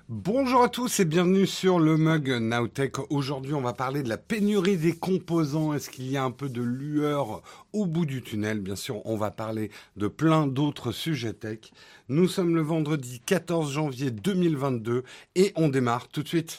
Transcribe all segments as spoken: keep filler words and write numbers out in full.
Bonjour à tous et bienvenue sur le Mug Nowtech. Aujourd'hui, on va parler de la pénurie des composants. Est-ce qu'il y a un peu de lueur au bout du tunnel? Bien sûr, on va parler de plein d'autres sujets tech. Nous sommes le vendredi quatorze janvier deux mille vingt-deux et on démarre tout de suite.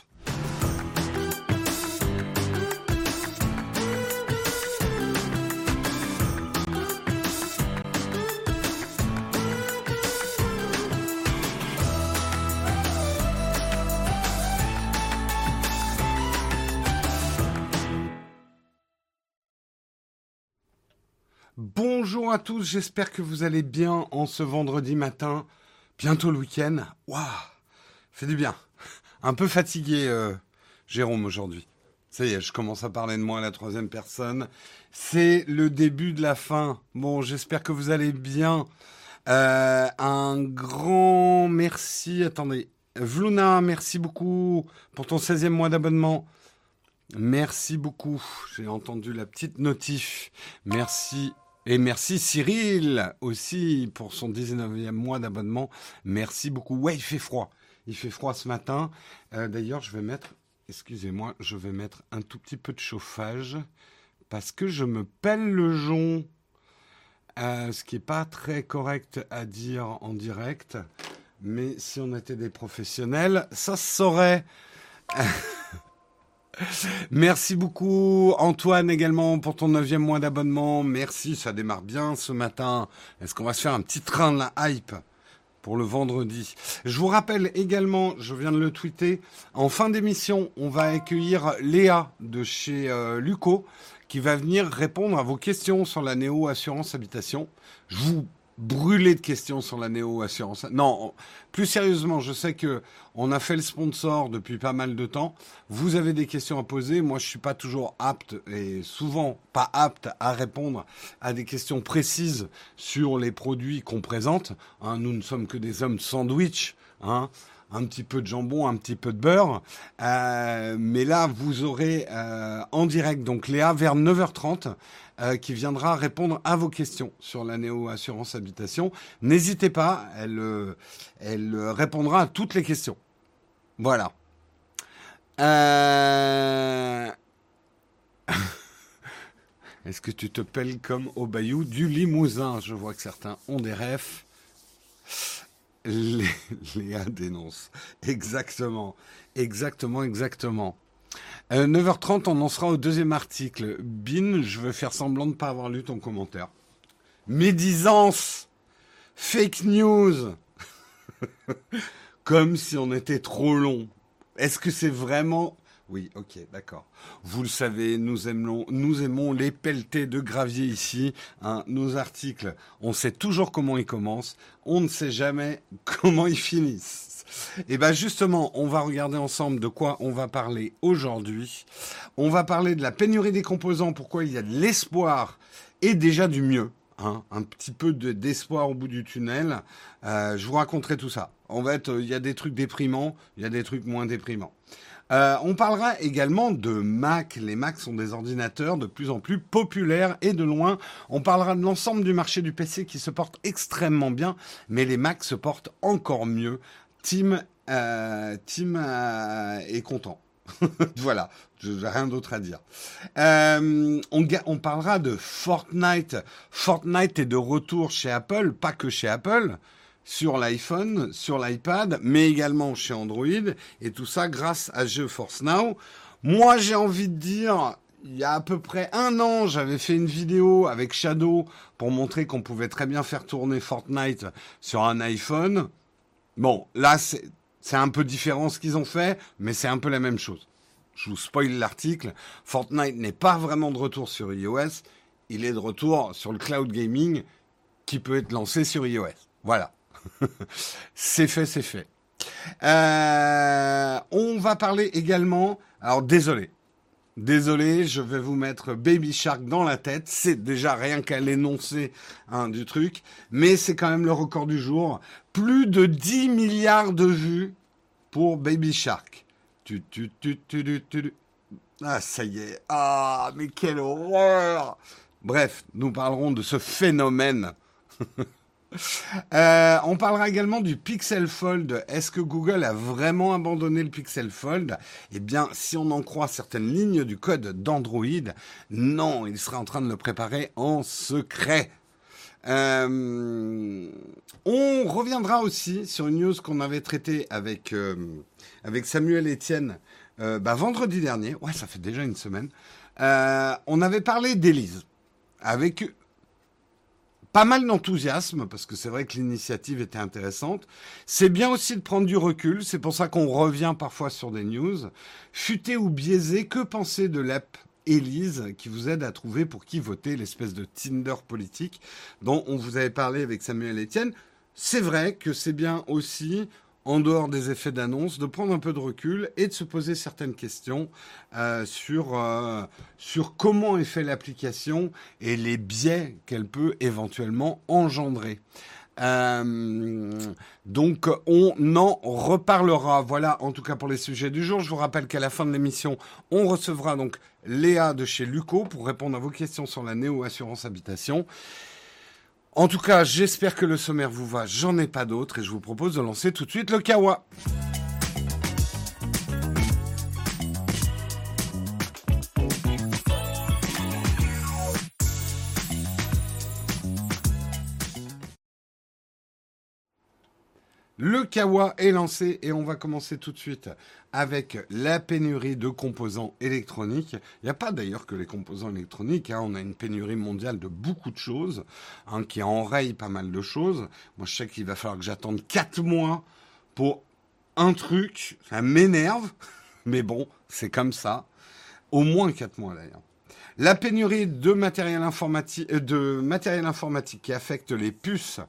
Bonjour à tous, j'espère que vous allez bien en ce vendredi matin. Bientôt le week-end. Waouh, fait du bien. Un peu fatigué, euh, Jérôme, aujourd'hui. Ça y est, je commence à parler de moi à la troisième personne. C'est le début de la fin. Bon, j'espère que vous allez bien. Euh, un grand merci. Attendez. Vluna, merci beaucoup pour ton seizième mois d'abonnement. Merci beaucoup. J'ai entendu la petite notif. Merci. Et merci Cyril aussi pour son dix-neuvième mois d'abonnement. Merci beaucoup. Ouais, il fait froid. Il fait froid ce matin. Euh, d'ailleurs, je vais mettre, excusez-moi, je vais mettre un tout petit peu de chauffage parce que je me pèle le jonc. Euh, ce qui n'est pas très correct à dire en direct. Mais si on était des professionnels, ça se saurait. Merci beaucoup Antoine également pour ton neuvième mois d'abonnement. Merci, ça démarre bien ce matin. Est-ce qu'on va se faire un petit train de la hype pour le vendredi? Je vous rappelle également, je viens de le tweeter, en fin d'émission, on va accueillir Léa de chez euh, Luco qui va venir répondre à vos questions sur la Néo Assurance Habitation. Je vous brûler de questions sur la Néo Assurance. Non, plus sérieusement, je sais que on a fait le sponsor depuis pas mal de temps. Vous avez des questions à poser. Moi, je suis pas toujours apte et souvent pas apte à répondre à des questions précises sur les produits qu'on présente. Hein, nous ne sommes que des hommes sandwich. Hein. Un petit peu de jambon, un petit peu de beurre. Euh, mais là, vous aurez euh, en direct, donc Léa, vers neuf heures trente, euh, qui viendra répondre à vos questions sur la Néo Assurance Habitation. N'hésitez pas, elle, euh, elle répondra à toutes les questions. Voilà. Euh... Est-ce que tu te pelles comme au Bayou du Limousin? Je vois que certains ont des refs. Lé- Léa dénonce. Exactement. Exactement, exactement. Euh, neuf heures trente, on en sera au deuxième article. Bin, je vais faire semblant de ne pas avoir lu ton commentaire. Médisance. Fake news. Comme si on était trop long. Est-ce que c'est vraiment... Oui, ok, d'accord. Vous le savez, nous aimons, nous aimons les pelletés de gravier ici. Hein, nos articles, on sait toujours comment ils commencent. On ne sait jamais comment ils finissent. Et bien justement, on va regarder ensemble de quoi on va parler aujourd'hui. On va parler de la pénurie des composants, pourquoi il y a de l'espoir et déjà du mieux. Hein, un petit peu de, d'espoir au bout du tunnel. Euh, je vous raconterai tout ça. En fait, il y a des trucs déprimants, il y a des trucs moins déprimants. Euh, on parlera également de Mac. Les Macs sont des ordinateurs de plus en plus populaires et de loin. On parlera de l'ensemble du marché du P C qui se porte extrêmement bien, mais les Macs se portent encore mieux. Tim, euh, Tim euh, est content. Voilà, je n'ai rien d'autre à dire. Euh, on, ga- on parlera de Fortnite. Fortnite est de retour chez Apple, pas que chez Apple, sur l'iPhone, sur l'iPad, mais également chez Android, et tout ça grâce à GeForce Now. Moi, j'ai envie de dire, il y a à peu près un an, j'avais fait une vidéo avec Shadow pour montrer qu'on pouvait très bien faire tourner Fortnite sur un iPhone. Bon, là, c'est, c'est un peu différent ce qu'ils ont fait, mais c'est un peu la même chose. Je vous spoil l'article. Fortnite n'est pas vraiment de retour sur iOS. Il est de retour sur le cloud gaming qui peut être lancé sur iOS. Voilà. C'est fait, c'est fait. Euh, on va parler également... Alors, désolé. Désolé, je vais vous mettre Baby Shark dans la tête. C'est déjà rien qu'à l'énoncé hein, du truc. Mais c'est quand même le record du jour. Plus de dix milliards de vues pour Baby Shark. Tu, tu, tu, tu, tu, tu. Ah, ça y est. Ah, mais quelle horreur. Bref, nous parlerons de ce phénomène Euh, on parlera également du Pixel Fold. Est-ce que Google a vraiment abandonné le Pixel Fold? Eh bien, si on en croit certaines lignes du code d'Android, non, il serait en train de le préparer en secret. Euh, on reviendra aussi sur une news qu'on avait traitée avec, euh, avec Samuel Etienne euh, bah, vendredi dernier. Ouais, ça fait déjà une semaine. Euh, on avait parlé d'Élise avec pas mal d'enthousiasme, parce que c'est vrai que l'initiative était intéressante. C'est bien aussi de prendre du recul, c'est pour ça qu'on revient parfois sur des news. Futé ou biaisé, que penser de l'app Élise, qui vous aide à trouver pour qui voter, l'espèce de Tinder politique dont on vous avait parlé avec Samuel Etienne? C'est vrai que c'est bien aussi, en dehors des effets d'annonce, de prendre un peu de recul et de se poser certaines questions euh, sur, euh, sur comment est fait l'application et les biais qu'elle peut éventuellement engendrer. Euh, donc on en reparlera. Voilà, en tout cas pour les sujets du jour. Je vous rappelle qu'à la fin de l'émission, on recevra donc Léa de chez Luco pour répondre à vos questions sur la Néo Assurance Habitation. En tout cas, j'espère que le sommaire vous va. J'en ai pas d'autres et je vous propose de lancer tout de suite le Kawa. Le Kawa est lancé et on va commencer tout de suite avec la pénurie de composants électroniques. Il n'y a pas d'ailleurs que les composants électroniques, hein. On a une pénurie mondiale de beaucoup de choses, hein, qui enraye pas mal de choses. Moi, je sais qu'il va falloir que j'attende quatre mois pour un truc. Ça m'énerve, mais bon, c'est comme ça. Au moins quatre mois d'ailleurs. La pénurie de matériel informatique, de matériel informatique qui affecte les puces,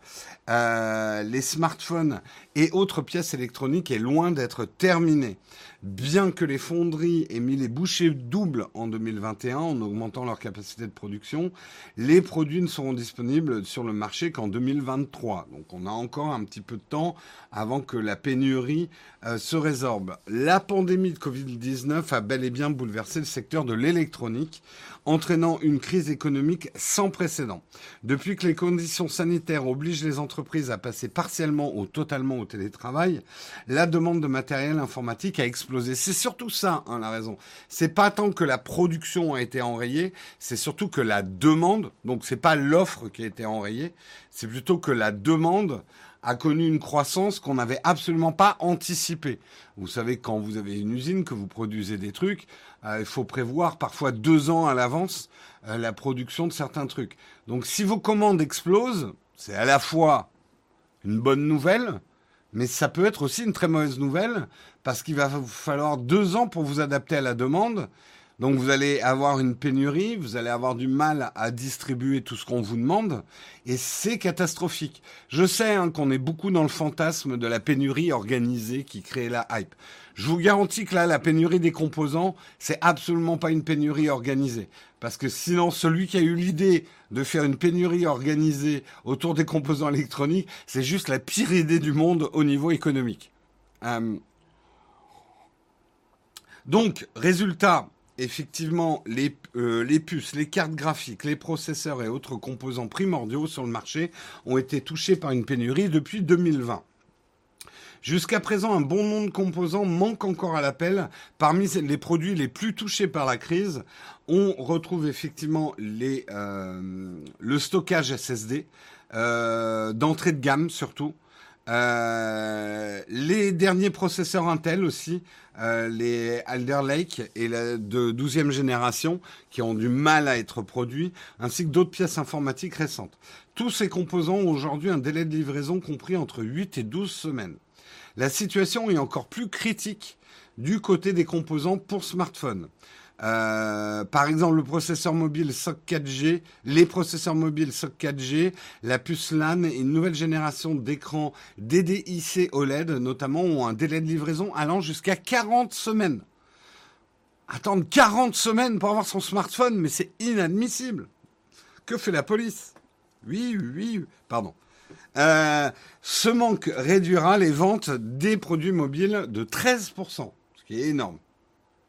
euh, les smartphones et autres pièces électroniques est loin d'être terminée. Bien que les fonderies aient mis les bouchées doubles en deux mille vingt et un en augmentant leur capacité de production, les produits ne seront disponibles sur le marché qu'en deux mille vingt-trois. Donc on a encore un petit peu de temps avant que la pénurie euh, se résorbe. La pandémie de covid dix-neuf a bel et bien bouleversé le secteur de l'électronique, entraînant une crise économique sans précédent. Depuis que les conditions sanitaires obligent les entreprises à passer partiellement ou totalement au télétravail, la demande de matériel informatique a explosé. C'est surtout ça, hein, la raison. C'est pas tant que la production a été enrayée, c'est surtout que la demande, donc c'est pas l'offre qui a été enrayée, c'est plutôt que la demande a connu une croissance qu'on n'avait absolument pas anticipée. Vous savez, quand vous avez une usine, que vous produisez des trucs, euh, il faut prévoir parfois deux ans à l'avance euh, la production de certains trucs. Donc si vos commandes explosent, c'est à la fois une bonne nouvelle, mais ça peut être aussi une très mauvaise nouvelle, parce qu'il va vous falloir deux ans pour vous adapter à la demande. Donc vous allez avoir une pénurie, vous allez avoir du mal à distribuer tout ce qu'on vous demande, et c'est catastrophique. Je sais hein, qu'on est beaucoup dans le fantasme de la pénurie organisée qui crée la hype. Je vous garantis que là, la pénurie des composants, c'est absolument pas une pénurie organisée. Parce que sinon, celui qui a eu l'idée de faire une pénurie organisée autour des composants électroniques, c'est juste la pire idée du monde au niveau économique. Euh... Donc, résultat... Effectivement, les, euh, les puces, les cartes graphiques, les processeurs et autres composants primordiaux sur le marché ont été touchés par une pénurie depuis deux mille vingt. Jusqu'à présent, un bon nombre de composants manquent encore à l'appel. Parmi les produits les plus touchés par la crise, on retrouve effectivement les, euh, le stockage S S D, euh, d'entrée de gamme surtout. Euh, les derniers processeurs Intel aussi, euh, les Alder Lake et la de douzième génération qui ont du mal à être produits, ainsi que d'autres pièces informatiques récentes. Tous ces composants ont aujourd'hui un délai de livraison compris entre huit et douze semaines. La situation est encore plus critique du côté des composants pour smartphones. Euh, par exemple, le processeur mobile S O C quatre G, les processeurs mobiles S O C quatre G, la puce LAN et une nouvelle génération d'écrans D D I C O L E D, notamment, ont un délai de livraison allant jusqu'à quarante semaines. Attendre quarante semaines pour avoir son smartphone, mais c'est inadmissible. Que fait la police ? Oui, oui, pardon. Euh, ce manque réduira les ventes des produits mobiles de treize pour cent, ce qui est énorme.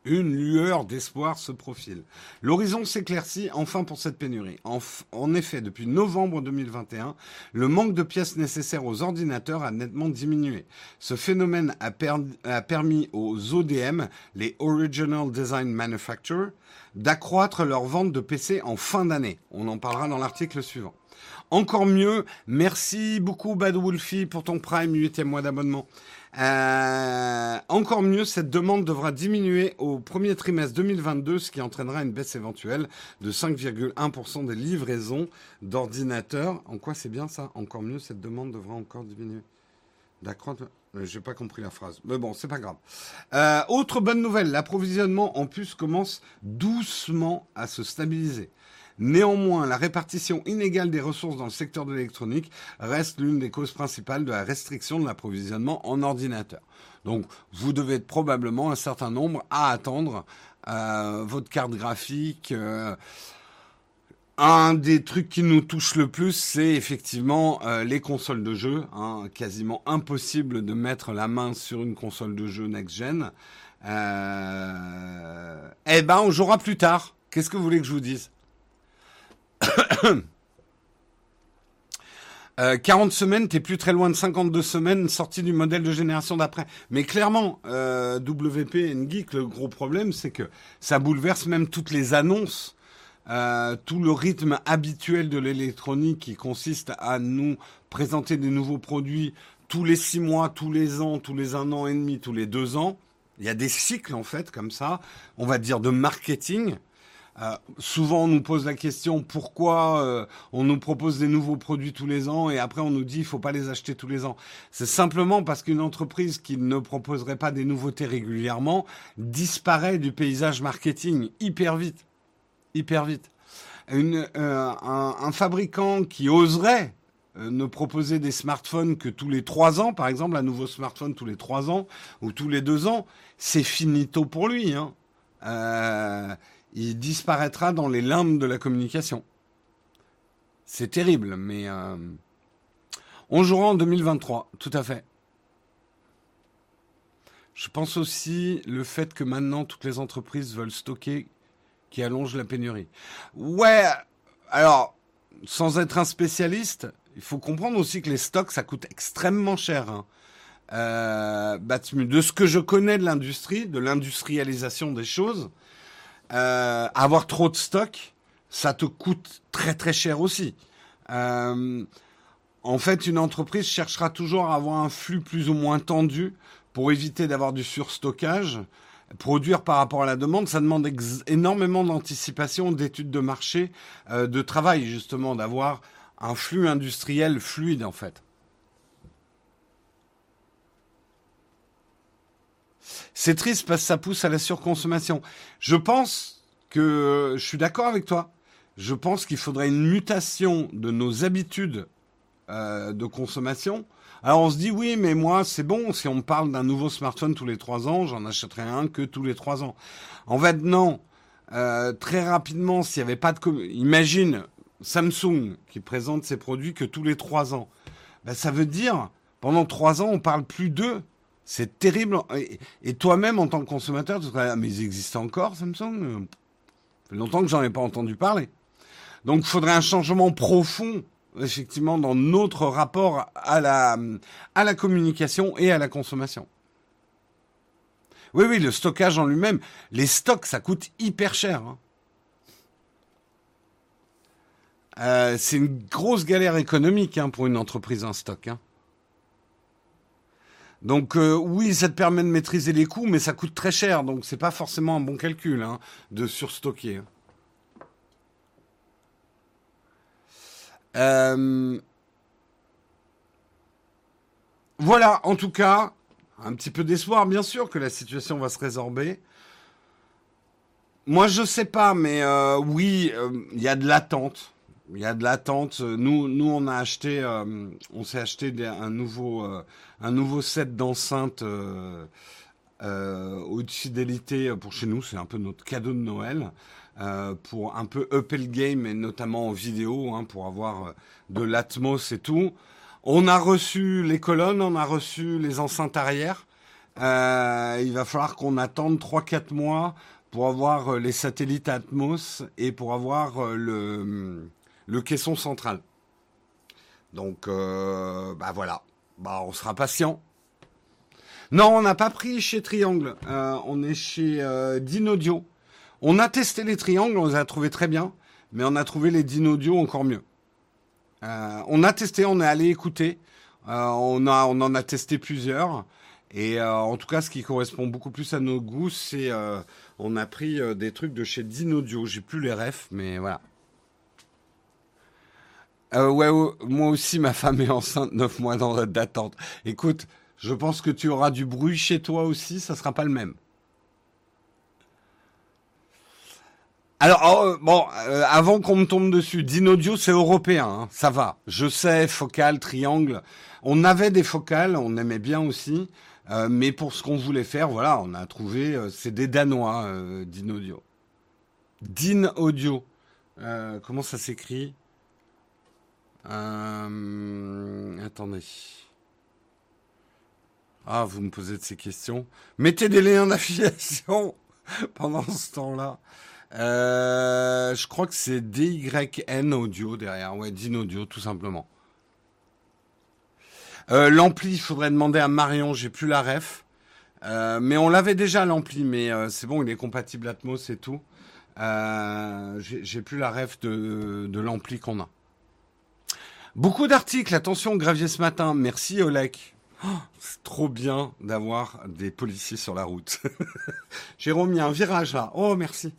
Une lueur d'espoir se profile. L'horizon s'éclaircit enfin pour cette pénurie. En, f- en effet, depuis novembre deux mille vingt et un, le manque de pièces nécessaires aux ordinateurs a nettement diminué. Ce phénomène a, per- a permis aux O D M, les Original Design Manufacturer, d'accroître leur vente de P C en fin d'année. On en parlera dans l'article suivant. Encore mieux, merci beaucoup Bad Wolfie pour ton Prime, huitième mois d'abonnement. Euh, encore mieux, cette demande devra diminuer au premier trimestre deux mille vingt-deux, ce qui entraînera une baisse éventuelle de cinq virgule un pour cent des livraisons d'ordinateurs. En quoi c'est bien ça? Encore mieux, cette demande devra encore diminuer. D'accroître. Euh, J'ai pas compris la phrase. Mais bon, c'est pas grave. Euh, autre bonne nouvelle, l'approvisionnement en puces commence doucement à se stabiliser. Néanmoins, la répartition inégale des ressources dans le secteur de l'électronique reste l'une des causes principales de la restriction de l'approvisionnement en ordinateur. Donc, vous devez être probablement un certain nombre à attendre euh, votre carte graphique. Euh, un des trucs qui nous touche le plus, c'est effectivement euh, les consoles de jeux. Hein, quasiment impossible de mettre la main sur une console de jeu next-gen. Euh, eh ben, on jouera plus tard. Qu'est-ce que vous voulez que je vous dise ? Euh, quarante semaines, t'es plus très loin de cinquante-deux semaines sortie du modèle de génération d'après. Mais clairement, euh, W P et Geek, le gros problème, c'est que ça bouleverse même toutes les annonces, euh, tout le rythme habituel de l'électronique qui consiste à nous présenter des nouveaux produits tous les six mois, tous les ans, tous les un an et demi, tous les deux ans. Il y a des cycles en fait comme ça, on va dire de marketing. Euh, souvent, on nous pose la question pourquoi euh, on nous propose des nouveaux produits tous les ans et après on nous dit il faut pas les acheter tous les ans. C'est simplement parce qu'une entreprise qui ne proposerait pas des nouveautés régulièrement disparaît du paysage marketing hyper vite, hyper vite. Une, euh, un, un fabricant qui oserait euh, ne proposer des smartphones que tous les trois ans, par exemple, un nouveau smartphone tous les trois ans ou tous les deux ans, c'est finito pour lui, hein. Euh, il disparaîtra dans les limbes de la communication. C'est terrible, mais euh, on jouera en deux mille vingt-trois, tout à fait. Je pense aussi le fait que maintenant toutes les entreprises veulent stocker qui allonge la pénurie. Ouais, alors, sans être un spécialiste, il faut comprendre aussi que les stocks, ça coûte extrêmement cher. Hein. Euh, de ce que je connais de l'industrie, de l'industrialisation des choses, Euh, avoir trop de stock, ça te coûte très très cher aussi. Euh, en fait, une entreprise cherchera toujours à avoir un flux plus ou moins tendu pour éviter d'avoir du surstockage. Produire par rapport à la demande, ça demande ex- énormément d'anticipation, d'études de marché, euh, de travail justement, d'avoir un flux industriel fluide en fait. C'est triste parce que ça pousse à la surconsommation. Je pense que je suis d'accord avec toi. Je pense qu'il faudrait une mutation de nos habitudes euh, de consommation. Alors on se dit oui, mais moi c'est bon. Si on me parle d'un nouveau smartphone tous les trois ans, j'en achèterai un que tous les trois ans. En fait, non. Euh, très rapidement, s'il n'y avait pas de... Com- Imagine Samsung qui présente ses produits que tous les trois ans. Ben, ça veut dire, pendant trois ans, on parle plus d'eux. C'est terrible. Et, et toi-même, en tant que consommateur, tu te dis, ah, mais ils existent encore, Samsung? Ça fait longtemps que j'en ai pas entendu parler. Donc, il faudrait un changement profond, effectivement, dans notre rapport à la, à la communication et à la consommation. Oui, oui, le stockage en lui-même. Les stocks, ça coûte hyper cher. Hein. Euh, c'est une grosse galère économique hein, pour une entreprise en stock. Hein. Donc euh, oui, ça te permet de maîtriser les coûts, mais ça coûte très cher, donc c'est pas forcément un bon calcul hein, de surstocker. Euh, voilà, en tout cas, un petit peu d'espoir, bien sûr, que la situation va se résorber. Moi, je sais pas, mais euh, oui, il euh, y a de l'attente. Il y a de l'attente. Nous, nous, on a acheté, euh, on s'est acheté des, un nouveau, euh, un nouveau set d'enceintes euh, euh, haute fidélité pour chez nous. C'est un peu notre cadeau de Noël euh, pour un peu upper le game et notamment en vidéo, hein, pour avoir de l'Atmos et tout. On a reçu les colonnes, on a reçu les enceintes arrière. Euh, il va falloir qu'on attende trois quatre mois pour avoir euh, les satellites Atmos et pour avoir euh, le, le caisson central. Donc, euh, bah voilà. Bah, on sera patient. Non, on n'a pas pris chez Triangle. Euh, on est chez euh, Dynaudio. On a testé les triangles, on les a trouvés très bien, mais on a trouvé les Dynaudio encore mieux. Euh, on a testé, on est allé écouter. Euh, on, a, on en a testé plusieurs. Et euh, en tout cas, ce qui correspond beaucoup plus à nos goûts, c'est euh, on a pris euh, des trucs de chez Dynaudio. J'ai plus les refs, mais voilà. Euh, ouais, ouais, moi aussi, ma femme est enceinte, neuf mois dans- d'attente. Écoute, je pense que tu auras du bruit chez toi aussi, ça sera pas le même. Alors, euh, bon, euh, avant qu'on me tombe dessus, Dynaudio, c'est européen, hein, ça va. Je sais, focale, triangle. On avait des focales, on aimait bien aussi, euh, mais pour ce qu'on voulait faire, voilà, on a trouvé, euh, c'est des Danois, euh, Dynaudio. Dynaudio. Euh, comment ça s'écrit? Euh, attendez. Ah, vous me posez de ces questions. Mettez des liens d'affiliation pendant ce temps-là. Euh, je crois que c'est D Y N Audio derrière. Ouais, Dyn Audio, tout simplement. Euh, l'ampli, il faudrait demander à Marion, j'ai plus la ref. Euh, mais on l'avait déjà l'ampli, mais euh, c'est bon, il est compatible Atmos et tout. Euh, j'ai j'ai plus la ref de, de l'ampli qu'on a. Beaucoup d'articles, attention, Gravier ce matin. Merci Olek. Oh, c'est trop bien d'avoir des policiers sur la route. Jérôme, il y a un virage là. Oh, merci.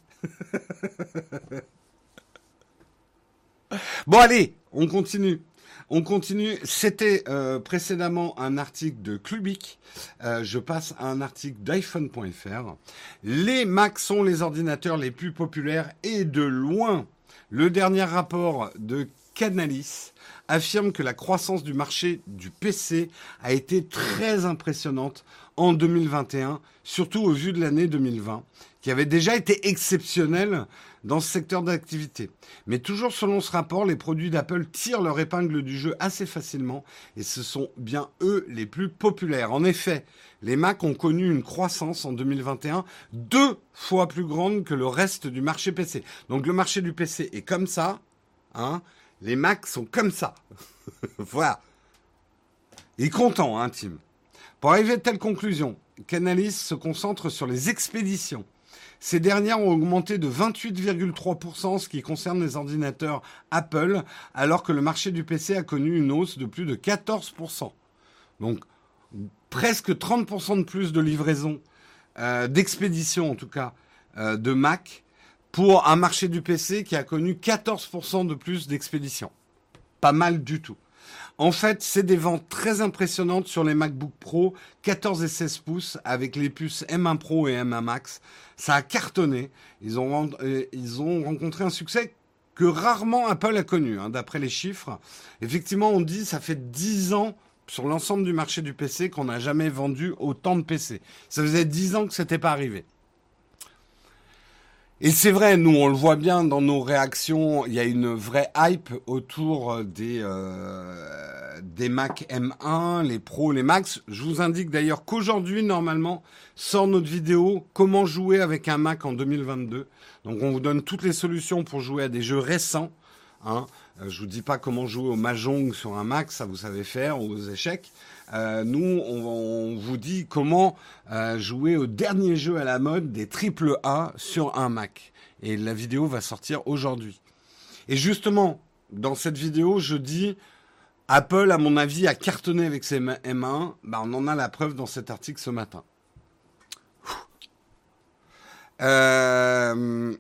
Bon, allez, on continue. On continue. C'était euh, précédemment un article de Clubic. Euh, je passe à un article d'iPhone point F R. Les Macs sont les ordinateurs les plus populaires et de loin. Le dernier rapport de Canalys affirme que la croissance du marché du P C a été très impressionnante en deux mille vingt et un, surtout au vu de l'année deux mille vingt, qui avait déjà été exceptionnelle dans ce secteur d'activité. Mais toujours selon ce rapport, les produits d'Apple tirent leur épingle du jeu assez facilement et ce sont bien eux les plus populaires. En effet, les Macs ont connu une croissance en deux mille vingt et un deux fois plus grande que le reste du marché P C. Donc le marché du P C est comme ça, hein. Les Macs sont comme ça. Voilà. Il est content, hein, Tim. Pour arriver à telle conclusion, Canalys se concentre sur les expéditions. Ces dernières ont augmenté de vingt-huit virgule trois pour cent en ce qui concerne les ordinateurs Apple, alors que le marché du P C a connu une hausse de plus de quatorze pour cent. Donc, presque trente pour cent de plus de livraison, euh, d'expédition en tout cas, euh, de Mac, pour un marché du P C qui a connu quatorze pour cent de plus d'expéditions. Pas mal du tout. En fait, c'est des ventes très impressionnantes sur les MacBook Pro quatorze et seize pouces avec les puces M un Pro et M un Max. Ça a cartonné. Ils ont, ils ont rencontré un succès que rarement Apple a connu, hein, d'après les chiffres. Effectivement, on dit que ça fait dix ans sur l'ensemble du marché du P C qu'on n'a jamais vendu autant de P C. Ça faisait dix ans que c'était pas arrivé. Et c'est vrai, nous on le voit bien dans nos réactions, il y a une vraie hype autour des, euh, des Mac M un, les Pro, les Max. Je vous indique d'ailleurs qu'aujourd'hui, normalement, sort notre vidéo comment jouer avec un Mac en deux mille vingt-deux. Donc on vous donne toutes les solutions pour jouer à des jeux récents. Hein. Euh, je vous dis pas comment jouer au Mahjong sur un Mac, ça vous savez faire, ou aux échecs. Euh, nous, on, on vous dit comment euh, jouer au dernier jeu à la mode des triple A sur un Mac. Et la vidéo va sortir aujourd'hui. Et justement, dans cette vidéo, je dis Apple, à mon avis, a cartonné avec ses M un. Bah, on en a la preuve dans cet article ce matin. Euh...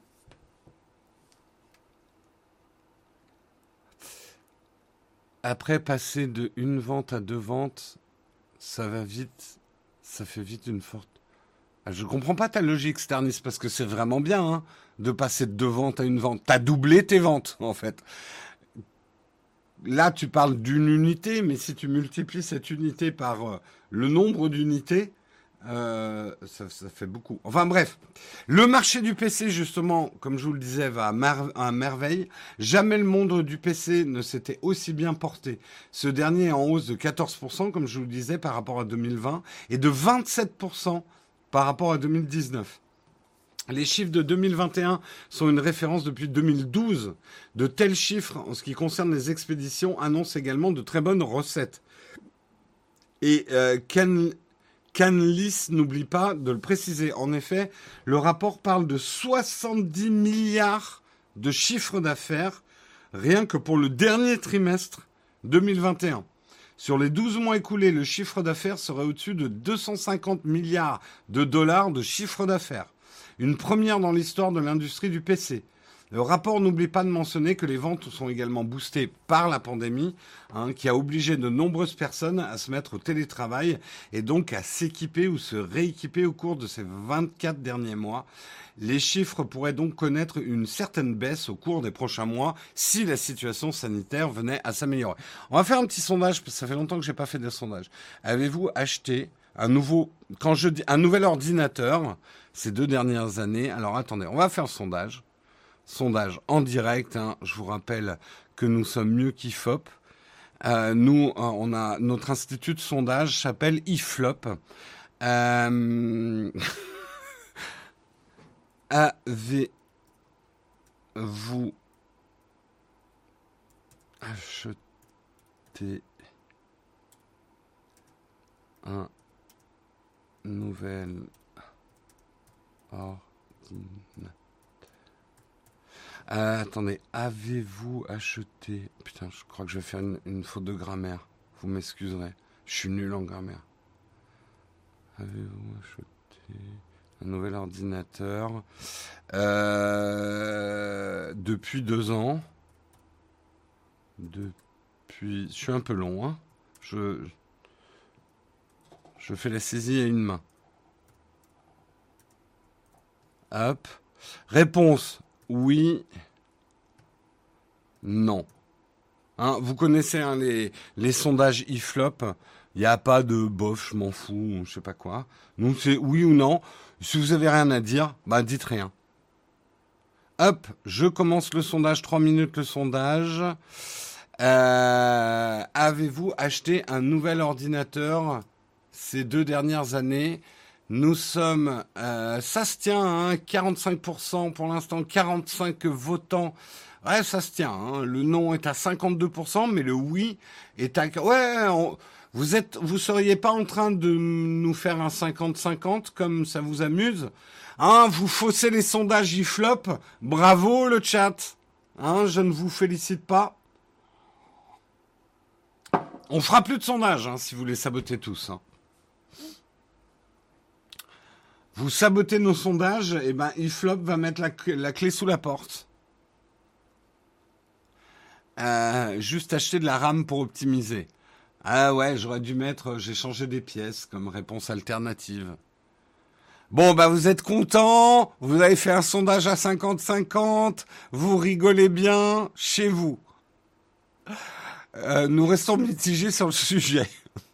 Après passer de une vente à deux ventes, ça va vite, ça fait vite une forte. Ah, je comprends pas ta logique, Sternis, parce que c'est vraiment bien hein, de passer de deux ventes à une vente. T'as doublé tes ventes, en fait. Là, tu parles d'une unité, mais si tu multiplies cette unité par euh, le nombre d'unités, Euh, ça, ça fait beaucoup. Enfin bref, le marché du P C, justement, comme je vous le disais, va à, mer- à merveille. Jamais le monde du P C ne s'était aussi bien porté. Ce dernier est en hausse de quatorze pour cent, comme je vous le disais, par rapport à deux mille vingt, et de vingt-sept pour cent par rapport à deux mille dix-neuf. Les chiffres de deux mille vingt et un sont une référence depuis deux mille douze. De tels chiffres, en ce qui concerne les expéditions, annoncent également de très bonnes recettes. Et euh, Ken... Canlis n'oublie pas de le préciser. En effet, le rapport parle de soixante-dix milliards de chiffre d'affaires rien que pour le dernier trimestre deux mille vingt et un. Sur les douze mois écoulés, le chiffre d'affaires serait au-dessus de deux cent cinquante milliards de dollars de chiffre d'affaires. Une première dans l'histoire de l'industrie du P C. Le rapport n'oublie pas de mentionner que les ventes sont également boostées par la pandémie, hein, qui a obligé de nombreuses personnes à se mettre au télétravail et donc à s'équiper ou se rééquiper au cours de ces vingt-quatre derniers mois. Les chiffres pourraient donc connaître une certaine baisse au cours des prochains mois si la situation sanitaire venait à s'améliorer. On va faire un petit sondage, parce que ça fait longtemps que je n'ai pas fait de sondage. Avez-vous acheté un nouveau, quand je dis un nouvel ordinateur ces deux dernières années? Alors attendez, on va faire un sondage. Sondage en direct, hein. Je vous rappelle que nous sommes mieux qu'I F O P. Euh, nous, on a notre institut de sondage s'appelle I F L O P. Euh... Avez-vous acheté un nouvel ordinateur? Euh, attendez, avez-vous acheté... Putain, je crois que je vais faire une, une faute de grammaire. Vous m'excuserez. Je suis nul en grammaire. Avez-vous acheté un nouvel ordinateur euh, depuis deux ans? Depuis... Je suis un peu long, hein. Je... Je fais la saisie à une main. Hop. Réponse. Oui, non. Hein, vous connaissez hein, les, les sondages I F L O P. Il n'y a pas de bof, je m'en fous, je sais pas quoi. Donc c'est oui ou non. Si vous avez rien à dire, bah dites rien. Hop, je commence le sondage. Trois minutes le sondage. Euh, avez-vous acheté un nouvel ordinateur ces deux dernières années? Nous sommes, euh, ça se tient, hein, quarante-cinq pour cent pour l'instant, quarante-cinq votants. Ouais, ça se tient. Hein, le non est à cinquante-deux pour cent, mais le oui est à... Ouais, on, vous êtes, vous seriez pas en train de nous faire un cinquante cinquante comme ça vous amuse, hein? Vous faussez les sondages I F L O P. Bravo le chat. Hein, je ne vous félicite pas. On fera plus de sondages, hein, si vous les sabotez tous. Hein. Vous sabotez nos sondages, et ben I F L O P va mettre la, la clé sous la porte. Euh, juste acheter de la RAM pour optimiser. Ah ouais, j'aurais dû mettre, j'ai changé des pièces comme réponse alternative. Bon, bah vous êtes contents, vous avez fait un sondage à cinquante cinquante, vous rigolez bien, chez vous. Euh, nous restons mitigés sur le sujet.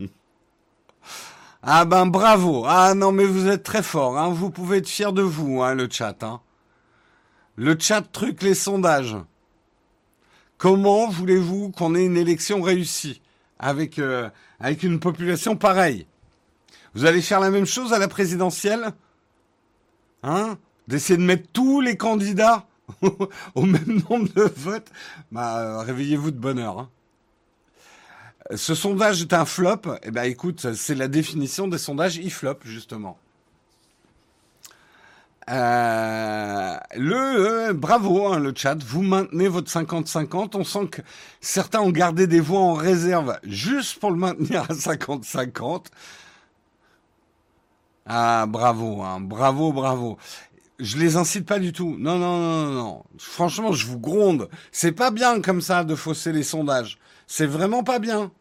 Ah ben bravo. Ah non mais vous êtes très fort. Hein. Vous pouvez être fiers de vous, hein, le chat. Hein. Le chat truc les sondages. Comment voulez-vous qu'on ait une élection réussie avec, euh, avec une population pareille? Vous allez faire la même chose à la présidentielle? Hein? D'essayer de mettre tous les candidats au même nombre de votes? Bah, euh, réveillez-vous de bonne heure. Hein. Ce sondage est un flop. Eh ben, écoute, c'est la définition des sondages I F L O P, justement. Euh, le euh, bravo, hein, le chat. Vous maintenez votre cinquante cinquante. On sent que certains ont gardé des voix en réserve juste pour le maintenir à cinquante cinquante. Ah, bravo, hein, bravo, bravo. Je les incite pas du tout. Non, non, non, non, non. Franchement, je vous gronde. C'est pas bien comme ça de fausser les sondages. C'est vraiment pas bien.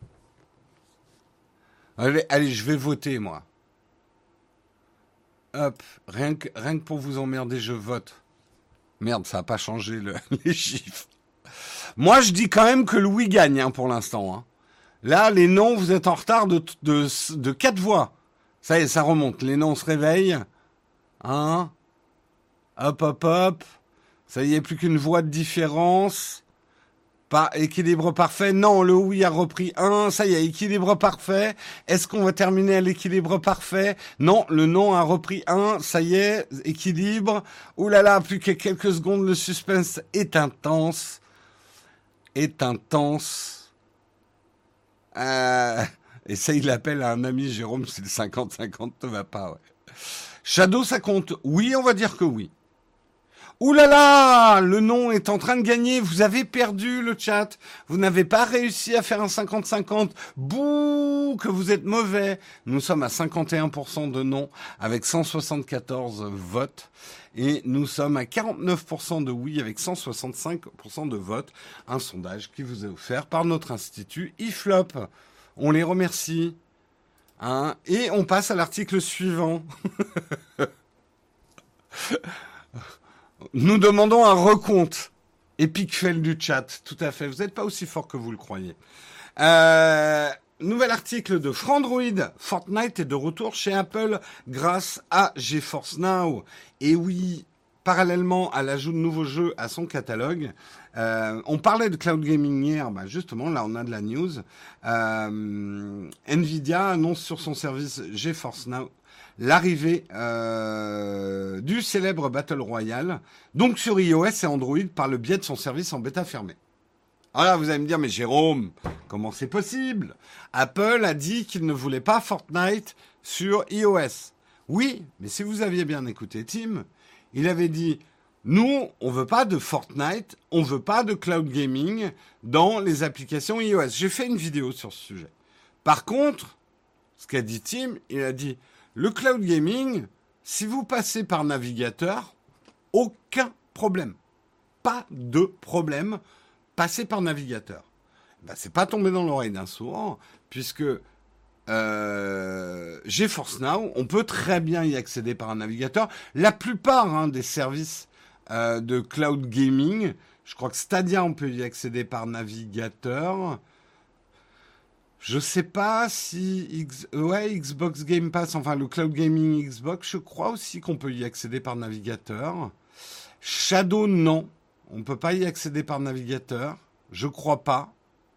Allez, allez, je vais voter, moi. Hop, rien que, rien que pour vous emmerder, je vote. Merde, ça n'a pas changé le, les chiffres. Moi, je dis quand même que Louis gagne hein, pour l'instant. Hein. Là, les non, vous êtes en retard de, de, de quatre voix. Ça y est, ça remonte. Les noms se réveillent. Hein? Hop, hop, hop. Ça y est, plus qu'une voix de différence. Pas équilibre parfait. Non, le oui a repris un. Ça y est, équilibre parfait. Est-ce qu'on va terminer à l'équilibre parfait? Non, le non a repris un. Ça y est, équilibre. Ouh là là, plus que quelques secondes. Le suspense est intense. Est intense. Euh... Et ça, il appelle à un ami, Jérôme, si le cinquante cinquante ne va pas. Ouais. Shadow, ça compte? Oui, on va dire que oui. Ouh là là, le nom est en train de gagner. Vous avez perdu le chat. Vous n'avez pas réussi à faire un cinquante cinquante. Bouh, que vous êtes mauvais. Nous sommes à cinquante et un pour cent de non avec cent soixante-quatorze votes. Et nous sommes à quarante-neuf pour cent de oui avec cent soixante-cinq pour cent de votes. Un sondage qui vous est offert par notre institut I F L O P. On les remercie. Hein, et on passe à l'article suivant. Nous demandons un recompte. Epic fail du chat, tout à fait. Vous n'êtes pas aussi fort que vous le croyez. Euh, nouvel article de Frandroid. Fortnite est de retour chez Apple grâce à GeForce Now. Et oui, parallèlement à l'ajout de nouveaux jeux à son catalogue, euh, on parlait de cloud gaming hier. Bah justement, là, on a de la news. Euh, Nvidia annonce sur son service GeForce Now l'arrivée euh, du célèbre Battle Royale, donc sur iOS et Android par le biais de son service en bêta fermée. Alors là, vous allez me dire, mais Jérôme, comment c'est possible? Apple a dit qu'il ne voulait pas Fortnite sur iOS. Oui, mais si vous aviez bien écouté Tim, il avait dit, nous, on veut pas de Fortnite, on veut pas de cloud gaming dans les applications iOS. J'ai fait une vidéo sur ce sujet. Par contre, ce qu'a dit Tim, il a dit, le cloud gaming, si vous passez par navigateur, aucun problème. Pas de problème, passer par navigateur. Ben, c'est pas tombé dans l'oreille d'un sourd, puisque euh, GeForce Now, on peut très bien y accéder par un navigateur. La plupart hein, des services euh, de cloud gaming, je crois que Stadia, on peut y accéder par navigateur. Je sais pas si X... ouais, Xbox Game Pass, enfin le cloud gaming Xbox, je crois aussi qu'on peut y accéder par navigateur. Shadow, non. On peut pas y accéder par navigateur. Je crois pas.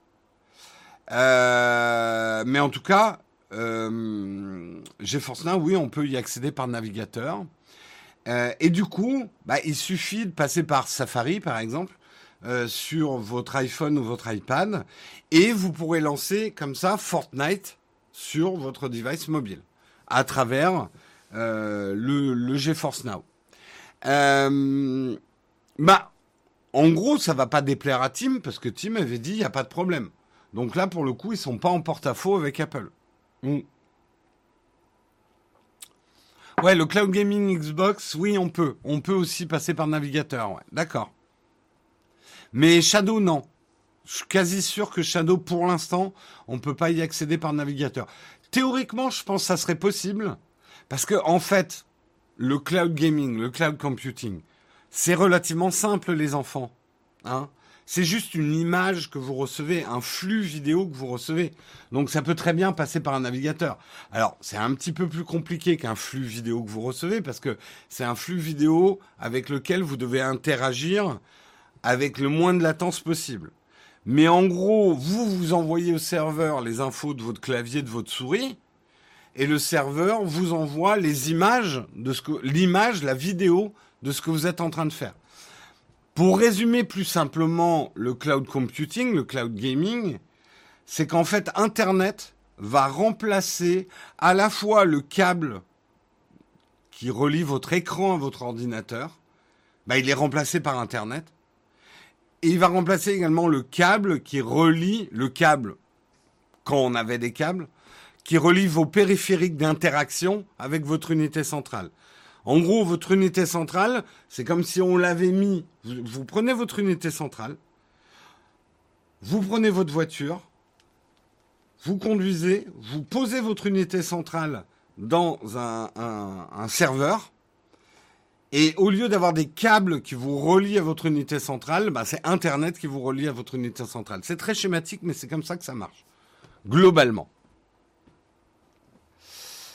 Euh... Mais en tout cas, euh... GeForce Now, oui, on peut y accéder par navigateur. Euh... Et du coup, bah, il suffit de passer par Safari, par exemple, Euh, sur votre iPhone ou votre iPad et vous pourrez lancer comme ça Fortnite sur votre device mobile à travers euh, le, le GeForce Now. Euh, bah, en gros, ça va pas déplaire à Tim parce que Tim avait dit il n'y a pas de problème. Donc là, pour le coup, ils sont pas en porte-à-faux avec Apple. Mm. Ouais, le cloud gaming Xbox, oui, on peut. On peut aussi passer par navigateur, ouais. D'accord. Mais Shadow, non. Je suis quasi sûr que Shadow, pour l'instant, on ne peut pas y accéder par navigateur. Théoriquement, je pense que ça serait possible. Parce que, en fait, le cloud gaming, le cloud computing, c'est relativement simple, les enfants. Hein, c'est juste une image que vous recevez, un flux vidéo que vous recevez. Donc, ça peut très bien passer par un navigateur. Alors, c'est un petit peu plus compliqué qu'un flux vidéo que vous recevez, parce que c'est un flux vidéo avec lequel vous devez interagir avec le moins de latence possible. Mais en gros, vous, vous envoyez au serveur les infos de votre clavier, de votre souris, et le serveur vous envoie les images, de ce que, l'image, la vidéo de ce que vous êtes en train de faire. Pour résumer plus simplement le cloud computing, le cloud gaming, c'est qu'en fait, Internet va remplacer à la fois le câble qui relie votre écran à votre ordinateur, bah, il est remplacé par Internet. Et il va remplacer également le câble qui relie, le câble, quand on avait des câbles, qui relie vos périphériques d'interaction avec votre unité centrale. En gros, votre unité centrale, c'est comme si on l'avait mis, vous, vous prenez votre unité centrale, vous prenez votre voiture, vous conduisez, vous posez votre unité centrale dans un, un, un serveur, et au lieu d'avoir des câbles qui vous relient à votre unité centrale, bah c'est Internet qui vous relie à votre unité centrale. C'est très schématique, mais c'est comme ça que ça marche, globalement.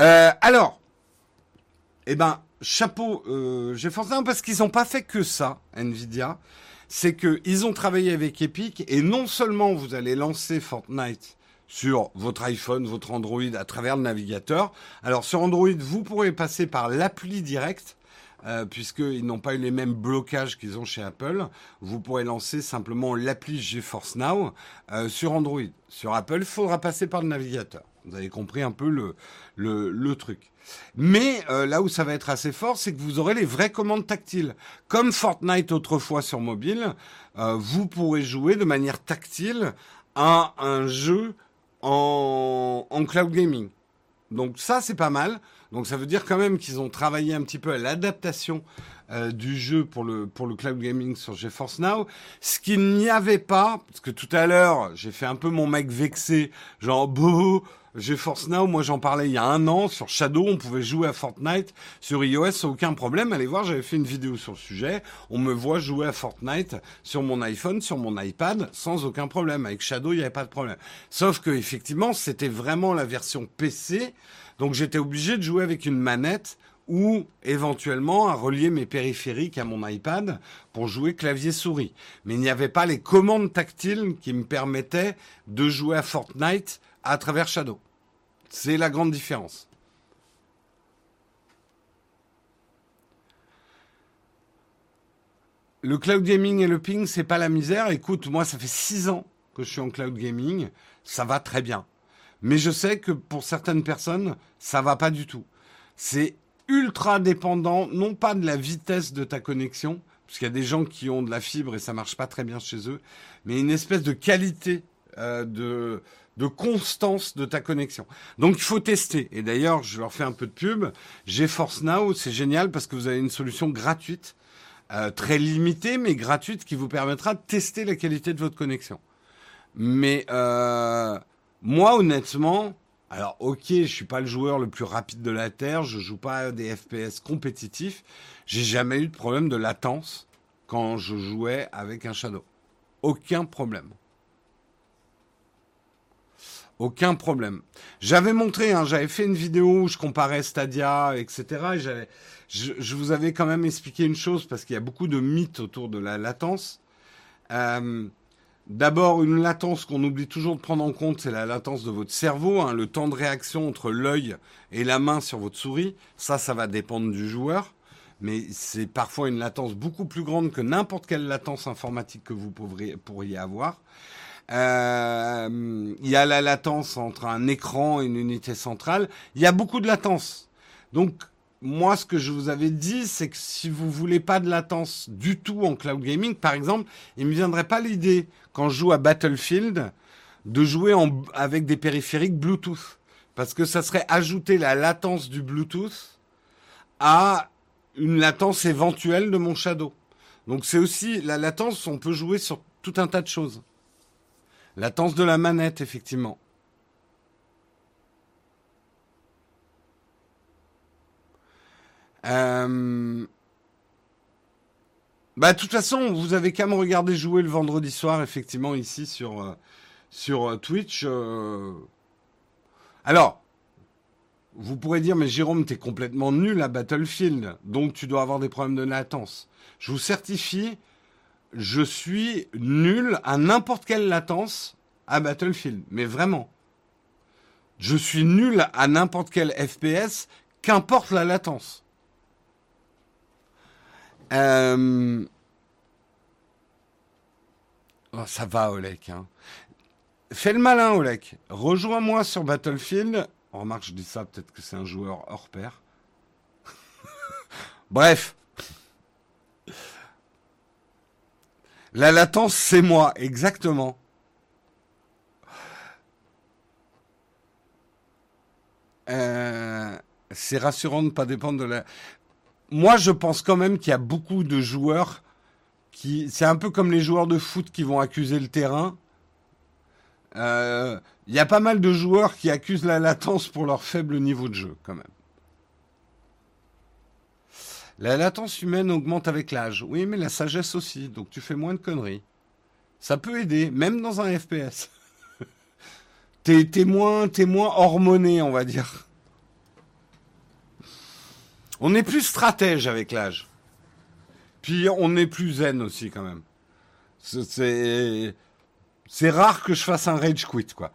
Euh, alors, eh ben, chapeau euh, GeForce Now, parce qu'ils n'ont pas fait que ça, Nvidia. C'est qu'ils ont travaillé avec Epic, et non seulement vous allez lancer Fortnite sur votre iPhone, votre Android, à travers le navigateur. Alors, sur Android, vous pourrez passer par l'appli directe, euh, puisqu'ils n'ont pas eu les mêmes blocages qu'ils ont chez Apple. Vous pourrez lancer simplement l'appli GeForce Now euh, sur Android. Sur Apple, il faudra passer par le navigateur. Vous avez compris un peu le, le, le truc. Mais euh, là où ça va être assez fort, c'est que vous aurez les vraies commandes tactiles. Comme Fortnite autrefois sur mobile, euh, vous pourrez jouer de manière tactile à un jeu en, en cloud gaming. Donc ça, c'est pas mal. Donc ça veut dire quand même qu'ils ont travaillé un petit peu à l'adaptation euh, du jeu pour le, pour le cloud gaming sur GeForce Now. Ce qu'il n'y avait pas, parce que tout à l'heure, j'ai fait un peu mon mec vexé, genre, boh, GeForce Now, moi j'en parlais il y a un an, sur Shadow, on pouvait jouer à Fortnite sur iOS sans aucun problème. Allez voir, j'avais fait une vidéo sur le sujet. On me voit jouer à Fortnite sur mon iPhone, sur mon iPad, sans aucun problème. Avec Shadow, il n'y avait pas de problème. Sauf que effectivement, c'était vraiment la version P C, donc j'étais obligé de jouer avec une manette ou éventuellement à relier mes périphériques à mon iPad pour jouer clavier-souris. Mais il n'y avait pas les commandes tactiles qui me permettaient de jouer à Fortnite à travers Shadow. C'est la grande différence. Le cloud gaming et le ping, c'est pas la misère. Écoute, moi, ça fait six ans que je suis en cloud gaming. Ça va très bien. Mais je sais que pour certaines personnes, ça va pas du tout. C'est ultra dépendant, non pas de la vitesse de ta connexion, parce qu'il y a des gens qui ont de la fibre et ça marche pas très bien chez eux, mais une espèce de qualité euh, de... de constance de ta connexion. Donc il faut tester. Et d'ailleurs, je leur fais un peu de pub. GeForce Now, c'est génial parce que vous avez une solution gratuite, euh, très limitée, mais gratuite, qui vous permettra de tester la qualité de votre connexion. Mais euh, moi, honnêtement, alors ok, je suis pas le joueur le plus rapide de la Terre, je joue pas à des F P S compétitifs, j'ai jamais eu de problème de latence quand je jouais avec un Shadow. Aucun problème. Aucun problème. J'avais montré, hein, j'avais fait une vidéo où je comparais Stadia, et cetera. Et j'avais, je, je vous avais quand même expliqué une chose, parce qu'il y a beaucoup de mythes autour de la latence. Euh, d'abord, une latence qu'on oublie toujours de prendre en compte, c'est la latence de votre cerveau, hein, le temps de réaction entre l'œil et la main sur votre souris. Ça, ça va dépendre du joueur. Mais c'est parfois une latence beaucoup plus grande que n'importe quelle latence informatique que vous pourriez, pourriez avoir. Euh, il y a la latence entre un écran et une unité centrale. Il y a beaucoup de latence. Donc, moi, ce que je vous avais dit, c'est que si vous voulez pas de latence du tout en cloud gaming, par exemple, il me viendrait pas l'idée, quand je joue à Battlefield, de jouer en, avec des périphériques Bluetooth. Parce que ça serait ajouter la latence du Bluetooth à une latence éventuelle de mon Shadow. Donc, c'est aussi, la latence, on peut jouer sur tout un tas de choses. Latence de la manette, effectivement. Euh... Bah, de toute façon, vous avez qu'à me regarder jouer le vendredi soir, effectivement, ici sur, euh, sur Twitch. Euh... Alors, vous pourrez dire, mais Jérôme, t'es complètement nul à Battlefield, donc tu dois avoir des problèmes de latence. Je vous certifie, je suis nul à n'importe quelle latence à Battlefield, mais vraiment. Je suis nul à n'importe quel F P S, qu'importe la latence. Euh... Oh, ça va, Olek. Hein. Fais le malin, Olek. Rejoins-moi sur Battlefield. Oh, remarque, je dis ça, peut-être que c'est un joueur hors pair. Bref. La latence, c'est moi, exactement. Euh, c'est rassurant de ne pas dépendre de la... Moi, je pense quand même qu'il y a beaucoup de joueurs qui... C'est un peu comme les joueurs de foot qui vont accuser le terrain. Euh, il y a pas mal de joueurs qui accusent la latence pour leur faible niveau de jeu, quand même. La latence humaine augmente avec l'âge. Oui, mais la sagesse aussi, donc tu fais moins de conneries. Ça peut aider, même dans un F P S. T'es, t'es moins, t'es moins hormoné, on va dire. On est plus stratège avec l'âge. Puis on est plus zen aussi quand même. C'est, c'est, c'est rare que je fasse un rage quit, quoi.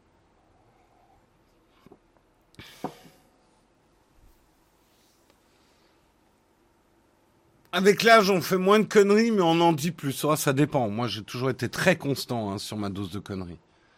Avec l'âge, on fait moins de conneries, mais on en dit plus. Oh, ça dépend. Moi, j'ai toujours été très constant hein, sur ma dose de conneries.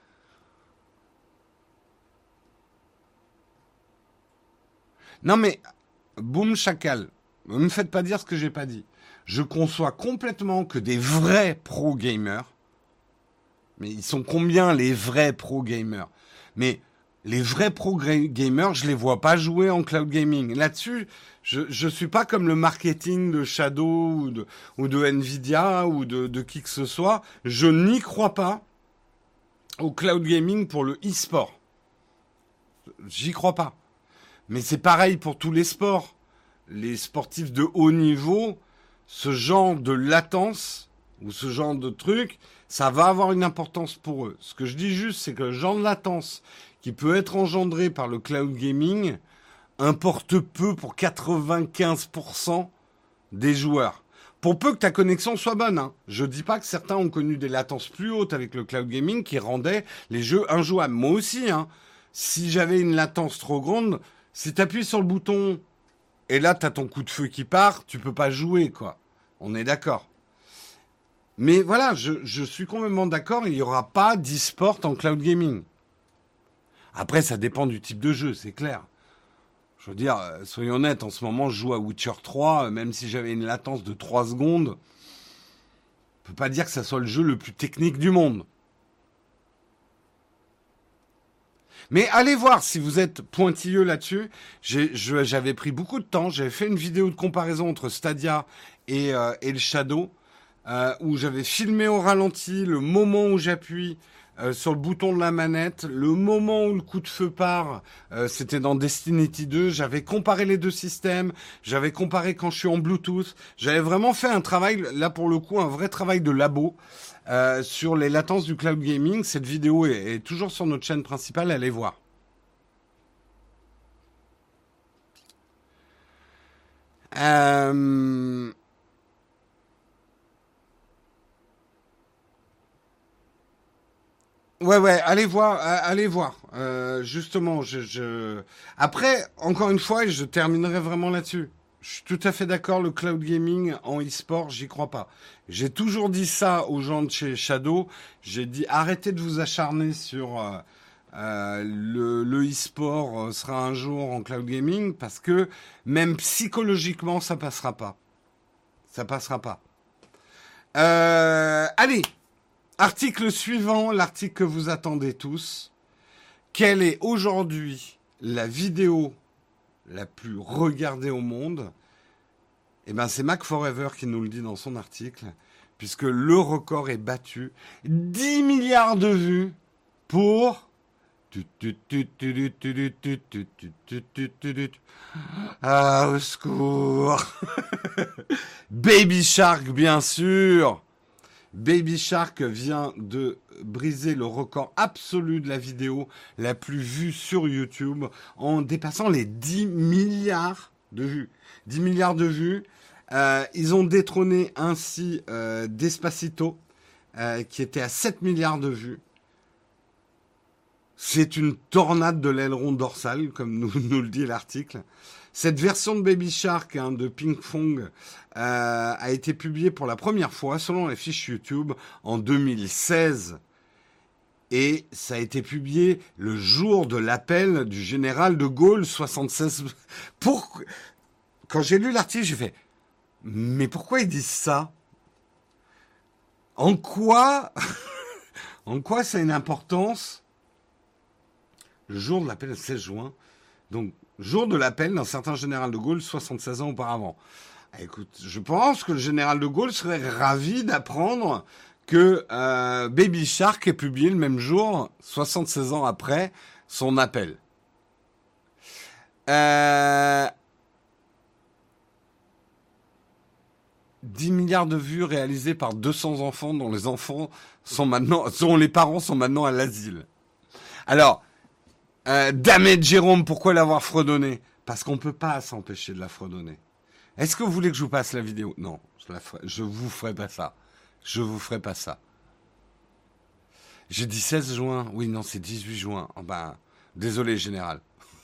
Non, mais, boum, chacal. Ne me faites pas dire ce que j'ai pas dit. Je conçois complètement que des vrais pro-gamers, mais ils sont combien les vrais pro-gamers? Mais les vrais pro-gamers, je les vois pas jouer en cloud gaming. Là-dessus, je je suis pas comme le marketing de Shadow ou de, ou de Nvidia ou de, de qui que ce soit. Je n'y crois pas au cloud gaming pour le e-sport. J'y crois pas. Mais c'est pareil pour tous les sports. Les sportifs de haut niveau, ce genre de latence ou ce genre de truc, ça va avoir une importance pour eux. Ce que je dis juste, c'est que le genre de latence qui peut être engendré par le cloud gaming importe peu pour quatre-vingt-quinze pour cent des joueurs. Pour peu que ta connexion soit bonne. Hein. Je dis pas que certains ont connu des latences plus hautes avec le cloud gaming qui rendaient les jeux injouables. Moi aussi, hein. Si j'avais une latence trop grande, si tu appuies sur le bouton et là tu as ton coup de feu qui part, tu peux pas jouer, quoi. On est d'accord. Mais voilà, je, je suis complètement d'accord, il n'y aura pas d'e-sport en cloud gaming. Après, ça dépend du type de jeu, c'est clair. Je veux dire, soyons honnêtes, en ce moment, je joue à Witcher trois, même si j'avais une latence de trois secondes, on peut pas dire que ça soit le jeu le plus technique du monde. Mais allez voir si vous êtes pointilleux là-dessus. J'ai, je, j'avais pris beaucoup de temps. J'avais fait une vidéo de comparaison entre Stadia et, euh, et le Shadow, euh, où j'avais filmé au ralenti le moment où j'appuie euh, sur le bouton de la manette, le moment où le coup de feu part. Euh, c'était dans Destiny deux. J'avais comparé les deux systèmes. J'avais comparé quand je suis en Bluetooth. J'avais vraiment fait un travail, là pour le coup, un vrai travail de labo. Euh, sur les latences du cloud gaming. Cette vidéo est, est toujours sur notre chaîne principale, allez voir. Euh... Ouais, ouais, allez voir, euh, allez voir. Euh, justement, je, je... Après, encore une fois, et je terminerai vraiment là-dessus. Je suis tout à fait d'accord, le cloud gaming en e-sport, j'y crois pas. J'ai toujours dit ça aux gens de chez Shadow. J'ai dit arrêtez de vous acharner sur euh, euh, le, le e-sport euh, sera un jour en cloud gaming parce que même psychologiquement ça passera pas. Ça passera pas. Euh, allez, article suivant, l'article que vous attendez tous. Quelle est aujourd'hui la vidéo la plus regardée au monde? Eh ben, c'est Mac Forever qui nous le dit dans son article, puisque le record est battu. dix milliards de vues pour... Ah, au secours. Baby Shark, bien sûr. Baby Shark vient de briser le record absolu de la vidéo la plus vue sur YouTube en dépassant les dix milliards de vues. dix milliards de vues. Euh, ils ont détrôné ainsi euh, Despacito, euh, qui était à sept milliards de vues. C'est une tornade de l'aileron dorsal, comme nous, nous le dit l'article. Cette version de Baby Shark hein, de Pink Fong euh, a été publiée pour la première fois, selon les fiches YouTube, en deux mille seize. Et ça a été publié le jour de l'appel du général de Gaulle, soixante-seize... Pour... Quand j'ai lu l'article, j'ai fait... Mais pourquoi ils disent ça? En quoi... en quoi ça a une importance? Le jour de l'appel, le seize juin. Donc, jour de l'appel d'un certain général de Gaulle, soixante-seize ans auparavant. Écoute, je pense que le général de Gaulle serait ravi d'apprendre que euh, Baby Shark est publié le même jour, soixante-seize ans après son appel. Euh... dix milliards de vues réalisées par deux cents enfants dont les enfants sont maintenant, dont les parents sont maintenant à l'asile. Alors, euh, Damet Jérôme, pourquoi l'avoir fredonné? Parce qu'on ne peut pas s'empêcher de la fredonner. Est-ce que vous voulez que je vous passe la vidéo? Non, je la ferai, je vous ferai pas ça. Je vous ferai pas ça. J'ai dit seize juin. Oui, non, c'est dix-huit juin. Oh ben, désolé, général.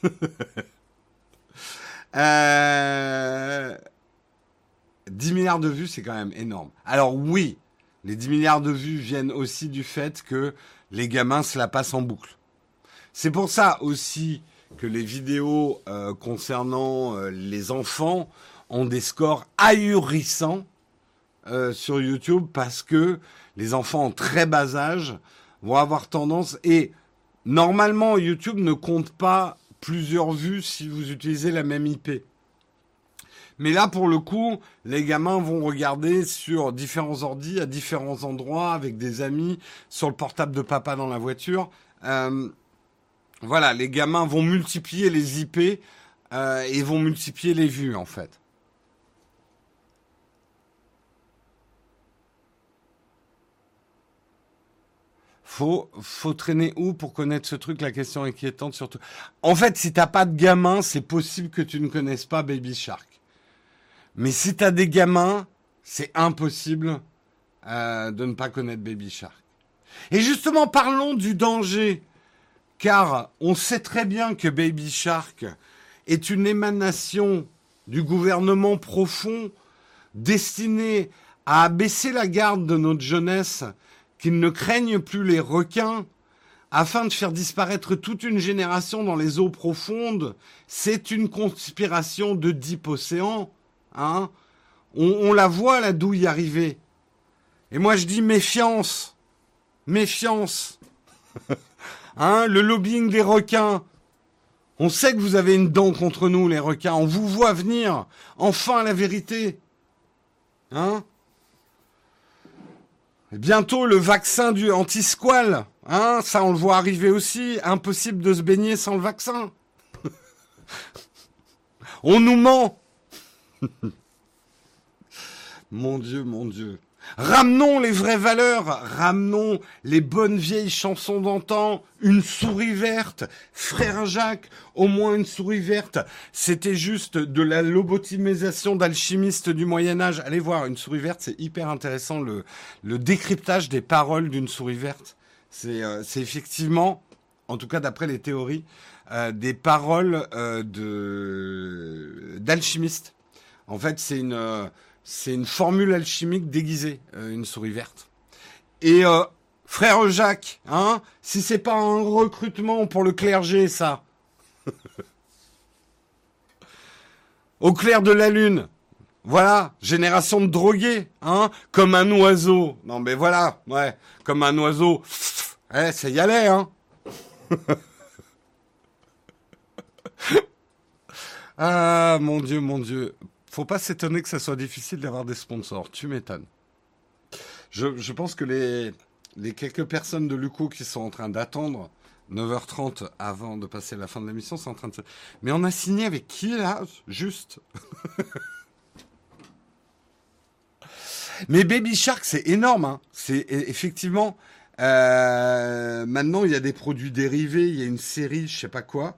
euh... dix milliards de vues, c'est quand même énorme. Alors oui, les dix milliards de vues viennent aussi du fait que les gamins se la passent en boucle. C'est pour ça aussi que les vidéos euh, concernant euh, les enfants ont des scores ahurissants euh, sur YouTube parce que les enfants en très bas âge vont avoir tendance... Et normalement, YouTube ne compte pas plusieurs vues si vous utilisez la même I P. Mais là, pour le coup, les gamins vont regarder sur différents ordis, à différents endroits, avec des amis, sur le portable de papa dans la voiture. Euh, voilà, les gamins vont multiplier les I P euh, et vont multiplier les vues, en fait. Faut, faut traîner où pour connaître ce truc? La question inquiétante, surtout. En fait, si t'as pas de gamin, c'est possible que tu ne connaisses pas Baby Shark. Mais si t'as des gamins, c'est impossible euh, de ne pas connaître Baby Shark. Et justement, parlons du danger. Car on sait très bien que Baby Shark est une émanation du gouvernement profond destiné à abaisser la garde de notre jeunesse, qu'ils ne craignent plus les requins, afin de faire disparaître toute une génération dans les eaux profondes. C'est une conspiration de Deep Ocean. Hein, on, on la voit, la douille arriver. Et moi, je dis méfiance. Méfiance. Hein, le lobbying des requins. On sait que vous avez une dent contre nous, les requins. On vous voit venir. Enfin, la vérité. Hein? Et bientôt, le vaccin du anti-squale. Hein, ça, on le voit arriver aussi. Impossible de se baigner sans le vaccin. On nous ment. Mon Dieu, mon Dieu. Ramenons les vraies valeurs, ramenons les bonnes vieilles chansons d'antan, une souris verte, Frère Jacques, au moins une souris verte. C'était juste de la lobotomisation d'alchimistes du Moyen-Âge. Allez voir, une souris verte, c'est hyper intéressant, le, le décryptage des paroles d'une souris verte. C'est, euh, c'est effectivement, en tout cas d'après les théories, euh, des paroles euh, de, d'alchimistes. En fait, c'est une, euh, c'est une formule alchimique déguisée, euh, une souris verte. Et euh, Frère Jacques, hein, si c'est pas un recrutement pour le clergé, ça. Au clair de la lune. Voilà, génération de drogués, hein, comme un oiseau. Non mais voilà, ouais, comme un oiseau. Eh, ça y allait, hein. Ah, mon Dieu, mon Dieu. Faut pas s'étonner que ça soit difficile d'avoir des sponsors. Tu m'étonnes. Je, je pense que les, les quelques personnes de Luco qui sont en train d'attendre neuf heures trente avant de passer la fin de l'émission sont en train de se... Mais on a signé avec qui, là? Juste. Mais Baby Shark, c'est énorme. Hein. C'est effectivement... Euh, maintenant, il y a des produits dérivés. Il y a une série, je sais pas quoi.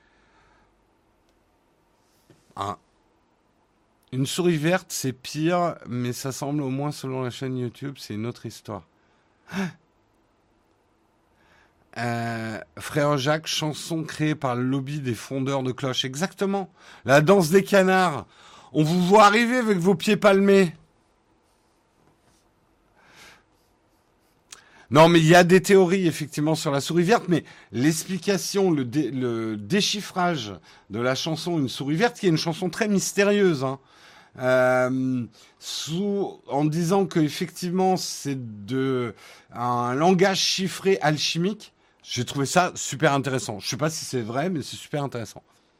Ah. Une souris verte, c'est pire, mais ça semble au moins selon la chaîne YouTube, c'est une autre histoire. Euh, Frère Jacques, chanson créée par le lobby des fondeurs de cloches. Exactement. La danse des canards. On vous voit arriver avec vos pieds palmés. Non, mais il y a des théories, effectivement, sur la souris verte, mais l'explication, le, dé, le déchiffrage de la chanson Une souris verte, qui est une chanson très mystérieuse, hein, euh, sous, en disant qu'effectivement, c'est de un langage chiffré alchimique. J'ai trouvé ça super intéressant. Je sais pas si c'est vrai, mais c'est super intéressant.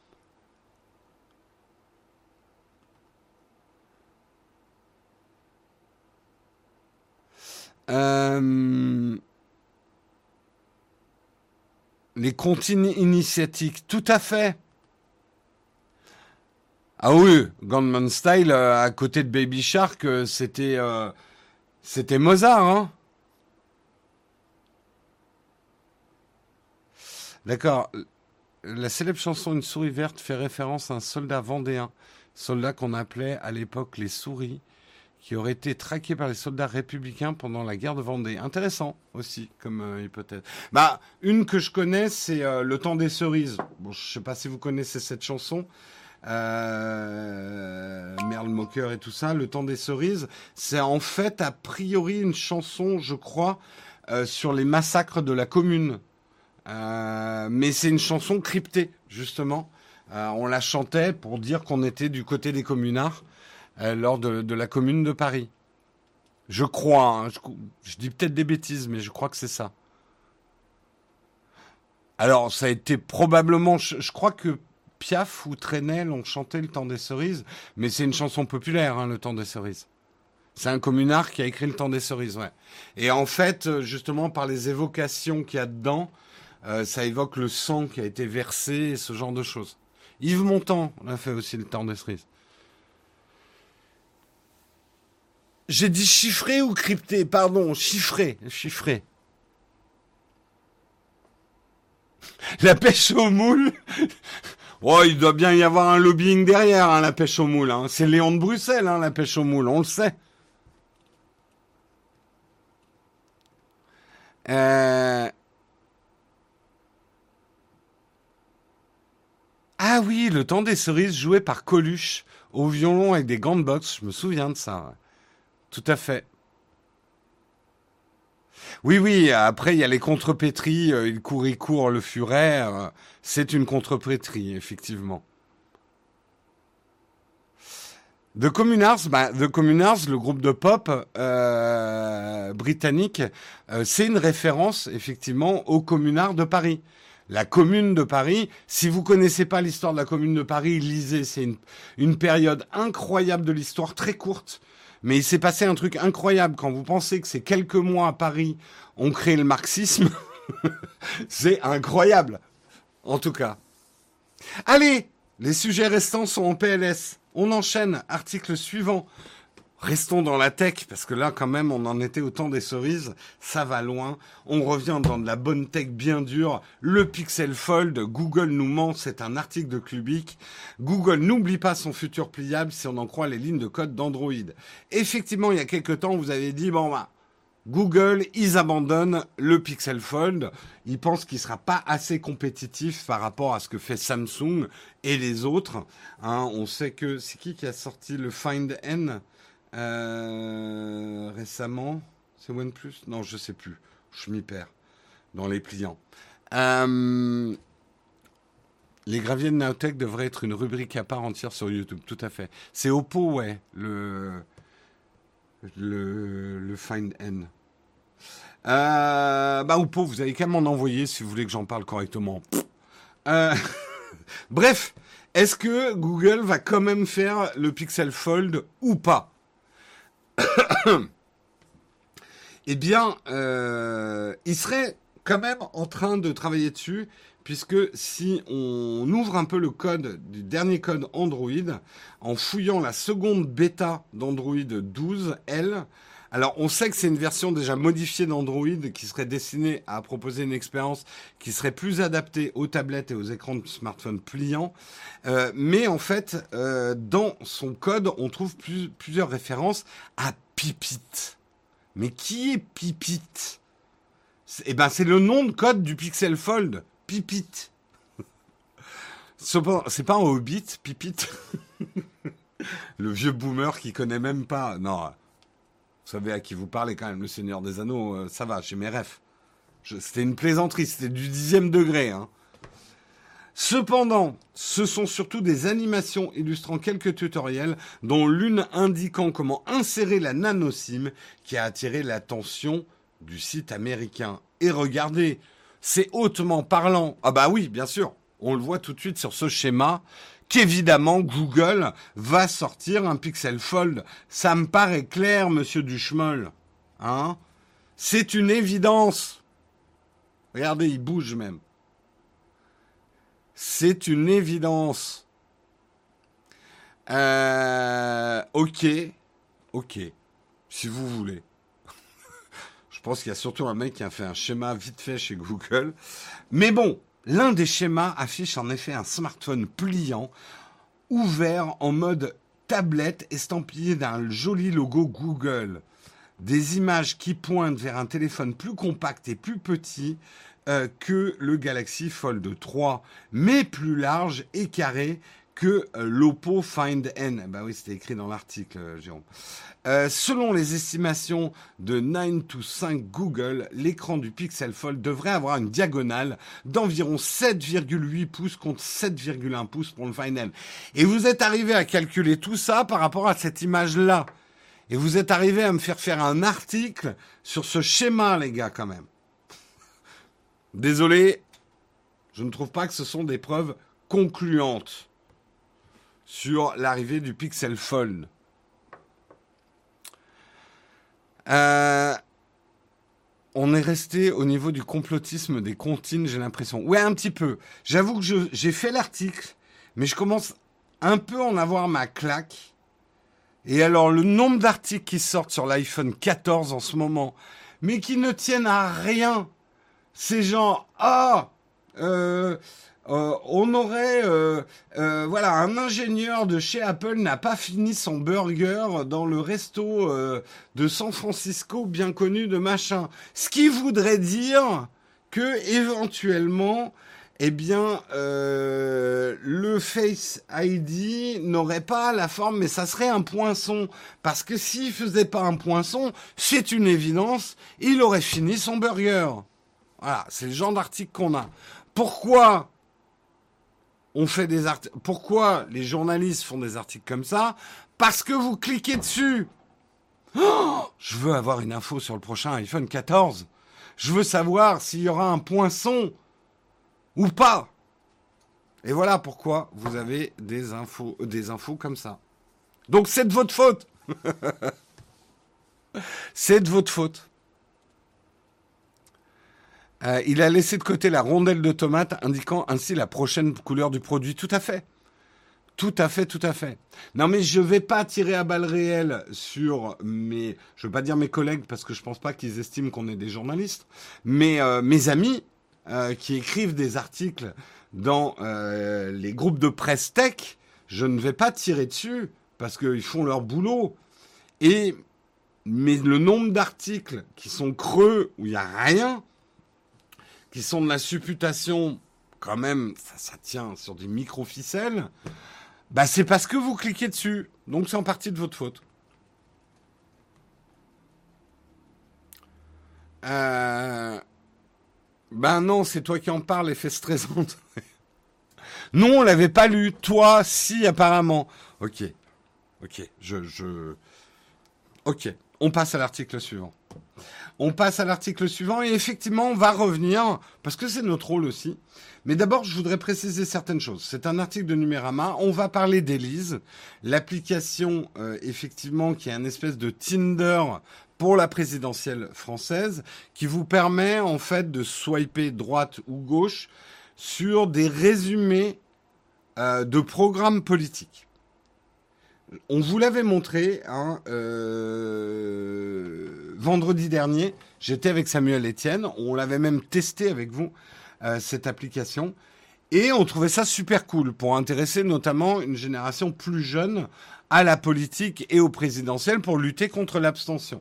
Euh, les comptines initiatiques, tout à fait. Ah oui, Gangnam Style, euh, à côté de Baby Shark, euh, c'était euh, c'était Mozart, hein. D'accord. la célèbre chanson Une souris verte fait référence à un soldat vendéen, soldat qu'on appelait à l'époque les souris, qui aurait été traqué par les soldats républicains pendant la guerre de Vendée. Intéressant aussi comme euh, hypothèse. Bah, une que je connais, c'est euh, Le temps des cerises. Bon, je sais pas si vous connaissez cette chanson. Euh, Merle Moqueur et tout ça. Le temps des cerises, c'est en fait a priori une chanson, je crois, euh, sur les massacres de la Commune. Euh, mais c'est une chanson cryptée, justement. Euh, on la chantait pour dire qu'on était du côté des communards. Euh, lors de, de la Commune de Paris. Je crois, hein, je, je dis peut-être des bêtises, mais je crois que c'est ça. Alors, ça a été probablement... Je, je crois que Piaf ou Trenel ont chanté Le temps des cerises, mais c'est une chanson populaire, hein, Le temps des cerises. C'est un communard qui a écrit Le temps des cerises, ouais. Et en fait, justement, par les évocations qu'il y a dedans, euh, ça évoque le sang qui a été versé et ce genre de choses. Yves Montand a fait aussi Le temps des cerises. J'ai dit chiffré ou crypté? Pardon, chiffré, chiffré. La pêche aux moules. Oh, il doit bien y avoir un lobbying derrière, hein, la pêche aux moules. Hein. C'est Léon de Bruxelles, hein, la pêche aux moules, on le sait. Euh... Ah oui, Le temps des cerises joué par Coluche au violon avec des gants de boxe. Je me souviens de ça. Ouais. Tout à fait. Oui, oui, après, il y a les contrepétries, euh, il court, il court, le furet. euh, c'est une contrepétrie, effectivement. The Communards, bah, The Communards, le groupe de pop euh, britannique, euh, c'est une référence, effectivement, aux communards de Paris. La Commune de Paris, si vous connaissez pas l'histoire de la Commune de Paris, lisez, c'est une, une période incroyable de l'histoire, très courte. Mais il s'est passé un truc incroyable quand vous pensez que c'est quelques mois à Paris, on crée le marxisme. C'est incroyable, en tout cas. Allez, les sujets restants sont en P L S. On enchaîne, article suivant. Restons dans la tech, parce que là, quand même, on en était au temps des cerises. Ça va loin. On revient dans de la bonne tech bien dure. Le Pixel Fold, Google nous ment, c'est un article de Clubic. Google n'oublie pas son futur pliable si on en croit les lignes de code d'Android. Effectivement, il y a quelques temps, vous avez dit, bon, bah, Google, ils abandonnent le Pixel Fold. Ils pensent qu'il sera pas assez compétitif par rapport à ce que fait Samsung et les autres. Hein, on sait que c'est qui qui a sorti le Find N euh, récemment? C'est OnePlus? Non, je sais plus. Je m'y perds dans les pliants. Euh, les graviers de Nowtech devraient être une rubrique à part entière sur YouTube. Tout à fait. C'est Oppo, ouais, le le, le Find N. Euh, bah Oppo, vous avez qu'à m'en envoyer si vous voulez que j'en parle correctement. Euh, bref, est-ce que Google va quand même faire le Pixel Fold ou pas? Eh bien, euh, il serait quand même en train de travailler dessus, puisque si on ouvre un peu le code du dernier code Android, en fouillant la seconde bêta d'Android douze L, alors on sait que c'est une version déjà modifiée d'Android qui serait destinée à proposer une expérience qui serait plus adaptée aux tablettes et aux écrans de smartphones pliants, euh, mais en fait, euh, dans son code, on trouve plus, plusieurs références à Pipit. Mais qui est Pipit? Eh ben, c'est le nom de code du Pixel Fold. Pipit. C'est pas un Hobbit, Pipit. Le vieux boomer qui connaît même pas. Non, vous savez à qui vous parlez quand même, le Seigneur des Anneaux. Euh, ça va, j'ai mes refs. Je, c'était une plaisanterie, c'était du dixième degré. Hein. Cependant, ce sont surtout des animations illustrant quelques tutoriels, dont l'une indiquant comment insérer la nano SIM qui a attiré l'attention du site américain. Et regardez, c'est hautement parlant. Ah bah oui, bien sûr, on le voit tout de suite sur ce schéma, qu'évidemment Google va sortir un Pixel Fold. Ça me paraît clair, monsieur Duchemol. Hein ? C'est une évidence. Regardez, il bouge même. C'est une évidence. Euh, ok, ok, si vous voulez. Je pense qu'il y a surtout un mec qui a fait un schéma vite fait chez Google. Mais bon, L'un des schémas affiche en effet un smartphone pliant, ouvert en mode tablette, estampillé d'un joli logo Google. Des images qui pointent vers un téléphone plus compact et plus petit euh, que le Galaxy Fold trois, mais plus large et carré que euh, l'Oppo Find N. Bah oui, c'était écrit dans l'article, euh, Jérôme. Euh, selon les estimations de nine to cinq Google, l'écran du Pixel Fold devrait avoir une diagonale d'environ sept virgule huit pouces contre sept virgule un pouces pour le Find N. Et vous êtes arrivé à calculer tout ça par rapport à cette image-là. Et vous êtes arrivé à me faire faire un article sur ce schéma, les gars, quand même. Désolé, je ne trouve pas que ce sont des preuves concluantes sur l'arrivée du Pixel Fold. Euh, on est resté au niveau du complotisme des comptines, j'ai l'impression. Ouais, un petit peu. J'avoue que je, j'ai fait l'article, mais je commence un peu à en avoir ma claque. Et alors, le nombre d'articles qui sortent sur l'iPhone quatorze en ce moment, mais qui ne tiennent à rien. C'est genre, ah, euh, euh, on aurait, euh, euh, voilà, un ingénieur de chez Apple n'a pas fini son burger dans le resto euh, de San Francisco bien connu de machin. Ce qui voudrait dire que éventuellement, eh bien, euh, le Face I D n'aurait pas la forme, mais ça serait un poinçon. Parce que s'il faisait pas un poinçon, c'est une évidence, il aurait fini son burger. Voilà, c'est le genre d'article qu'on a. Pourquoi on fait des articles, pourquoi les journalistes font des articles comme ça? Parce que vous cliquez dessus. Oh, je veux avoir une info sur le prochain iPhone quatorze. Je veux savoir s'il y aura un poinçon ou pas. Et voilà pourquoi vous avez des infos, des infos comme ça. Donc c'est de votre faute. C'est de votre faute. Euh, il a laissé de côté la rondelle de tomate, indiquant ainsi la prochaine couleur du produit. Tout à fait. Tout à fait, tout à fait. Non, mais je vais pas tirer à balles réelles sur mes... Je veux pas dire mes collègues, parce que je pense pas qu'ils estiment qu'on est des journalistes. Mais euh, mes amis euh, qui écrivent des articles dans euh, les groupes de presse tech, je ne vais pas tirer dessus, parce qu'ils font leur boulot. Et mais le nombre d'articles qui sont creux, où il n'y a rien... qui sont de la supputation, quand même, ça, ça tient sur des micro-ficelles, bah c'est parce que vous cliquez dessus. Donc c'est en partie de votre faute. Euh... Ben non, c'est toi qui en parles, effet stressant. Non, on l'avait pas lu. Toi, si, apparemment. Ok. Ok. Je, je... Ok. On passe à l'article suivant. On passe à l'article suivant et effectivement, on va revenir, parce que c'est notre rôle aussi. Mais d'abord, je voudrais préciser certaines choses. C'est un article de Numérama. On va parler d'Elise, l'application, euh, effectivement, qui est un espèce de Tinder pour la présidentielle française, qui vous permet, en fait, de swiper droite ou gauche sur des résumés euh, de programmes politiques. On vous l'avait montré hein, euh, vendredi dernier. J'étais avec Samuel Etienne. On l'avait même testé avec vous, euh, cette application. Et on trouvait ça super cool pour intéresser notamment une génération plus jeune à la politique et au présidentiel pour lutter contre l'abstention.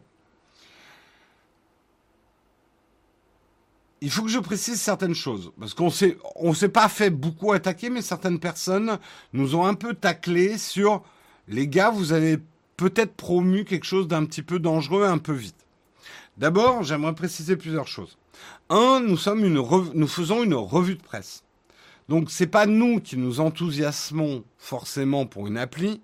Il faut que je précise certaines choses, parce qu'on s'est, on s'est pas fait beaucoup attaquer, mais certaines personnes nous ont un peu taclé sur... Les gars, vous avez peut-être promu quelque chose d'un petit peu dangereux un peu vite. D'abord, j'aimerais préciser plusieurs choses. Un, nous sommes une rev... nous faisons une revue de presse. Donc, c'est pas nous qui nous enthousiasmons forcément pour une appli.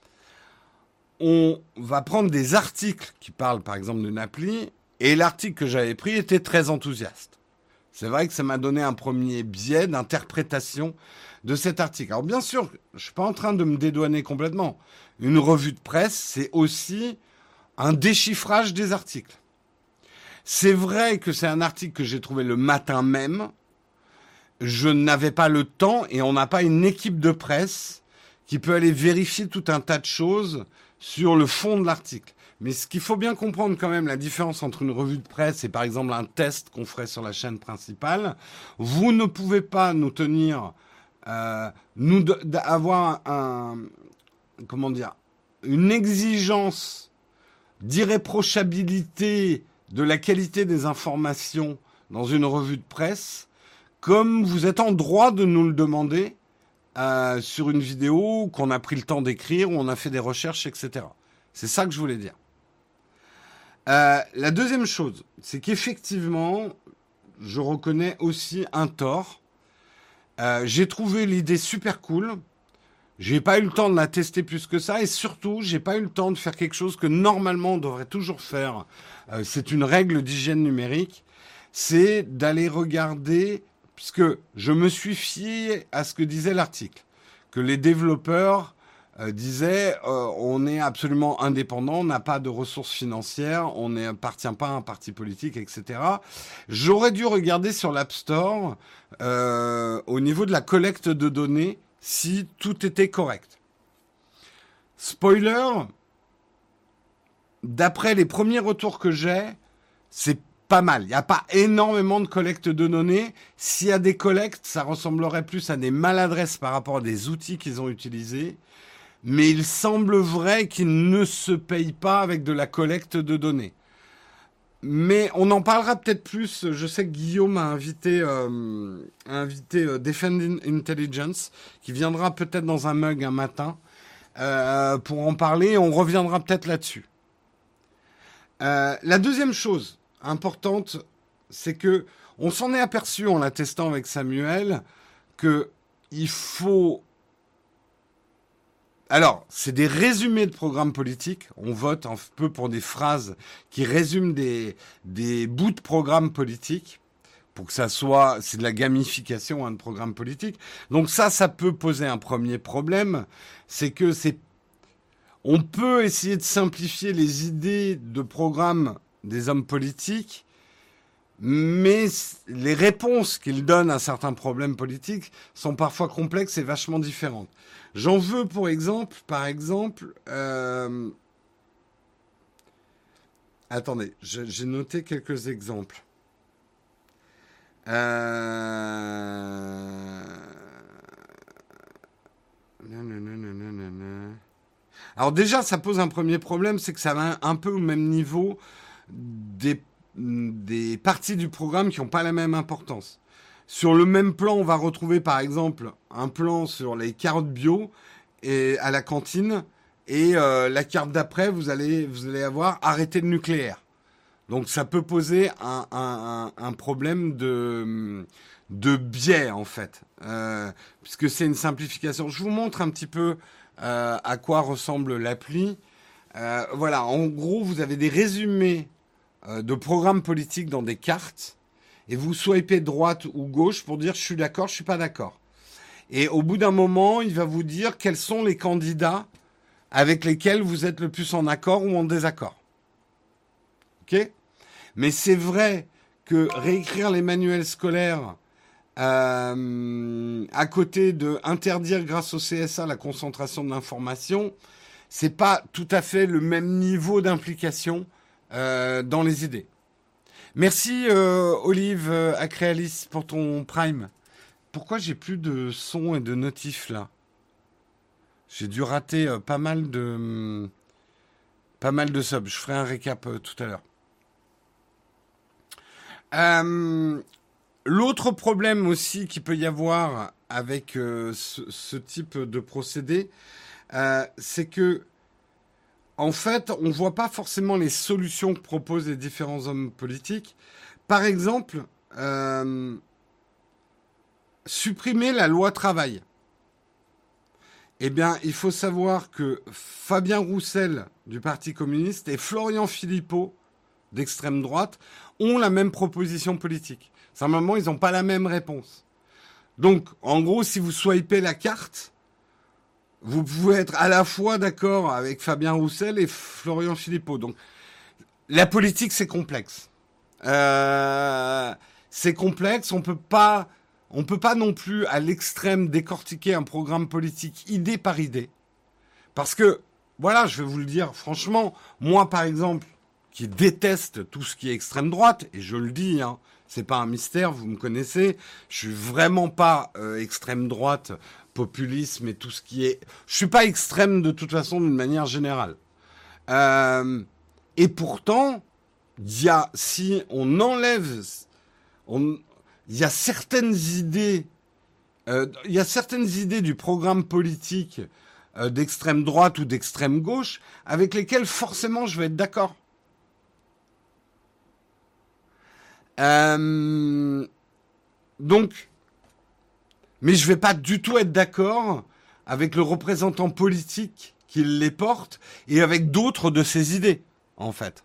On va prendre des articles qui parlent, par exemple, d'une appli, et l'article que j'avais pris était très enthousiaste. C'est vrai que ça m'a donné un premier biais d'interprétation de cet article. Alors bien sûr, je suis pas en train de me dédouaner complètement. Une revue de presse, c'est aussi un déchiffrage des articles. C'est vrai que c'est un article que j'ai trouvé le matin même. Je n'avais pas le temps et on n'a pas une équipe de presse qui peut aller vérifier tout un tas de choses sur le fond de l'article. Mais ce qu'il faut bien comprendre quand même, la différence entre une revue de presse et par exemple un test qu'on ferait sur la chaîne principale, vous ne pouvez pas nous tenir, euh, nous de, d'avoir un, comment dire, une exigence d'irréprochabilité de la qualité des informations dans une revue de presse, comme vous êtes en droit de nous le demander euh, sur une vidéo qu'on a pris le temps d'écrire, où on a fait des recherches, et cetera. C'est ça que je voulais dire. Euh, la deuxième chose, c'est qu'effectivement, je reconnais aussi un tort. Euh, j'ai trouvé l'idée super cool. J'ai pas eu le temps de la tester plus que ça, et surtout, j'ai pas eu le temps de faire quelque chose que normalement on devrait toujours faire. Euh, c'est une règle d'hygiène numérique, c'est d'aller regarder, puisque je me suis fié à ce que disait l'article, que les développeurs euh, disaient euh, on est absolument indépendant, on n'a pas de ressources financières, on n'appartient pas à un parti politique, et cetera. J'aurais dû regarder sur l'App Store euh, au niveau de la collecte de données si tout était correct. Spoiler, d'après les premiers retours que j'ai, c'est pas mal. Il n'y a pas énormément de collecte de données. S'il y a des collectes, ça ressemblerait plus à des maladresses par rapport à des outils qu'ils ont utilisés. Mais il semble vrai qu'ils ne se payent pas avec de la collecte de données. Mais on en parlera peut-être plus. Je sais que Guillaume a invité, euh, a invité euh, Defend Intelligence, qui viendra peut-être dans un mug un matin, euh, pour en parler. On reviendra peut-être là-dessus. Euh, la deuxième chose importante, c'est que on s'en est aperçu en la testant avec Samuel, que il faut... Alors, c'est des résumés de programmes politiques. On vote un peu pour des phrases qui résument des, des bouts de programmes politiques pour que ça soit... C'est de la gamification, hein, de programmes politiques. Donc ça, ça peut poser un premier problème. C'est que c'est... On peut essayer de simplifier les idées de programmes des hommes politiques, mais les réponses qu'ils donnent à certains problèmes politiques sont parfois complexes et vachement différentes. J'en veux pour exemple, par exemple, euh... attendez, j'ai noté quelques exemples. Euh... Alors déjà, ça pose un premier problème, c'est que ça va un peu au même niveau des, des parties du programme qui n'ont pas la même importance. Sur le même plan, on va retrouver par exemple un plan sur les carottes bio et à la cantine, et euh, la carte d'après, vous allez, vous allez avoir arrêter le nucléaire. Donc ça peut poser un, un, un problème de, de biais en fait, euh, puisque c'est une simplification. Je vous montre un petit peu euh, à quoi ressemble l'appli. Euh, voilà, en gros, vous avez des résumés euh, de programmes politiques dans des cartes, et vous swipez droite ou gauche pour dire je suis d'accord, je suis pas d'accord. Et au bout d'un moment, il va vous dire quels sont les candidats avec lesquels vous êtes le plus en accord ou en désaccord. Ok ? Mais c'est vrai que réécrire les manuels scolaires euh, à côté de interdire grâce au C S A la concentration de l'information, c'est pas tout à fait le même niveau d'implication euh, dans les idées. Merci euh, Olive euh, Acréalis pour ton Prime. Pourquoi j'ai plus de son et de notifs là ? J'ai dû rater euh, pas mal de hum, pas mal de subs. Je ferai un récap euh, tout à l'heure. Euh, l'autre problème aussi qu'il peut y avoir avec euh, ce, ce type de procédé, euh, c'est que en fait, on ne voit pas forcément les solutions que proposent les différents hommes politiques. Par exemple, euh, supprimer la loi travail. Eh bien, il faut savoir que Fabien Roussel du Parti communiste et Florian Philippot d'extrême droite ont la même proposition politique. Simplement, ils n'ont pas la même réponse. Donc, en gros, si vous swipez la carte, vous pouvez être à la fois d'accord avec Fabien Roussel et Florian Philippot. Donc, la politique, c'est complexe. Euh, c'est complexe. On peut pas, on peut pas non plus à l'extrême décortiquer un programme politique idée par idée, parce que voilà, je vais vous le dire franchement, moi par exemple, qui déteste tout ce qui est extrême droite, et je le dis, hein, c'est pas un mystère, vous me connaissez, je suis vraiment pas euh, extrême droite, populisme et tout ce qui est... Je suis pas extrême de toute façon d'une manière générale. Euh, et pourtant, il y a, si on enlève... On, il y a certaines idées... Euh, il y a certaines idées du programme politique euh, d'extrême droite ou d'extrême gauche avec lesquelles forcément je vais être d'accord. Euh, donc, mais je vais pas du tout être d'accord avec le représentant politique qui les porte et avec d'autres de ses idées, en fait.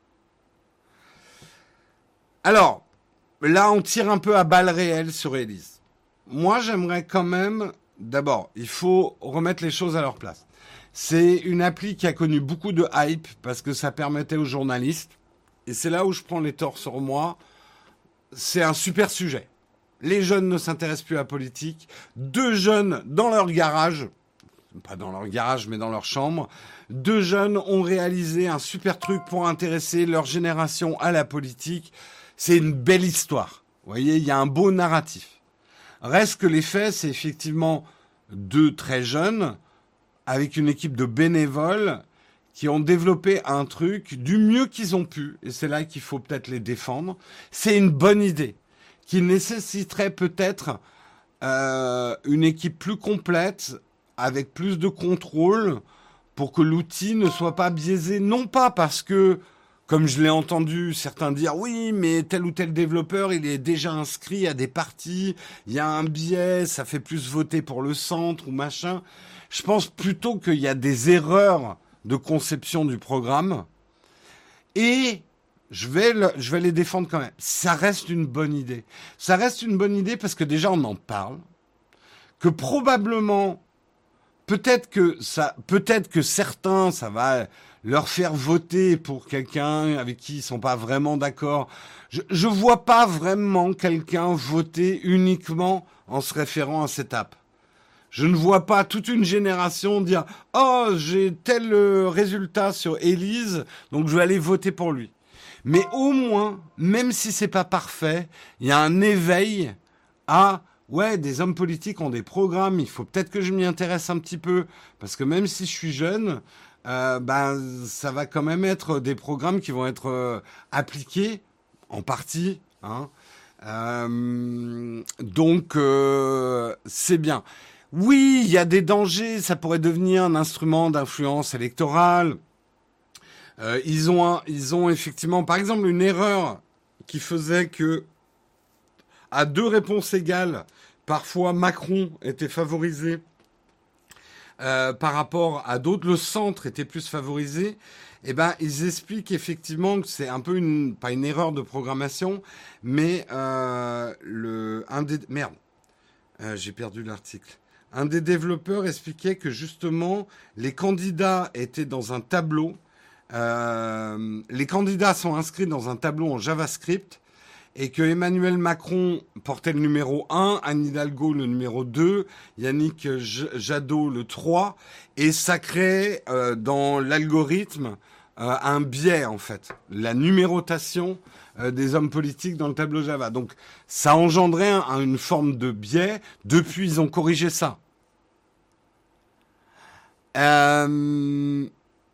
Alors, là, on tire un peu à balles réelles sur Élise. Moi, j'aimerais quand même... D'abord, il faut remettre les choses à leur place. C'est une appli qui a connu beaucoup de hype parce que ça permettait aux journalistes, et c'est là où je prends les torts sur moi, c'est un super sujet. Les jeunes ne s'intéressent plus à la politique. Deux jeunes dans leur garage, pas dans leur garage, mais dans leur chambre, deux jeunes ont réalisé un super truc pour intéresser leur génération à la politique. C'est une belle histoire. Vous voyez, il y a un beau narratif. Reste que les faits, c'est effectivement deux très jeunes, avec une équipe de bénévoles, qui ont développé un truc du mieux qu'ils ont pu, et c'est là qu'il faut peut-être les défendre. C'est une bonne idée, qui nécessiterait peut-être euh, une équipe plus complète, avec plus de contrôle, pour que l'outil ne soit pas biaisé, non pas parce que, comme je l'ai entendu certains dire, oui, mais tel ou tel développeur, il est déjà inscrit à des partis, il y a un biais, ça fait plus voter pour le centre ou machin. Je pense plutôt qu'il y a des erreurs de conception du programme, et je vais, le, je vais les défendre quand même. Ça reste une bonne idée. Ça reste une bonne idée parce que déjà on en parle, que probablement, peut-être que ça, peut-être que certains, ça va leur faire voter pour quelqu'un avec qui ils sont pas vraiment d'accord. Je, je vois pas vraiment quelqu'un voter uniquement en se référant à cette app. Je ne vois pas toute une génération dire « Oh, j'ai tel résultat sur Élise, donc je vais aller voter pour lui. » Mais au moins, même si c'est pas parfait, il y a un éveil à « Ouais, des hommes politiques ont des programmes, il faut peut-être que je m'y intéresse un petit peu. » Parce que même si je suis jeune, euh, ben, ça va quand même être des programmes qui vont être euh, appliqués, en partie, hein. Euh, donc, euh, c'est bien. Oui, il y a des dangers, ça pourrait devenir un instrument d'influence électorale. Euh, ils ont, un, ils ont effectivement, par exemple, une erreur qui faisait que, à deux réponses égales, parfois Macron était favorisé euh, par rapport à d'autres, le centre était plus favorisé. Eh ben, ils expliquent effectivement que c'est un peu une, pas une erreur de programmation, mais euh, le, un des, merde, euh, j'ai perdu l'article. Un des développeurs expliquait que justement, les candidats étaient dans un tableau. Euh, les candidats sont inscrits dans un tableau en JavaScript et que Emmanuel Macron portait le numéro un, Anne Hidalgo le numéro deux, Yannick Jadot le trois, et ça crée euh, dans l'algorithme euh, un biais en fait, la numérotation euh, des hommes politiques dans le tableau Java. Donc ça engendrait un, une forme de biais. Depuis, ils ont corrigé ça. Euh...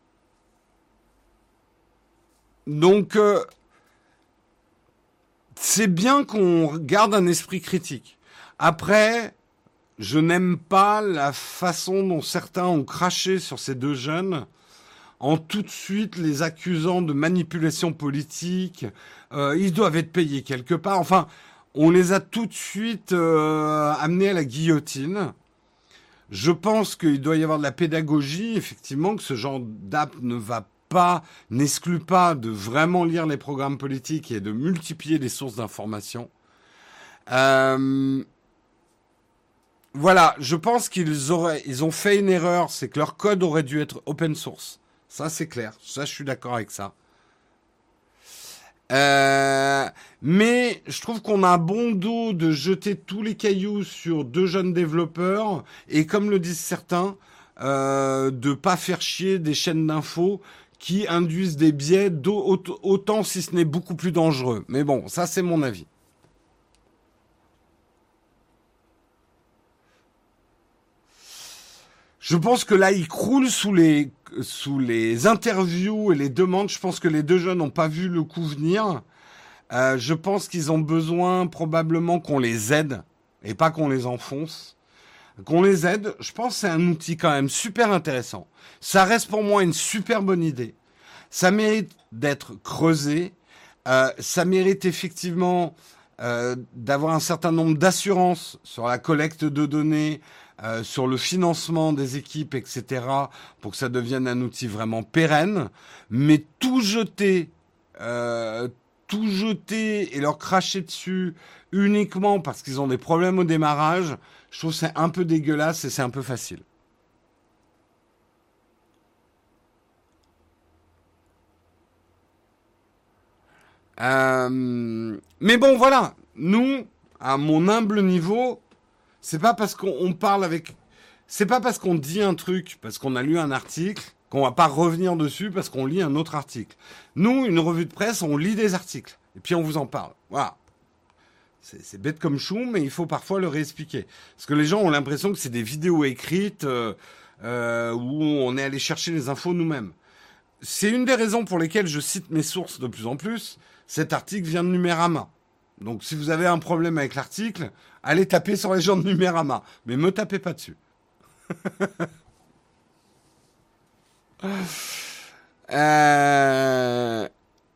Donc, euh, c'est bien qu'on garde un esprit critique. Après, je n'aime pas la façon dont certains ont craché sur ces deux jeunes, en tout de suite les accusant de manipulation politique. Euh, ils doivent être payés quelque part. Enfin, on les a tout de suite euh, amenés à la guillotine. Je pense qu'il doit y avoir de la pédagogie, effectivement, que ce genre d'app ne va pas, n'exclut pas de vraiment lire les programmes politiques et de multiplier les sources d'informations. Euh, voilà, je pense qu'ils auraient, ils ont fait une erreur, c'est que leur code aurait dû être open source. Ça, c'est clair. Ça, je suis d'accord avec ça. Euh, mais je trouve qu'on a bon dos de jeter tous les cailloux sur deux jeunes développeurs et comme le disent certains, euh, de pas faire chier des chaînes d'infos qui induisent des biais autant, si ce n'est beaucoup plus dangereux. Mais bon, ça c'est mon avis. Je pense que là, il croule sous les, sous les interviews et les demandes. Je pense que les deux jeunes n'ont pas vu le coup venir. Euh, je pense qu'ils ont besoin probablement qu'on les aide et pas qu'on les enfonce. Qu'on les aide, je pense que c'est un outil quand même super intéressant. Ça reste pour moi une super bonne idée. Ça mérite d'être creusé. Euh, ça mérite effectivement euh, d'avoir un certain nombre d'assurances sur la collecte de données, euh, sur le financement des équipes, et cetera, pour que ça devienne un outil vraiment pérenne. Mais tout jeter, euh, tout jeter et leur cracher dessus uniquement parce qu'ils ont des problèmes au démarrage, je trouve que c'est un peu dégueulasse et c'est un peu facile. Euh, mais bon, voilà. Nous, à mon humble niveau, c'est pas parce qu'on on parle avec... C'est pas parce qu'on dit un truc, parce qu'on a lu un article, qu'on va pas revenir dessus parce qu'on lit un autre article. Nous, une revue de presse, on lit des articles. Et puis on vous en parle. Voilà. C'est, c'est bête comme chou, mais il faut parfois le réexpliquer. Parce que les gens ont l'impression que c'est des vidéos écrites euh, euh, où on est allé chercher les infos nous-mêmes. C'est une des raisons pour lesquelles je cite mes sources de plus en plus. Cet article vient de Numérama. Donc si vous avez un problème avec l'article, allez taper sur les gens de Numérama. Mais me tapez pas dessus. euh...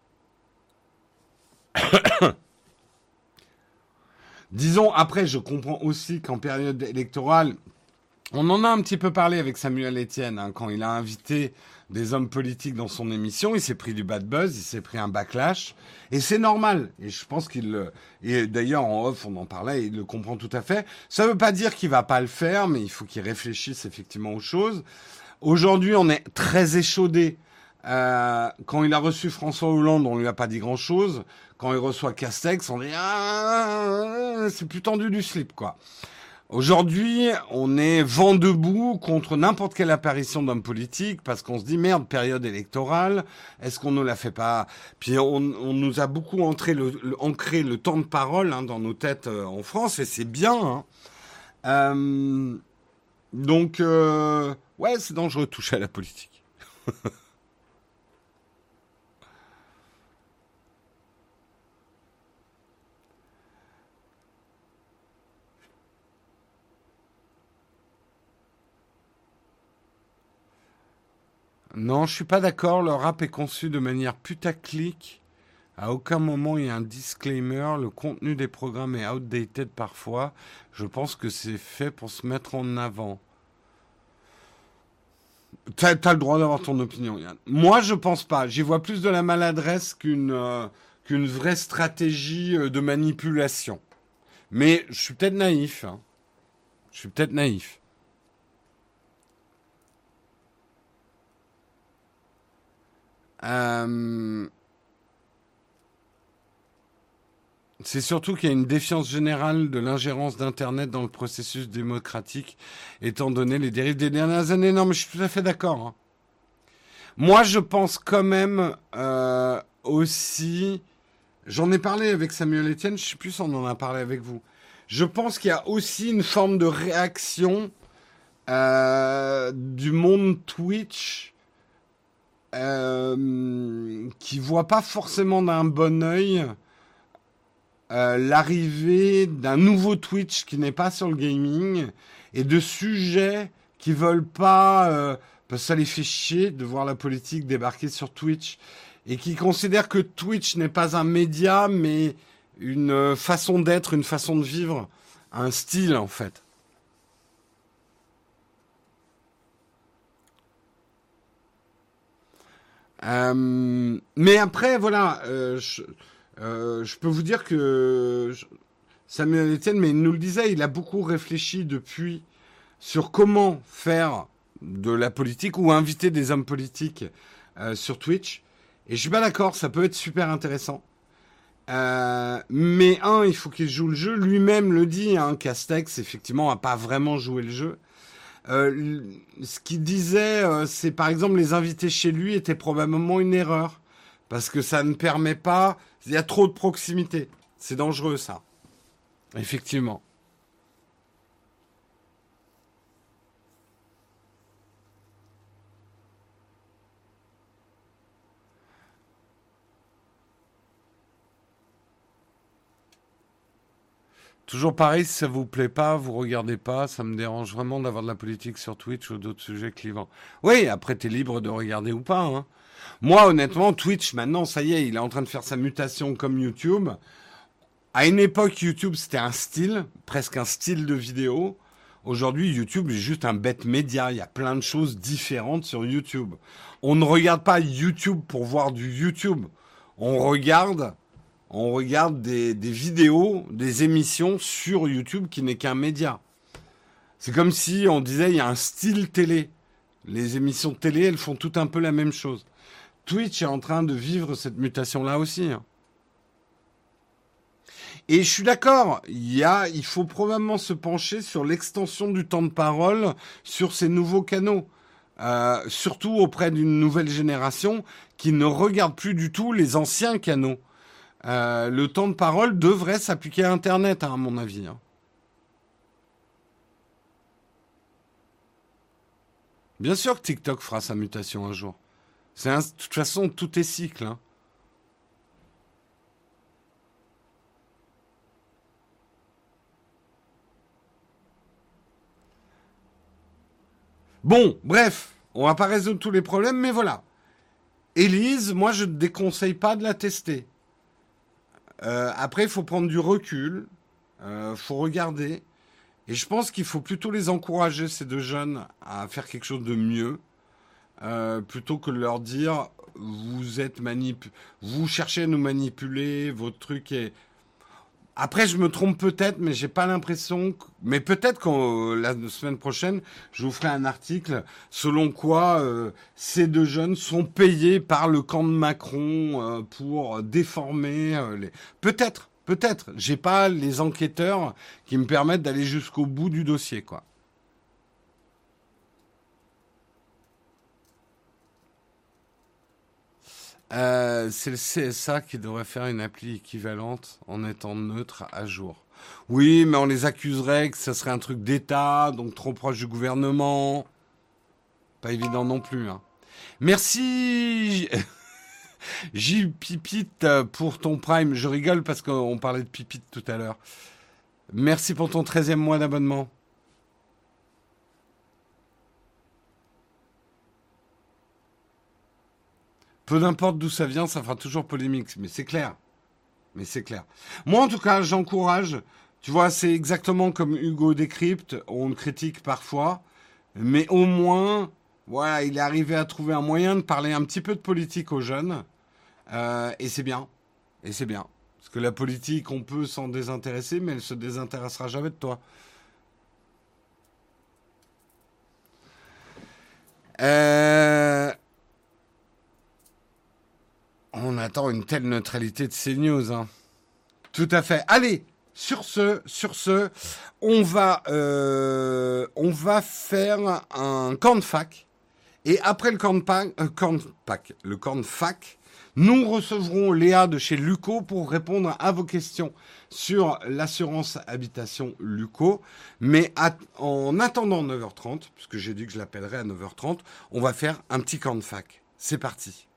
Disons, après, je comprends aussi qu'en période électorale, on en a un petit peu parlé avec Samuel Etienne, hein, quand il a invité des hommes politiques dans son émission, il s'est pris du bad buzz, il s'est pris un backlash, et c'est normal. Et je pense qu'il le... Et d'ailleurs, en off, on en parlait, et il le comprend tout à fait. Ça ne veut pas dire qu'il va pas le faire, mais il faut qu'il réfléchisse effectivement aux choses. Aujourd'hui, on est très échaudé. Euh, quand il a reçu François Hollande, on lui a pas dit grand-chose. Quand il reçoit Castex, on dit ah, c'est plus tendu du slip, quoi. Aujourd'hui, on est vent debout contre n'importe quelle apparition d'homme politique parce qu'on se dit merde, période électorale, est-ce qu'on ne la fait pas? Puis on, on nous a beaucoup ancré le, le, ancré le temps de parole hein, dans nos têtes euh, en France et c'est bien. Hein. Euh, donc, euh, ouais, c'est dangereux de toucher à la politique. Non, je suis pas d'accord. Le rap est conçu de manière putaclic. À aucun moment il y a un disclaimer. Le contenu des programmes est outdated parfois. Je pense que c'est fait pour se mettre en avant. T'as, t'as le droit d'avoir ton opinion, Yann. Moi, je pense pas. J'y vois plus de la maladresse qu'une euh, qu'une vraie stratégie euh, de manipulation. Mais je suis peut-être naïf. Hein. Je suis peut-être naïf. Euh... C'est surtout qu'il y a une défiance générale de l'ingérence d'Internet dans le processus démocratique, étant donné les dérives des dernières années. Non, mais je suis tout à fait d'accord. Hein. Moi, je pense quand même euh, aussi... J'en ai parlé avec Samuel Etienne, je ne sais plus si on en a parlé avec vous. Je pense qu'il y a aussi une forme de réaction euh, du monde Twitch euh, qui voit pas forcément d'un bon œil euh, l'arrivée d'un nouveau Twitch qui n'est pas sur le gaming et de sujets qui veulent pas euh, parce que ça les fait chier de voir la politique débarquer sur Twitch et qui considèrent que Twitch n'est pas un média mais une façon d'être, une façon de vivre, un style en fait. Euh, mais après, voilà, euh, je, euh, je peux vous dire que je- Samuel Etienne, mais il nous le disait, il a beaucoup réfléchi depuis sur comment faire de la politique ou inviter des hommes politiques euh, sur Twitch. Et je suis pas d'accord, ça peut être super intéressant. Euh, mais un, il faut qu'il joue le jeu. Lui-même le dit, hein, Castex, effectivement, a pas vraiment joué le jeu. Euh, ce qu'il disait, euh, c'est par exemple les invités chez lui étaient probablement une erreur. Parce que ça ne permet pas... Il y a trop de proximité. C'est dangereux, ça. Effectivement. Toujours pareil, si ça vous plaît pas, vous regardez pas. Ça me dérange vraiment d'avoir de la politique sur Twitch ou d'autres sujets clivants. Oui, après, t'es libre de regarder ou pas. Hein. Moi, honnêtement, Twitch, maintenant, ça y est, il est en train de faire sa mutation comme YouTube. À une époque, YouTube, c'était un style, presque un style de vidéo. Aujourd'hui, YouTube est juste un bête média. Il y a plein de choses différentes sur YouTube. On ne regarde pas YouTube pour voir du YouTube. On regarde, on regarde des, des vidéos, des émissions sur YouTube qui n'est qu'un média. C'est comme si on disait il y a un style télé. Les émissions de télé, elles font tout un peu la même chose. Twitch est en train de vivre cette mutation-là aussi. Et je suis d'accord, il y a, il faut probablement se pencher sur l'extension du temps de parole sur ces nouveaux canaux. Euh, surtout auprès d'une nouvelle génération qui ne regarde plus du tout les anciens canaux. Euh, le temps de parole devrait s'appliquer à Internet, hein, à mon avis. Hein. Bien sûr que TikTok fera sa mutation un jour. C'est un, de toute façon, tout est cycle. Hein. Bon, bref, on va pas résoudre tous les problèmes, mais voilà. Élise, moi, je ne déconseille pas de la tester. Euh, après, il faut prendre du recul, euh, faut regarder. Et je pense qu'il faut plutôt les encourager, ces deux jeunes, à faire quelque chose de mieux, euh, plutôt que de leur dire, vous êtes manip, vous cherchez à nous manipuler, votre truc est... Après, je me trompe peut-être, mais j'ai pas l'impression. Que... Mais peut-être qu'en la semaine prochaine, je vous ferai un article selon quoi euh, ces deux jeunes sont payés par le camp de Macron euh, pour déformer euh, les. Peut-être, peut-être. J'ai pas les enquêteurs qui me permettent d'aller jusqu'au bout du dossier, quoi. Euh, c'est le C S A qui devrait faire une appli équivalente en étant neutre à jour. Oui, mais on les accuserait que ça serait un truc d'État, donc trop proche du gouvernement. Pas évident non plus. Hein. Merci J Pipite pour ton Prime. Je rigole parce qu'on parlait de Pipite tout à l'heure. Merci pour ton treizième mois d'abonnement. Peu d'importe d'où ça vient, ça fera toujours polémique. Mais c'est clair. Mais c'est clair. Moi, en tout cas, j'encourage. Tu vois, c'est exactement comme Hugo Décrypte. On le critique parfois. Mais au moins, voilà, il est arrivé à trouver un moyen de parler un petit peu de politique aux jeunes. Euh, et c'est bien. Et c'est bien. Parce que la politique, on peut s'en désintéresser, mais elle se désintéressera jamais de toi. Euh... On attend une telle neutralité de CNews. Hein. Tout à fait. Allez, sur ce, sur ce, on va, euh, on va faire un camp de fac. Et après le camp de pack, euh, camp de pack, le camp de fac, nous recevrons Léa de chez Luco pour répondre à vos questions sur l'assurance habitation Luco. Mais at- en attendant neuf heures trente, puisque j'ai dit que je l'appellerai à neuf heures trente, on va faire un petit camp de fac. C'est parti.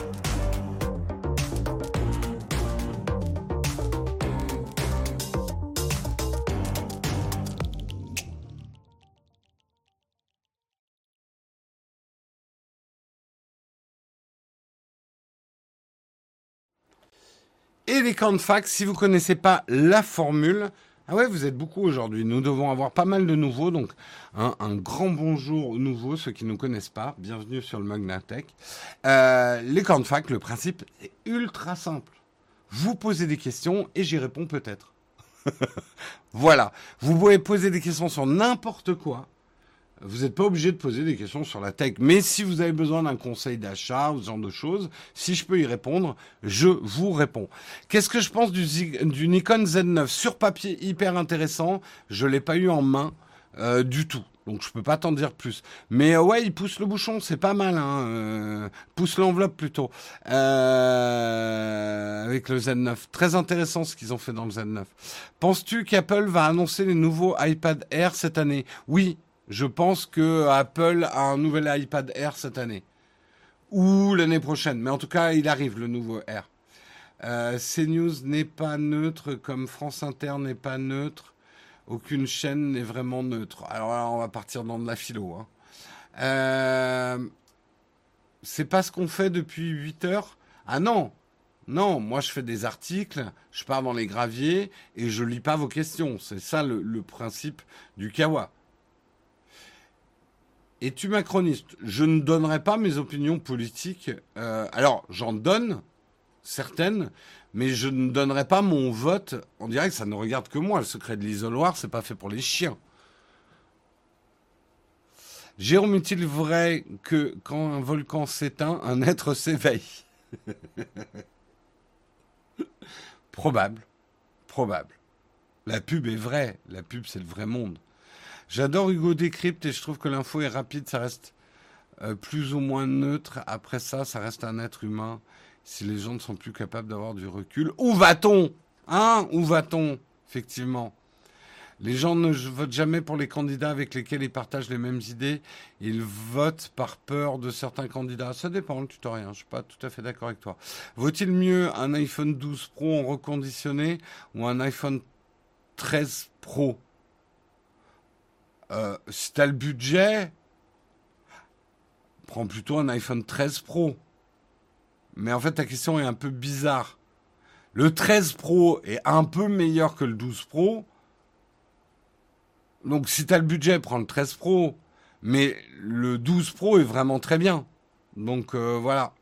Et les camps de fac, si vous ne connaissez pas la formule, ah ouais, vous êtes beaucoup aujourd'hui. Nous devons avoir pas mal de nouveaux, donc hein, un grand bonjour aux nouveaux, ceux qui ne nous connaissent pas. Bienvenue sur le Magnatech. Euh, les camps de fac, le principe est ultra simple. Vous posez des questions et j'y réponds peut-être. Voilà. Vous pouvez poser des questions sur n'importe quoi. Vous n'êtes pas obligé de poser des questions sur la tech. Mais si vous avez besoin d'un conseil d'achat ou ce genre de choses, si je peux y répondre, je vous réponds. Qu'est-ce que je pense du, du Nikon Z neuf? Sur papier, hyper intéressant. Je ne l'ai pas eu en main euh, du tout. Donc je peux pas t'en dire plus. Mais euh, ouais, il pousse le bouchon, c'est pas mal. Hein, euh, pousse l'enveloppe plutôt. Euh, avec le Z neuf. Très intéressant ce qu'ils ont fait dans le Z neuf. Penses-tu qu'Apple va annoncer les nouveaux iPad Air cette année? Oui, je pense que Apple a un nouvel iPad Air cette année. Ou l'année prochaine. Mais en tout cas, il arrive le nouveau Air. Euh, CNews n'est pas neutre comme France Inter n'est pas neutre. Aucune chaîne n'est vraiment neutre. Alors là, on va partir dans de la philo. Hein. Euh, c'est pas ce qu'on fait depuis huit heures. Ah non, non, moi je fais des articles, je pars dans les graviers et je lis pas vos questions. C'est ça le, le principe du Kawa. Es-tu macroniste? Je ne donnerai pas mes opinions politiques. Euh, alors, j'en donne certaines, mais je ne donnerai pas mon vote. On dirait que ça ne regarde que moi. Le secret de l'isoloir, c'est pas fait pour les chiens. Jérôme, est-il vrai que quand un volcan s'éteint, un être s'éveille? Probable. Probable. La pub est vraie. La pub, c'est le vrai monde. J'adore Hugo Décrypte et je trouve que l'info est rapide. Ça reste euh, plus ou moins neutre. Après ça, ça reste un être humain. Si les gens ne sont plus capables d'avoir du recul, où va-t-on? Hein? Où va-t-on? Effectivement. Les gens ne votent jamais pour les candidats avec lesquels ils partagent les mêmes idées. Ils votent par peur de certains candidats. Ça dépend, le tutoriel. Je ne suis pas tout à fait d'accord avec toi. Vaut-il mieux un iPhone douze Pro en reconditionné ou un iPhone treize Pro? euh, Si tu as le budget, prends plutôt un iPhone treize Pro. Mais en fait, ta question est un peu bizarre. Le treize Pro est un peu meilleur que le douze Pro. Donc, si tu as le budget, prends le treize Pro. Mais le douze Pro est vraiment très bien. Donc, euh, voilà.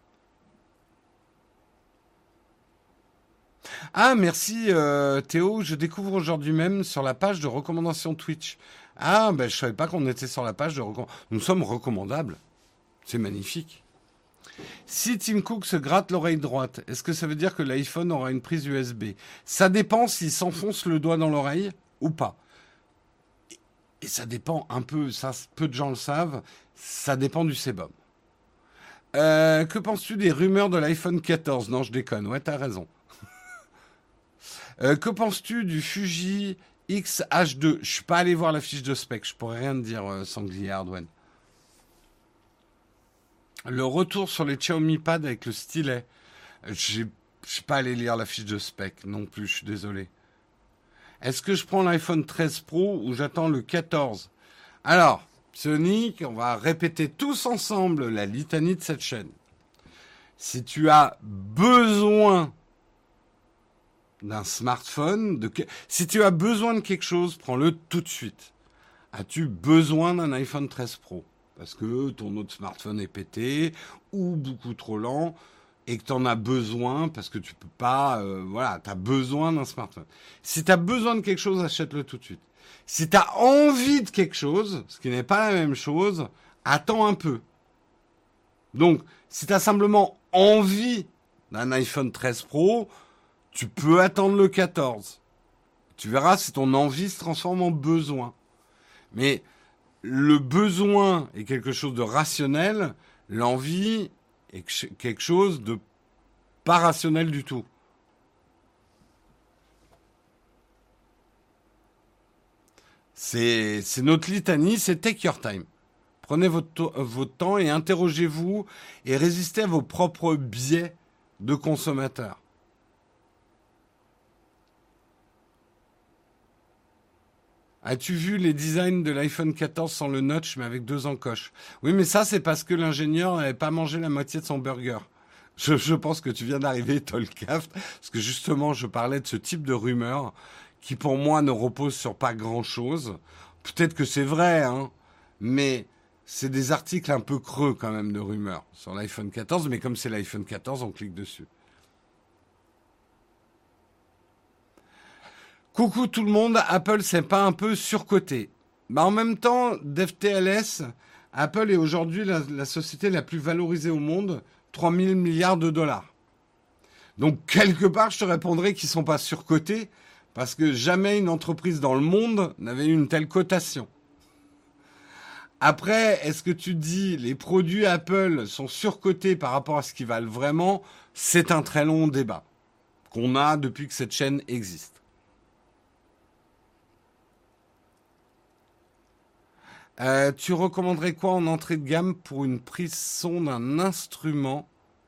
Ah, merci euh, Théo. Je découvre aujourd'hui même sur la page de recommandation Twitch. Ah, ben, je savais pas qu'on était sur la page de recommandation. Nous sommes recommandables. C'est magnifique. Si Tim Cook se gratte l'oreille droite, est-ce que ça veut dire que l'iPhone aura une prise U S B? Ça dépend s'il s'enfonce le doigt dans l'oreille ou pas. Et ça dépend un peu, ça peu de gens le savent, ça dépend du sébum. Euh, que penses-tu des rumeurs de l'iPhone quatorze? Non, je déconne, ouais, t'as raison. euh, que penses-tu du Fuji X H deux? Je suis pas allé voir la fiche de spec, je pourrais rien te dire, euh, Sanglier Hardware. Le retour sur les Xiaomi Pad avec le stylet. Je ne suis pas allé lire la fiche de spec non plus, je suis désolé. Est-ce que je prends l'iPhone treize Pro ou j'attends le quatorze? Alors, Sonic, on va répéter tous ensemble la litanie de cette chaîne. Si tu as besoin d'un smartphone, de... si tu as besoin de quelque chose, prends-le tout de suite. As-tu besoin d'un iPhone treize Pro? Parce que ton autre smartphone est pété ou beaucoup trop lent et que tu en as besoin parce que tu peux pas... Euh, voilà, tu as besoin d'un smartphone. Si tu as besoin de quelque chose, achète-le tout de suite. Si tu as envie de quelque chose, ce qui n'est pas la même chose, attends un peu. Donc, si tu as simplement envie d'un iPhone treize Pro, tu peux attendre le quatorze. Tu verras si ton envie se transforme en besoin. Mais... le besoin est quelque chose de rationnel, l'envie est quelque chose de pas rationnel du tout. C'est, c'est notre litanie, c'est take your time. Prenez votre, votre temps et interrogez-vous et résistez à vos propres biais de consommateurs. As-tu vu les designs de l'iPhone quatorze sans le notch, mais avec deux encoches? Oui, mais ça, c'est parce que l'ingénieur n'avait pas mangé la moitié de son burger. Je, je pense que tu viens d'arriver, Tolkaft, parce que justement, je parlais de ce type de rumeurs qui, pour moi, ne repose sur pas grand-chose. Peut-être que c'est vrai, hein, mais c'est des articles un peu creux quand même de rumeurs sur l'iPhone quatorze, mais comme c'est l'iPhone quatorze, on clique dessus. Coucou tout le monde, Apple c'est pas un peu surcoté? Bah en même temps, DevTLS, Apple est aujourd'hui la, la société la plus valorisée au monde, trois mille milliards de dollars. Donc quelque part, je te répondrai qu'ils sont pas surcotés, parce que jamais une entreprise dans le monde n'avait eu une telle cotation. Après, est-ce que tu dis les produits Apple sont surcotés par rapport à ce qu'ils valent vraiment? C'est un très long débat qu'on a depuis que cette chaîne existe. Euh, tu recommanderais quoi en entrée de gamme pour une prise son d'un instrument?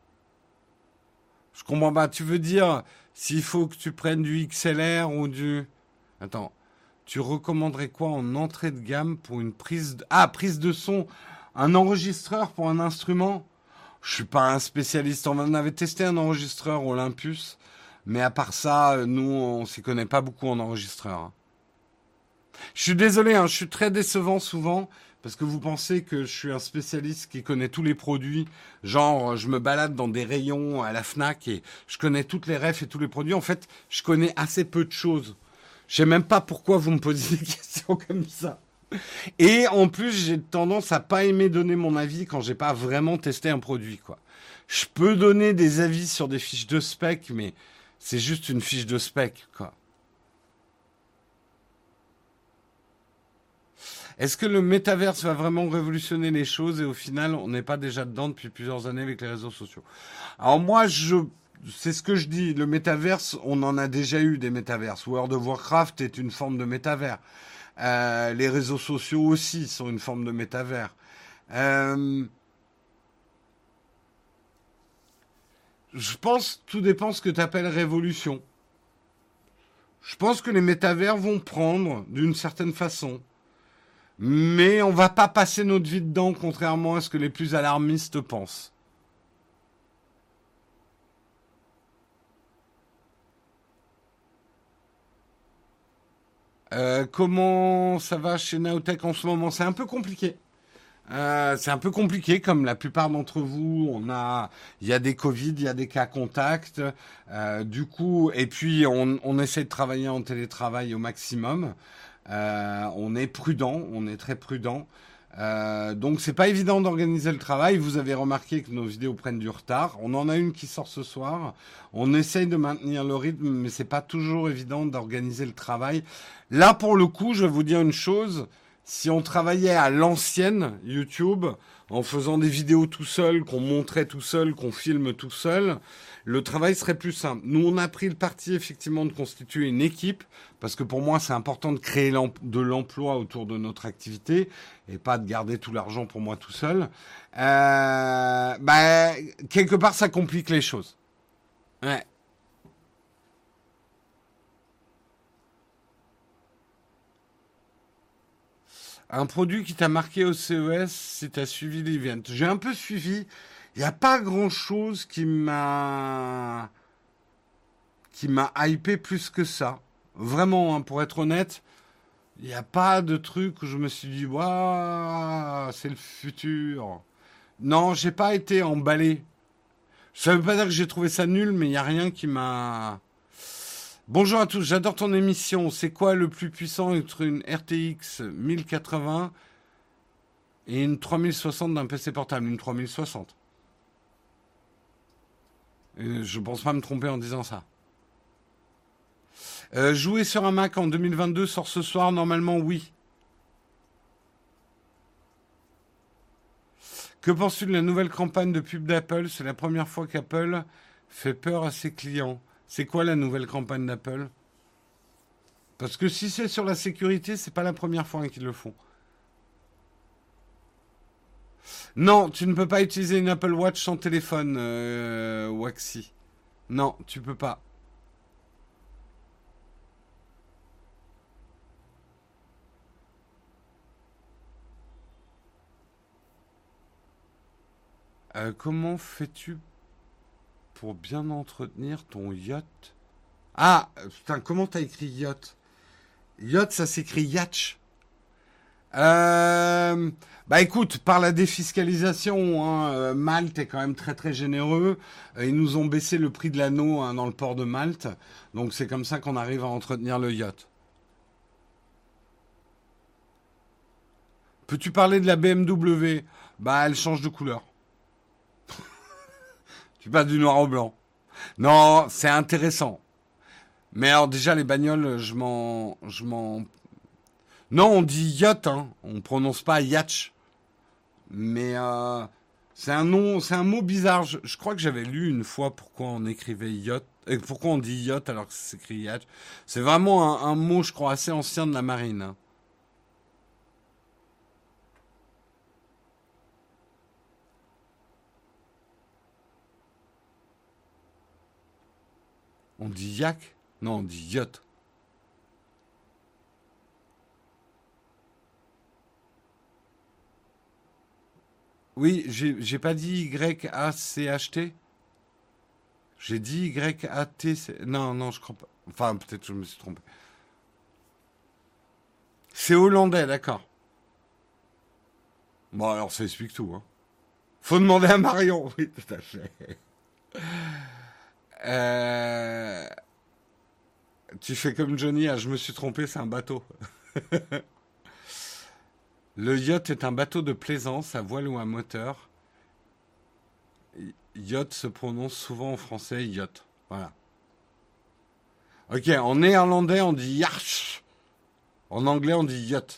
Je comprends pas. Tu veux dire s'il faut que tu prennes du X L R ou du... Attends. Tu recommanderais quoi en entrée de gamme pour une prise de... Ah, prise de son. Un enregistreur pour un instrument? Je suis pas un spécialiste. On avait testé un enregistreur Olympus. Mais à part ça, nous, on s'y connaît pas beaucoup en enregistreur. Je suis désolé, hein, je suis très décevant souvent parce que vous pensez que je suis un spécialiste qui connaît tous les produits. Genre, je me balade dans des rayons à la Fnac et je connais toutes les refs et tous les produits. En fait, je connais assez peu de choses. Je sais même pas pourquoi vous me posez des questions comme ça. Et en plus, j'ai tendance à pas aimer donner mon avis quand j'ai pas vraiment testé un produit, quoi. Je peux donner des avis sur des fiches de spec, mais c'est juste une fiche de spec, quoi. Est-ce que le métaverse va vraiment révolutionner les choses et au final, on n'est pas déjà dedans depuis plusieurs années avec les réseaux sociaux? Alors moi, je, c'est ce que je dis. Le métaverse, on en a déjà eu des métaverses. World of Warcraft est une forme de métavers. Euh, les réseaux sociaux aussi sont une forme de métavers. Euh, je pense, tout dépend ce que tu appelles révolution. Je pense que les métavers vont prendre d'une certaine façon. Mais on va pas passer notre vie dedans, contrairement à ce que les plus alarmistes pensent. Euh, comment ça va chez Naotech en ce moment? C'est un peu compliqué. Euh, c'est un peu compliqué, comme la plupart d'entre vous. On a, il y a des Covid, il y a des cas contacts. Euh, du coup, et puis on, on essaie de travailler en télétravail au maximum. Euh, on est prudent, on est très prudent. Euh, donc c'est pas évident d'organiser le travail. Vous avez remarqué que nos vidéos prennent du retard. On en a une qui sort ce soir. On essaye de maintenir le rythme, mais c'est pas toujours évident d'organiser le travail. Là, pour le coup, je vais vous dire une chose. Si on travaillait à l'ancienne YouTube, en faisant des vidéos tout seul, qu'on montrait tout seul, qu'on filme tout seul, le travail serait plus simple. Nous, on a pris le parti effectivement de constituer une équipe, parce que pour moi, c'est important de créer de l'emploi autour de notre activité, et pas de garder tout l'argent pour moi tout seul. Euh, bah, quelque part, ça complique les choses. Ouais. Un produit qui t'a marqué au C E S, si t'as suivi l'event. J'ai un peu suivi. Il n'y a pas grand-chose qui m'a qui m'a hypé plus que ça. Vraiment, hein, pour être honnête, il n'y a pas de truc où je me suis dit, waouh, c'est le futur. Non, j'ai pas été emballé. Ça veut pas dire que j'ai trouvé ça nul, mais il n'y a rien qui m'a... Bonjour à tous, j'adore ton émission. C'est quoi le plus puissant entre une R T X mille quatre-vingts et une trois mille soixante d'un P C portable? Une trois mille soixante. Et je pense pas me tromper en disant ça. Euh, jouer sur un Mac en deux mille vingt-deux sort ce soir, normalement oui. Que penses-tu de la nouvelle campagne de pub d'Apple? C'est la première fois qu'Apple fait peur à ses clients. C'est quoi la nouvelle campagne d'Apple? Parce que si c'est sur la sécurité, c'est pas la première fois qu'ils le font. Non, tu ne peux pas utiliser une Apple Watch sans téléphone, euh, Waxy. Non, tu peux pas. Euh, comment fais-tu pour bien entretenir ton yacht? Ah, putain, comment t'as écrit yacht? Yacht, ça s'écrit yatch. Euh, bah écoute, par la défiscalisation, hein, euh, Malte est quand même très très généreux. Euh, ils nous ont baissé le prix de l'anneau hein, dans le port de Malte. Donc c'est comme ça qu'on arrive à entretenir le yacht. Peux-tu parler de la B M W? Bah elle change de couleur. Tu passes du noir au blanc. Non, c'est intéressant. Mais alors déjà les bagnoles, je m'en... je m'en... Non, on dit yacht, hein. On prononce pas yatch. Mais euh, c'est un nom, c'est un mot bizarre. Je, je crois que j'avais lu une fois pourquoi on écrivait yacht, et pourquoi on dit yacht alors que ça s'écrit yacht. C'est vraiment un, un mot, je crois, assez ancien de la marine, hein. On dit yak? Non, on dit yacht. Oui, j'ai j'ai pas dit Y A C H T. J'ai dit Y A T. C- Non, non, je crois pas. Enfin, peut-être que je me suis trompé. C'est hollandais, d'accord. Bon, alors ça explique tout, hein. Faut demander à Marion. Oui, tout à fait. Euh, Tu fais comme Johnny, ah, je me suis trompé, c'est un bateau. Le yacht est un bateau de plaisance à voile ou à moteur. Yacht se prononce souvent en français yacht. Voilà. Ok, en néerlandais on dit yacht. En anglais on dit yacht.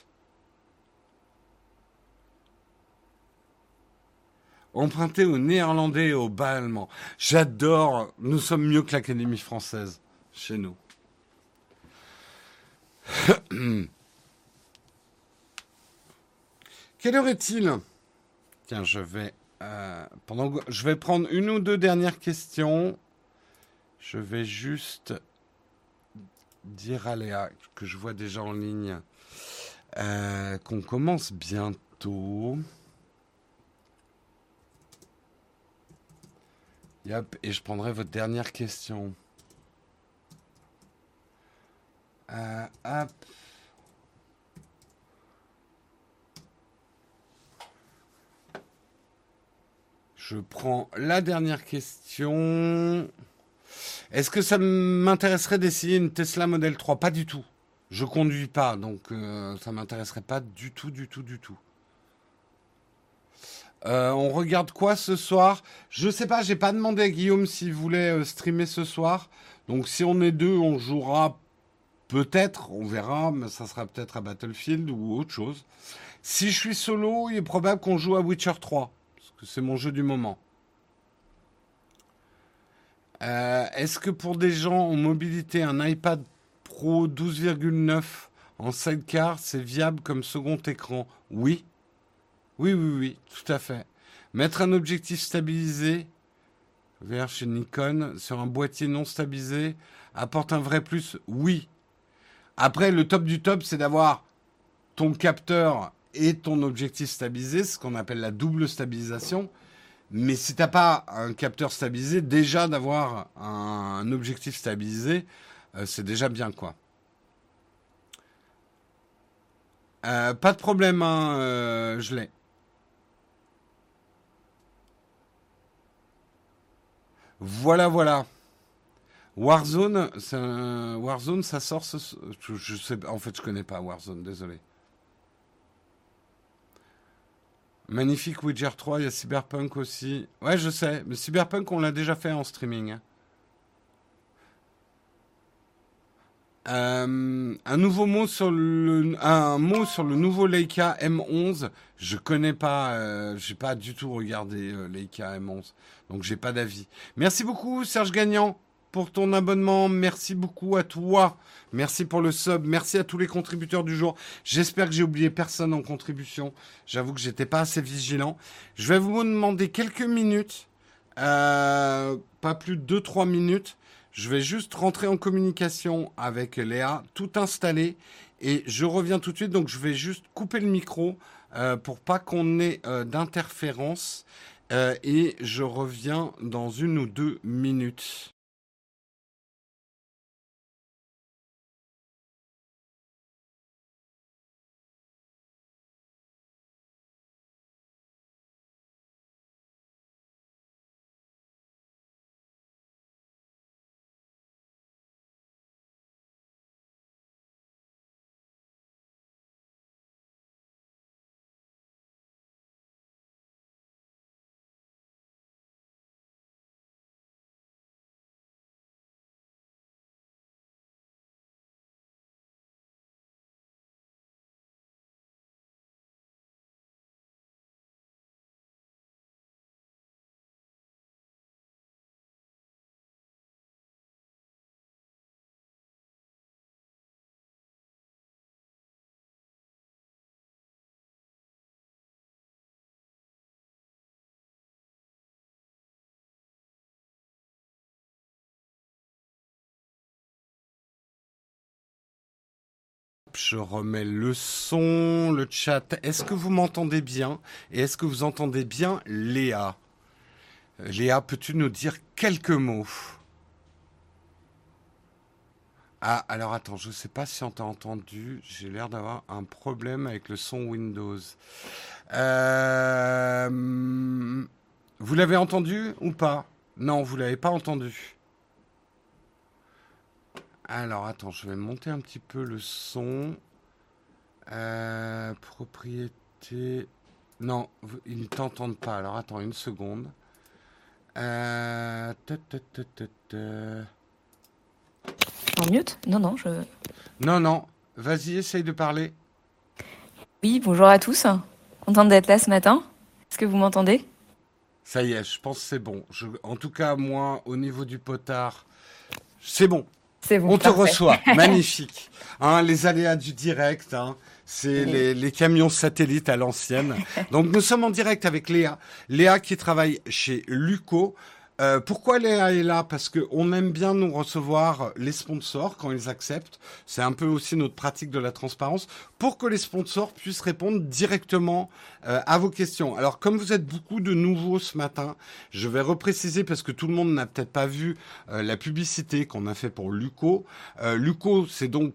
Emprunté au néerlandais et au bas allemand. J'adore. Nous sommes mieux que l'Académie française chez nous. Quelle heure est-il? Tiens, je vais euh, pendant que- je vais prendre une ou deux dernières questions. Je vais juste dire à Léa que je vois déjà en ligne euh, qu'on commence bientôt. Yep, et je prendrai votre dernière question. Euh, hop. Je prends la dernière question. Est-ce que ça m'intéresserait d'essayer une Tesla Model trois? Pas du tout. Je conduis pas, donc euh, ça m'intéresserait pas du tout, du tout, du tout. Euh, on regarde quoi ce soir? Je sais pas, j'ai pas demandé à Guillaume s'il voulait euh, streamer ce soir. Donc si on est deux, on jouera peut-être, on verra, mais ça sera peut-être à Battlefield ou autre chose. Si je suis solo, il est probable qu'on joue à Witcher trois, parce que c'est mon jeu du moment. Euh, Est-ce que pour des gens en mobilité, un iPad Pro douze virgule neuf en sidecar, c'est viable comme second écran? Oui, oui, oui, oui, tout à fait. Mettre un objectif stabilisé, V R chez Nikon, sur un boîtier non stabilisé, apporte un vrai plus? Oui. Après, le top du top, c'est d'avoir ton capteur et ton objectif stabilisé, ce qu'on appelle la double stabilisation. Mais si t'as pas un capteur stabilisé, déjà d'avoir un, un objectif stabilisé, euh, c'est déjà bien quoi. Euh, pas de problème, hein, euh, je l'ai. Voilà, voilà. Warzone, c'est un- Warzone, ça sort ce... Je, je sais, en fait, je connais pas Warzone, désolé. Magnifique Witcher trois, il y a Cyberpunk aussi. Ouais, je sais, mais Cyberpunk, on l'a déjà fait en streaming, hein. Euh, un nouveau mot sur le, un mot sur le nouveau Leica M onze. Je connais pas, euh, j'ai pas du tout regardé euh, Leica M onze, donc j'ai pas d'avis. Merci beaucoup Serge Gagnant pour ton abonnement. Merci beaucoup à toi. Merci pour le sub. Merci à tous les contributeurs du jour. J'espère que j'ai oublié personne en contribution. J'avoue que j'étais pas assez vigilant. Je vais vous demander quelques minutes, euh, pas plus de deux trois minutes. Je vais juste rentrer en communication avec Léa, tout installer et je reviens tout de suite. Donc je vais juste couper le micro euh, pour pas qu'on ait euh, d'interférence euh, et je reviens dans une ou deux minutes. je remets le son, le chat. Est-ce que vous m'entendez bien? Et est-ce que vous entendez bien Léa? Euh, Léa, peux-tu nous dire quelques mots? Ah, alors attends, je ne sais pas si on t'a entendu. J'ai l'air d'avoir un problème avec le son Windows. Euh, Vous l'avez entendu ou pas? Non, vous l'avez pas entendu. Alors attends, je vais monter un petit peu le son. Euh, propriété. Non, vous- ils ne t'entendent pas. Alors attends une seconde. Euh... ta, ta, ta, ta, ta. En mute? Non, non, je... Non, non. Vas-y, essaye de parler. Oui, bonjour à tous. Contente d'être là ce matin. Est-ce que vous m'entendez? Ça y est, je pense que c'est bon. Je- En tout cas, moi, au niveau du potard, c'est bon. C'est bon, On te parfait. reçoit. Magnifique. Hein, les aléas du direct, hein, c'est Oui. les, les camions satellites à l'ancienne. Donc, nous sommes en direct avec Léa. Léa qui travaille chez Luco. Euh, pourquoi Léa est là? Parce que on aime bien nous recevoir les sponsors quand ils acceptent. C'est un peu aussi notre pratique de la transparence pour que les sponsors puissent répondre directement euh, à vos questions. Alors, comme vous êtes beaucoup de nouveaux ce matin, je vais repréciser parce que tout le monde n'a peut-être pas vu euh, la publicité qu'on a fait pour Luco. Euh, Luco, c'est donc,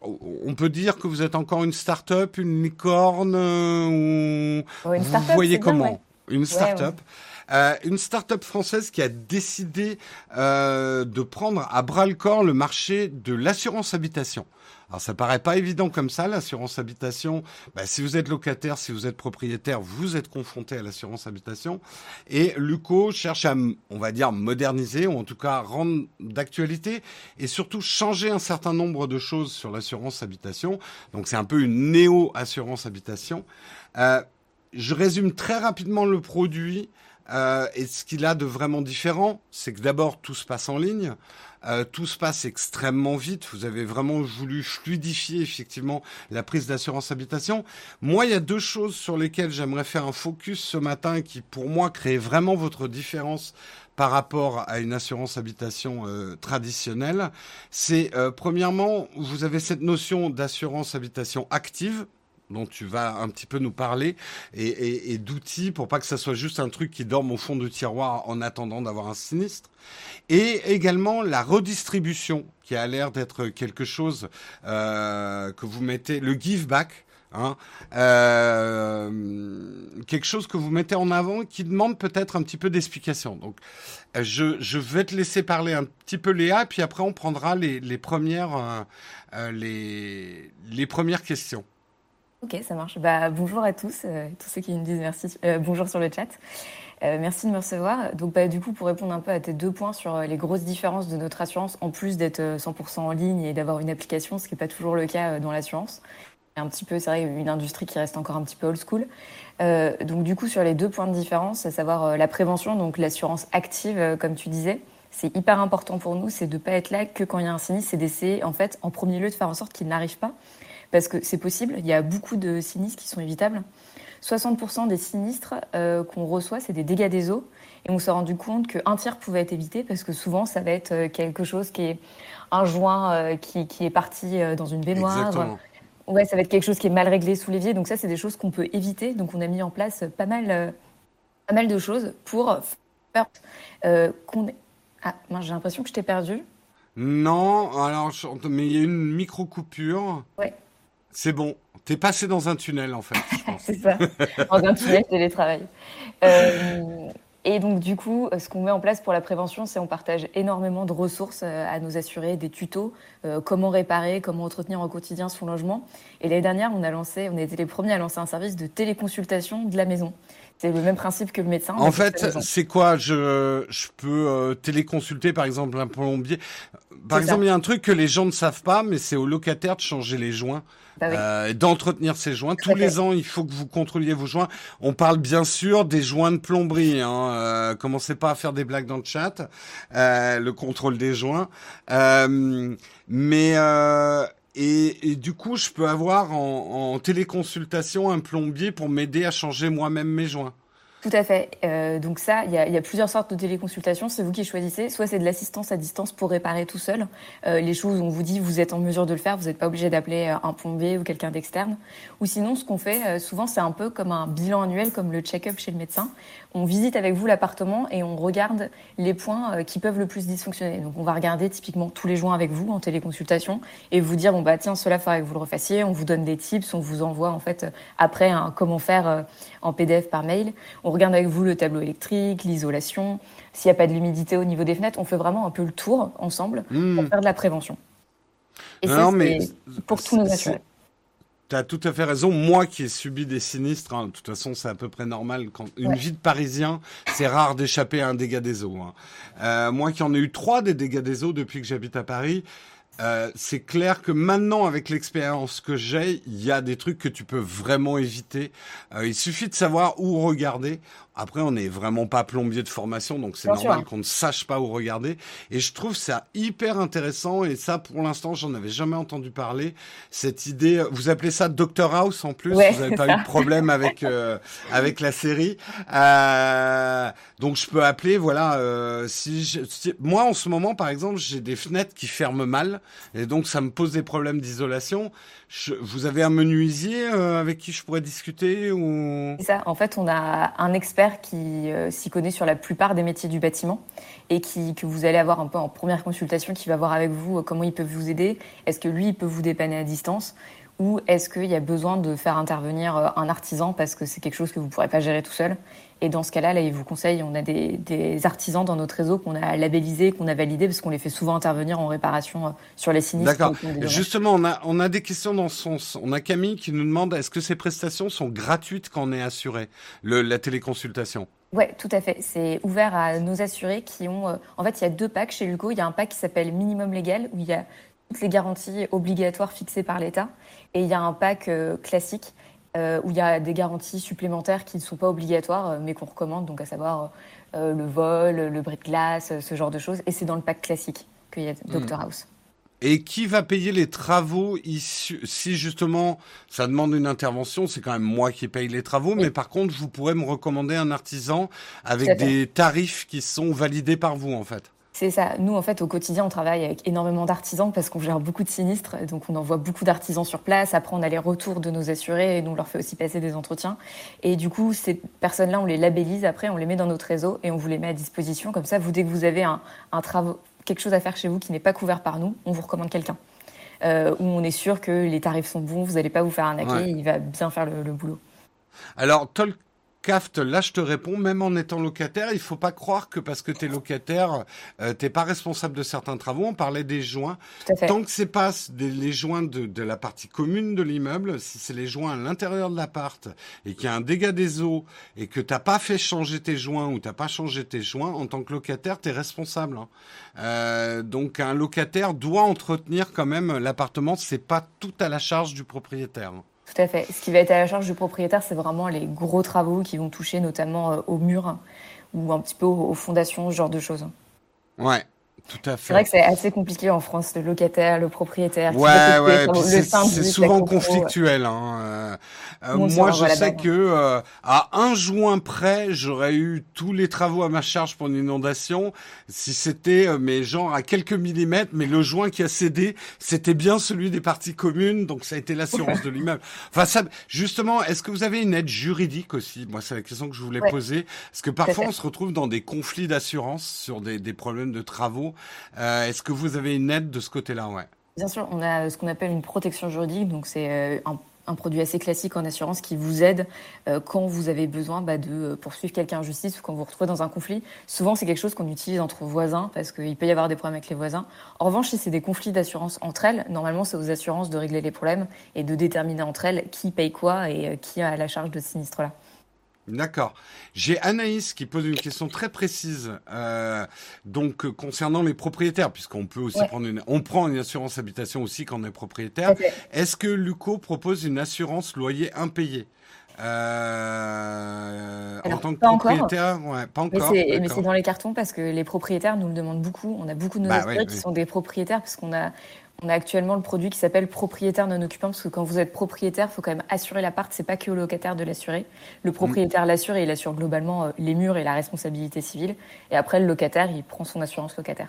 on peut dire que vous êtes encore une start-up, une licorne, euh, ou Oh, une vous start-up, voyez c'est bien, comment? ouais. Une Ouais, start-up. ouais. Euh, une start-up française qui a décidé euh, de prendre à bras-le-corps le marché de l'assurance habitation. Alors ça paraît pas évident comme ça, l'assurance habitation. Bah, si vous êtes locataire, si vous êtes propriétaire, vous êtes confronté à l'assurance habitation. Et Luco cherche à, on va dire, moderniser ou en tout cas rendre d'actualité et surtout changer un certain nombre de choses sur l'assurance habitation. Donc c'est un peu une néo-assurance habitation. Euh, je résume très rapidement le produit. Euh, et ce qu'il a de vraiment différent, c'est que d'abord, tout se passe en ligne. Euh, tout se passe extrêmement vite. Vous avez vraiment voulu fluidifier effectivement la prise d'assurance habitation. Moi, il y a deux choses sur lesquelles j'aimerais faire un focus ce matin qui, pour moi, créent vraiment votre différence par rapport à une assurance habitation euh, traditionnelle. C'est, euh, premièrement, vous avez cette notion d'assurance habitation active, dont tu vas un petit peu nous parler, et, et, et d'outils pour pas que ça soit juste un truc qui dorme au fond du tiroir en attendant d'avoir un sinistre. Et également la redistribution, qui a l'air d'être quelque chose euh, que vous mettez, le give back, hein, euh, quelque chose que vous mettez en avant qui demande peut-être un petit peu d'explication. Donc, je, je vais te laisser parler un petit peu Léa, puis après on prendra les, les premières, euh, euh, les, les premières questions. Ok, ça marche. Bah, bonjour à tous, euh, tous ceux qui me disent merci. Euh, bonjour sur le chat. Euh, merci de me recevoir. Donc, bah, du coup, pour répondre un peu à tes deux points sur euh, les grosses différences de notre assurance, en plus d'être euh, cent pour cent en ligne et d'avoir une application, ce qui n'est pas toujours le cas euh, dans l'assurance. C'est un petit peu, c'est vrai, une industrie qui reste encore un petit peu old school. Euh, donc, du coup, sur les deux points de différence, à savoir euh, la prévention, donc l'assurance active, euh, comme tu disais, c'est hyper important pour nous, c'est de ne pas être là que quand il y a un sinistre, c'est d'essayer, en fait, en premier lieu, de faire en sorte qu'il n'arrive pas. Parce que c'est possible, il y a beaucoup de sinistres qui sont évitables. soixante pour cent des sinistres euh, qu'on reçoit, c'est des dégâts des eaux. Et on s'est rendu compte qu'un tiers pouvait être évité parce que souvent, ça va être quelque chose qui est un joint euh, qui, qui est parti euh, dans une baignoire. Exactement. Ouais, ça va être quelque chose qui est mal réglé sous l'évier. Donc ça, c'est des choses qu'on peut éviter. Donc on a mis en place pas mal, euh, pas mal de choses pour faire euh, qu'on... Ah, mince, j'ai l'impression que je t'ai perdu. Non, alors, je- mais il y a une micro-coupure. Ouais. C'est bon. T'es passé dans un tunnel, en fait, je pense. C'est ça, dans un tunnel télétravail. Euh, et donc, du coup, ce qu'on met en place pour la prévention, c'est on partage énormément de ressources à nos assurés, des tutos, euh, comment réparer, comment entretenir au quotidien son logement. Et l'année dernière, on a lancé, on a été les premiers à lancer un service de téléconsultation de la maison. C'est le même principe que le médecin. En fait, c'est quoi? Je, je peux euh, téléconsulter, par exemple, un plombier. Par C'est exemple, ça. il y a un truc que les gens ne savent pas, mais c'est au locataire de changer les joints. Bah oui. Euh, d'entretenir ses joints. Tout Tous à fait. les ans, il faut que vous contrôliez vos joints. On parle bien sûr des joints de plomberie. Hein. Euh, commencez pas à faire des blagues dans le chat. Euh, le contrôle des joints. Euh, mais euh, et, et du coup, je peux avoir en, en téléconsultation un plombier pour m'aider à changer moi-même mes joints. Tout à fait. Euh, donc ça, il y a, il y a plusieurs sortes de téléconsultations. C'est vous qui choisissez. Soit c'est de l'assistance à distance pour réparer tout seul. Euh, les choses, on vous dit, vous êtes en mesure de le faire. Vous n'êtes pas obligé d'appeler euh, un plombier ou quelqu'un d'externe. Ou sinon, ce qu'on fait, euh, souvent, c'est un peu comme un bilan annuel, comme le check-up chez le médecin. On visite avec vous l'appartement et on regarde les points euh, qui peuvent le plus dysfonctionner. Donc on va regarder typiquement tous les joints avec vous en téléconsultation et vous dire, bon bah tiens, cela faudrait que vous le refassiez. On vous donne des tips, on vous envoie en fait euh, après un comment faire euh, en P D F par mail. On regarde avec vous le tableau électrique, l'isolation, s'il n'y a pas de l'humidité au niveau des fenêtres. On fait vraiment un peu le tour ensemble pour Hmm. faire de la prévention. Et Non, ça, non, mais c'est pour tous nos assurés. tu as tout à fait raison. Moi qui ai subi des sinistres, hein, de toute façon, c'est à peu près normal. Quand une Ouais, vie de Parisien, c'est rare d'échapper à un dégât des eaux, hein. Euh, moi qui en ai eu trois des dégâts des eaux depuis que j'habite à Paris, euh, c'est clair que maintenant, avec l'expérience que j'ai, il y a des trucs que tu peux vraiment éviter. Euh, il suffit de savoir où regarder. Après, on n'est vraiment pas plombier de formation, donc c'est bien sûr. normal qu'on ne sache pas où regarder. Et je trouve ça hyper intéressant. Et ça, pour l'instant, j'en avais jamais entendu parler. Cette idée, vous appelez ça Doctor House en plus. Ouais, Vous n'avez c'est pas eu de ça. problème avec euh, avec la série. Euh, donc je peux appeler, voilà. Euh, si, je- si- moi, en ce moment, par exemple, j'ai des fenêtres qui ferment mal, et donc ça me pose des problèmes d'isolation. Je- vous avez un menuisier euh, avec qui je pourrais discuter ou... C'est ça. En fait, on a un expert qui euh, s'y connaît sur la plupart des métiers du bâtiment et qui, que vous allez avoir un peu en première consultation, qui va voir avec vous euh, comment il peut vous aider. Est-ce que lui, il peut vous dépanner à distance ou est-ce qu'il y a besoin de faire intervenir euh, un artisan parce que c'est quelque chose que vous ne pourrez pas gérer tout seul. Et dans ce cas-là, là, il vous conseille, on a des, des artisans dans notre réseau qu'on a labellisés, qu'on a validés parce qu'on les fait souvent intervenir en réparation euh, sur les sinistres D'accord. qui ont des dommages. Justement, on a, on a des questions dans ce sens. On a Camille qui nous demande est-ce que ces prestations sont gratuites quand on est assuré, le, la téléconsultation? Ouais, tout à fait. C'est ouvert à nos assurés qui ont. euh, En fait, il y a deux packs chez Luco. Il y a un pack qui s'appelle Minimum Légal où il y a toutes les garanties obligatoires fixées par l'État, et il y a un pack euh, classique euh, où il y a des garanties supplémentaires qui ne sont pas obligatoires, euh, mais qu'on recommande, donc à savoir euh, le vol, le bris de glace, euh, ce genre de choses. Et c'est dans le pack classique qu'il y a Hmm. Doctor House. Et qui va payer les travaux issus, si justement ça demande une intervention, c'est quand même moi qui paye les travaux, mais Oui, par contre, vous pourrez me recommander un artisan tout avec à fait. des tarifs qui sont validés par vous, en fait. C'est ça. Nous, en fait, au quotidien, on travaille avec énormément d'artisans parce qu'on gère beaucoup de sinistres. Donc, on envoie beaucoup d'artisans sur place. Après, on a les retours de nos assurés et nous, on leur fait aussi passer des entretiens. Et du coup, ces personnes-là, on les labellise. Après, on les met dans notre réseau et on vous les met à disposition. Comme ça, vous, dès que vous avez un, un travaux, quelque chose à faire chez vous qui n'est pas couvert par nous, on vous recommande quelqu'un. Euh, où on est sûr que les tarifs sont bons, vous n'allez pas vous faire arnaquer, Ouais. il va bien faire le, le boulot. Alors, Tolkaft, là, je te réponds, même en étant locataire, il faut pas croire que parce que tu es locataire, euh, t'es pas responsable de certains travaux. On parlait des joints. Tout à fait. Tant que c'est pas des, les joints de, de la partie commune de l'immeuble, si c'est les joints à l'intérieur de l'appart et qu'il y a un dégât des eaux et que t'as pas fait changer tes joints ou t'as pas changé tes joints, en tant que locataire, t'es responsable, hein. Euh, donc un locataire doit entretenir quand même l'appartement. C'est pas tout à la charge du propriétaire, hein. Tout à fait. Ce qui va être à la charge du propriétaire, c'est vraiment les gros travaux qui vont toucher notamment euh, aux murs ou un petit peu aux, aux fondations, ce genre de choses. Ouais, tout à C'est vrai fait. que c'est assez compliqué en France, le locataire, le propriétaire, qui va Ouais, s'occuper ouais, sur puis le c'est le c'est syndic, la souvent copro. conflictuel, hein. Euh, euh, Tout le monde se moi, je renvoie la sais balle. que euh, à un joint près, j'aurais eu tous les travaux à ma charge pour une inondation. Si c'était, euh, mais genre à quelques millimètres, mais le joint qui a cédé, c'était bien celui des parties communes, donc ça a été l'assurance de l'immeuble. Enfin, ça, justement, est-ce que vous avez une aide juridique aussi? Moi, c'est la question que je voulais Ouais, poser, parce que tout à parfois on fait. se retrouve dans des conflits d'assurance sur des, des problèmes de travaux. Euh, est-ce que vous avez une aide de ce côté-là? Ouais. Bien sûr, on a ce qu'on appelle une protection juridique, donc c'est euh, un, un produit assez classique en assurance qui vous aide euh, quand vous avez besoin bah, de euh, poursuivre quelqu'un en justice ou quand vous vous retrouvez dans un conflit. Souvent, c'est quelque chose qu'on utilise entre voisins parce qu'il peut y avoir des problèmes avec les voisins. En revanche, si c'est des conflits d'assurance entre elles, normalement, c'est aux assurances de régler les problèmes et de déterminer entre elles qui paye quoi et euh, qui a la charge de ce sinistre-là. D'accord. J'ai Anaïs qui pose une question très précise, euh, donc euh, concernant les propriétaires, puisqu'on peut aussi Ouais, prendre une, on prend une assurance habitation aussi quand on est tout propriétaire. à fait. Est-ce que Luco propose une assurance loyer impayé euh, en Alors, tant que pas encore. propriétaire? Ouais, pas Mais encore. c'est, mais c'est D'accord. dans les cartons parce que les propriétaires nous le demandent beaucoup. On a beaucoup de nos Bah oui, assurés qui oui. sont des propriétaires parce qu'on a, On a actuellement le produit qui s'appelle propriétaire non occupant, parce que quand vous êtes propriétaire, il faut quand même assurer l'appart, c'est pas que au locataire de l'assurer. Le propriétaire l'assure et il assure globalement euh, les murs et la responsabilité civile. Et après, le locataire, il prend son assurance locataire.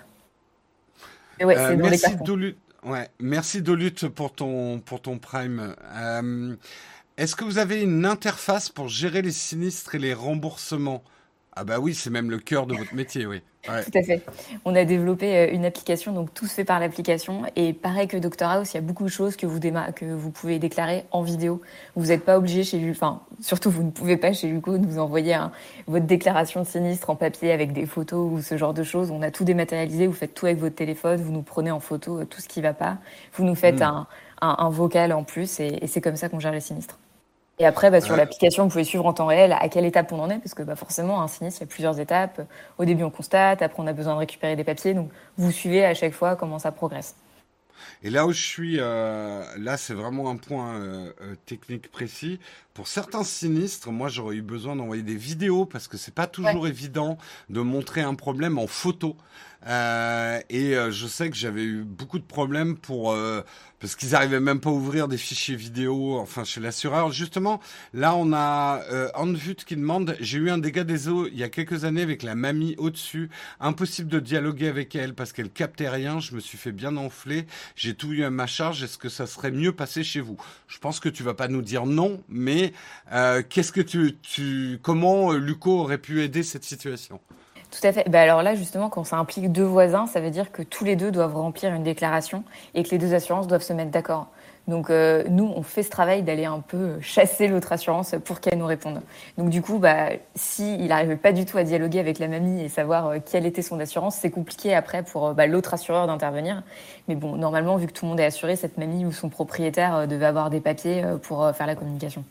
Et ouais, Euh, c'est dans les merci cartons. Dolut. Ouais, merci Dolut pour ton pour ton Prime. Euh, est-ce que vous avez une interface pour gérer les sinistres et les remboursements? Ah bah oui, c'est même le cœur de votre métier, oui. Ouais. Tout à fait. On a développé euh, une application, donc tout se fait par l'application. Et pareil que Doctor House, il y a beaucoup de choses que vous, déma- que vous pouvez déclarer en vidéo. Vous n'êtes pas obligé chez lui, enfin, surtout vous ne pouvez pas chez Luco nous envoyer un- votre déclaration de sinistre en papier avec des photos ou ce genre de choses. On a tout dématérialisé, vous faites tout avec votre téléphone, vous nous prenez en photo euh, tout ce qui va pas. Vous nous faites Hmm. un, un, un vocal en plus et, et c'est comme ça qu'on gère les sinistres. Et après, bah, sur Euh, l'application, vous pouvez suivre en temps réel à quelle étape on en est, parce que bah, forcément, un sinistre, il y a plusieurs étapes. Au début, on constate, après, on a besoin de récupérer des papiers. Donc, vous suivez à chaque fois comment ça progresse. Et là où je suis, euh, là c'est vraiment un point euh, euh, technique précis. Pour certains sinistres, moi j'aurais eu besoin d'envoyer des vidéos parce que c'est pas Ouais. toujours évident de montrer un problème en photo. Euh, et euh, je sais que j'avais eu beaucoup de problèmes pour euh, parce qu'ils arrivaient même pas à ouvrir des fichiers vidéo, enfin chez l'assureur. Justement, là on a euh, Anvut qui demande, j'ai eu un dégât des eaux il y a quelques années avec la mamie au-dessus, impossible de dialoguer avec elle parce qu'elle captait rien. Je me suis fait bien enfler. J'ai tout eu à ma charge. Est-ce que ça serait mieux passé chez vous? Je pense que tu vas pas nous dire non, mais euh, qu'est-ce que tu, tu, comment euh, Luco aurait pu aider cette situation? Tout à fait. Bah, alors là, justement, quand ça implique deux voisins, ça veut dire que tous les deux doivent remplir une déclaration et que les deux assurances doivent se mettre d'accord. Donc euh, nous, on fait ce travail d'aller un peu chasser l'autre assurance pour qu'elle nous réponde. Donc du coup, bah, si il n'arrivait pas du tout à dialoguer avec la mamie et savoir euh, quelle était son assurance, c'est compliqué après pour euh, bah, l'autre assureur d'intervenir. Mais bon, normalement, vu que tout le monde est assuré, cette mamie ou son propriétaire euh, devait avoir des papiers euh, pour euh, faire la communication.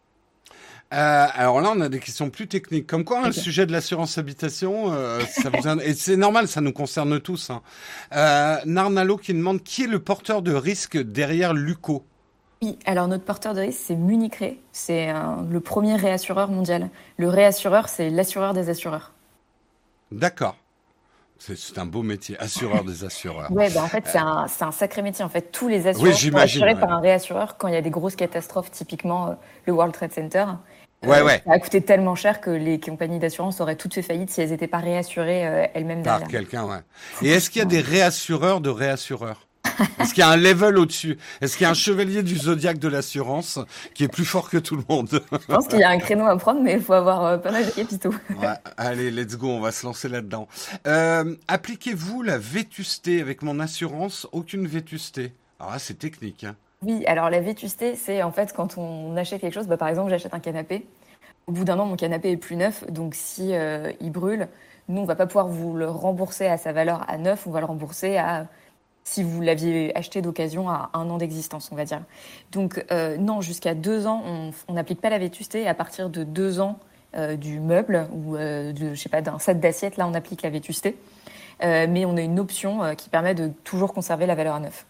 Euh, alors là, on a des questions plus techniques. Comme quoi, hein, le Ok. sujet de l'assurance habitation, euh, ça vous in- et c'est normal, ça nous concerne tous. Hein. Euh, Narnalo qui demande qui est le porteur de risque derrière Luco. Oui, alors notre porteur de risque, c'est Munich Re. C'est un- le premier réassureur mondial. Le réassureur, c'est l'assureur des assureurs. D'accord. C'est c'est un beau métier, assureur des assureurs. Ouais, bah en fait, c'est un, c'est un sacré métier. En fait, tous les Oui, assureurs sont j'imagine. assurés Ouais, par un réassureur quand il y a des grosses catastrophes, typiquement euh, le World Trade Center. ouais, Euh, ouais. ça a coûté tellement cher que les compagnies d'assurance auraient toutes fait faillite si elles n'étaient pas réassurées euh, elles-mêmes Par derrière. quelqu'un, ouais. Et est-ce qu'il y a Fukushima. des réassureurs de réassureurs? Est-ce qu'il y a un level au-dessus? Est-ce qu'il y a un chevalier du zodiaque de l'assurance qui est plus fort que tout le monde? Je pense qu'il y a un créneau à prendre, mais il faut avoir euh, pas mal de capitaux. Ouais, allez, let's go, on va se lancer là-dedans. Euh, appliquez-vous la vétusté avec mon assurance? Aucune vétusté. Alors là, c'est technique, hein. Oui, alors la vétusté, c'est en fait quand on achète quelque chose, bah, par exemple, j'achète un canapé. Au bout d'un an, mon canapé est plus neuf, donc si euh, il brûle, nous, on va pas pouvoir vous le rembourser à sa valeur à neuf, on va le rembourser à si vous l'aviez acheté d'occasion à un an d'existence, on va dire. Donc euh, non, jusqu'à deux ans, on on n'applique pas la vétusté. Et à partir de deux ans euh, du meuble ou euh, de, je sais pas, d'un set d'assiettes, là, on applique la vétusté. Euh, mais on a une option euh, qui permet de toujours conserver la valeur à neuf.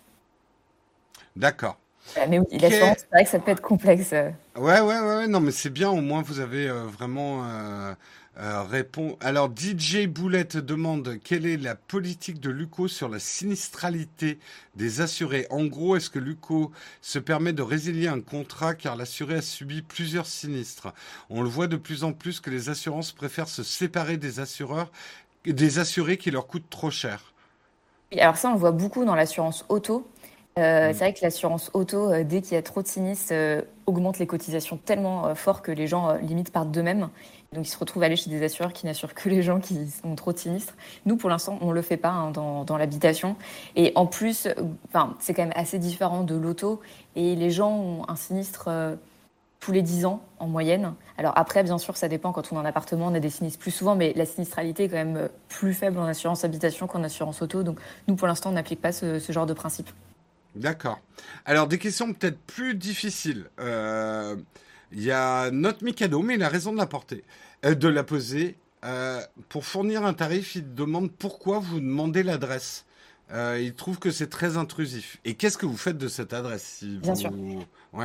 D'accord. Voilà, mais oui, Ok. l'assurance, c'est vrai que ça peut être complexe. euh. Ouais, ouais, ouais, ouais, non, mais c'est bien, au moins vous avez euh, vraiment euh, euh, répond. Alors, D J Boulette demande quelle est la politique de Luco sur la sinistralité des assurés. En gros, est-ce que Luco se permet de résilier un contrat car l'assuré a subi plusieurs sinistres? On le voit de plus en plus que les assurances préfèrent se séparer des assureurs, des assurés qui leur coûtent trop cher. Oui, alors ça, on le voit beaucoup dans l'assurance auto. Euh, Mm. c'est vrai que l'assurance auto, euh, dès qu'il y a trop de sinistres, euh, augmente les cotisations tellement euh, fort que les gens euh, limite partent d'eux-mêmes. Donc ils se retrouvent à aller chez des assureurs qui n'assurent que les gens qui ont trop de sinistres. Nous, pour l'instant, on le fait pas hein, dans, dans l'habitation. Et en plus, euh, enfin, c'est quand même assez différent de l'auto. Et les gens ont un sinistre euh, tous les dix ans en moyenne. Alors après, bien sûr, ça dépend. Quand on est en appartement, on a des sinistres plus souvent, mais la sinistralité est quand même euh, plus faible en assurance habitation qu'en assurance auto. Donc nous, pour l'instant, on n'applique pas ce, ce genre de principe. D'accord. Alors, des questions peut-être plus difficiles. Euh, Il y a notre Mikado, mais il a raison de la porter, euh, de la poser. Euh, pour fournir un tarif, il demande pourquoi vous demandez l'adresse. Euh, il trouve que c'est très intrusif. Et qu'est-ce que vous faites de cette adresse si Bien vous... sûr. Ouais.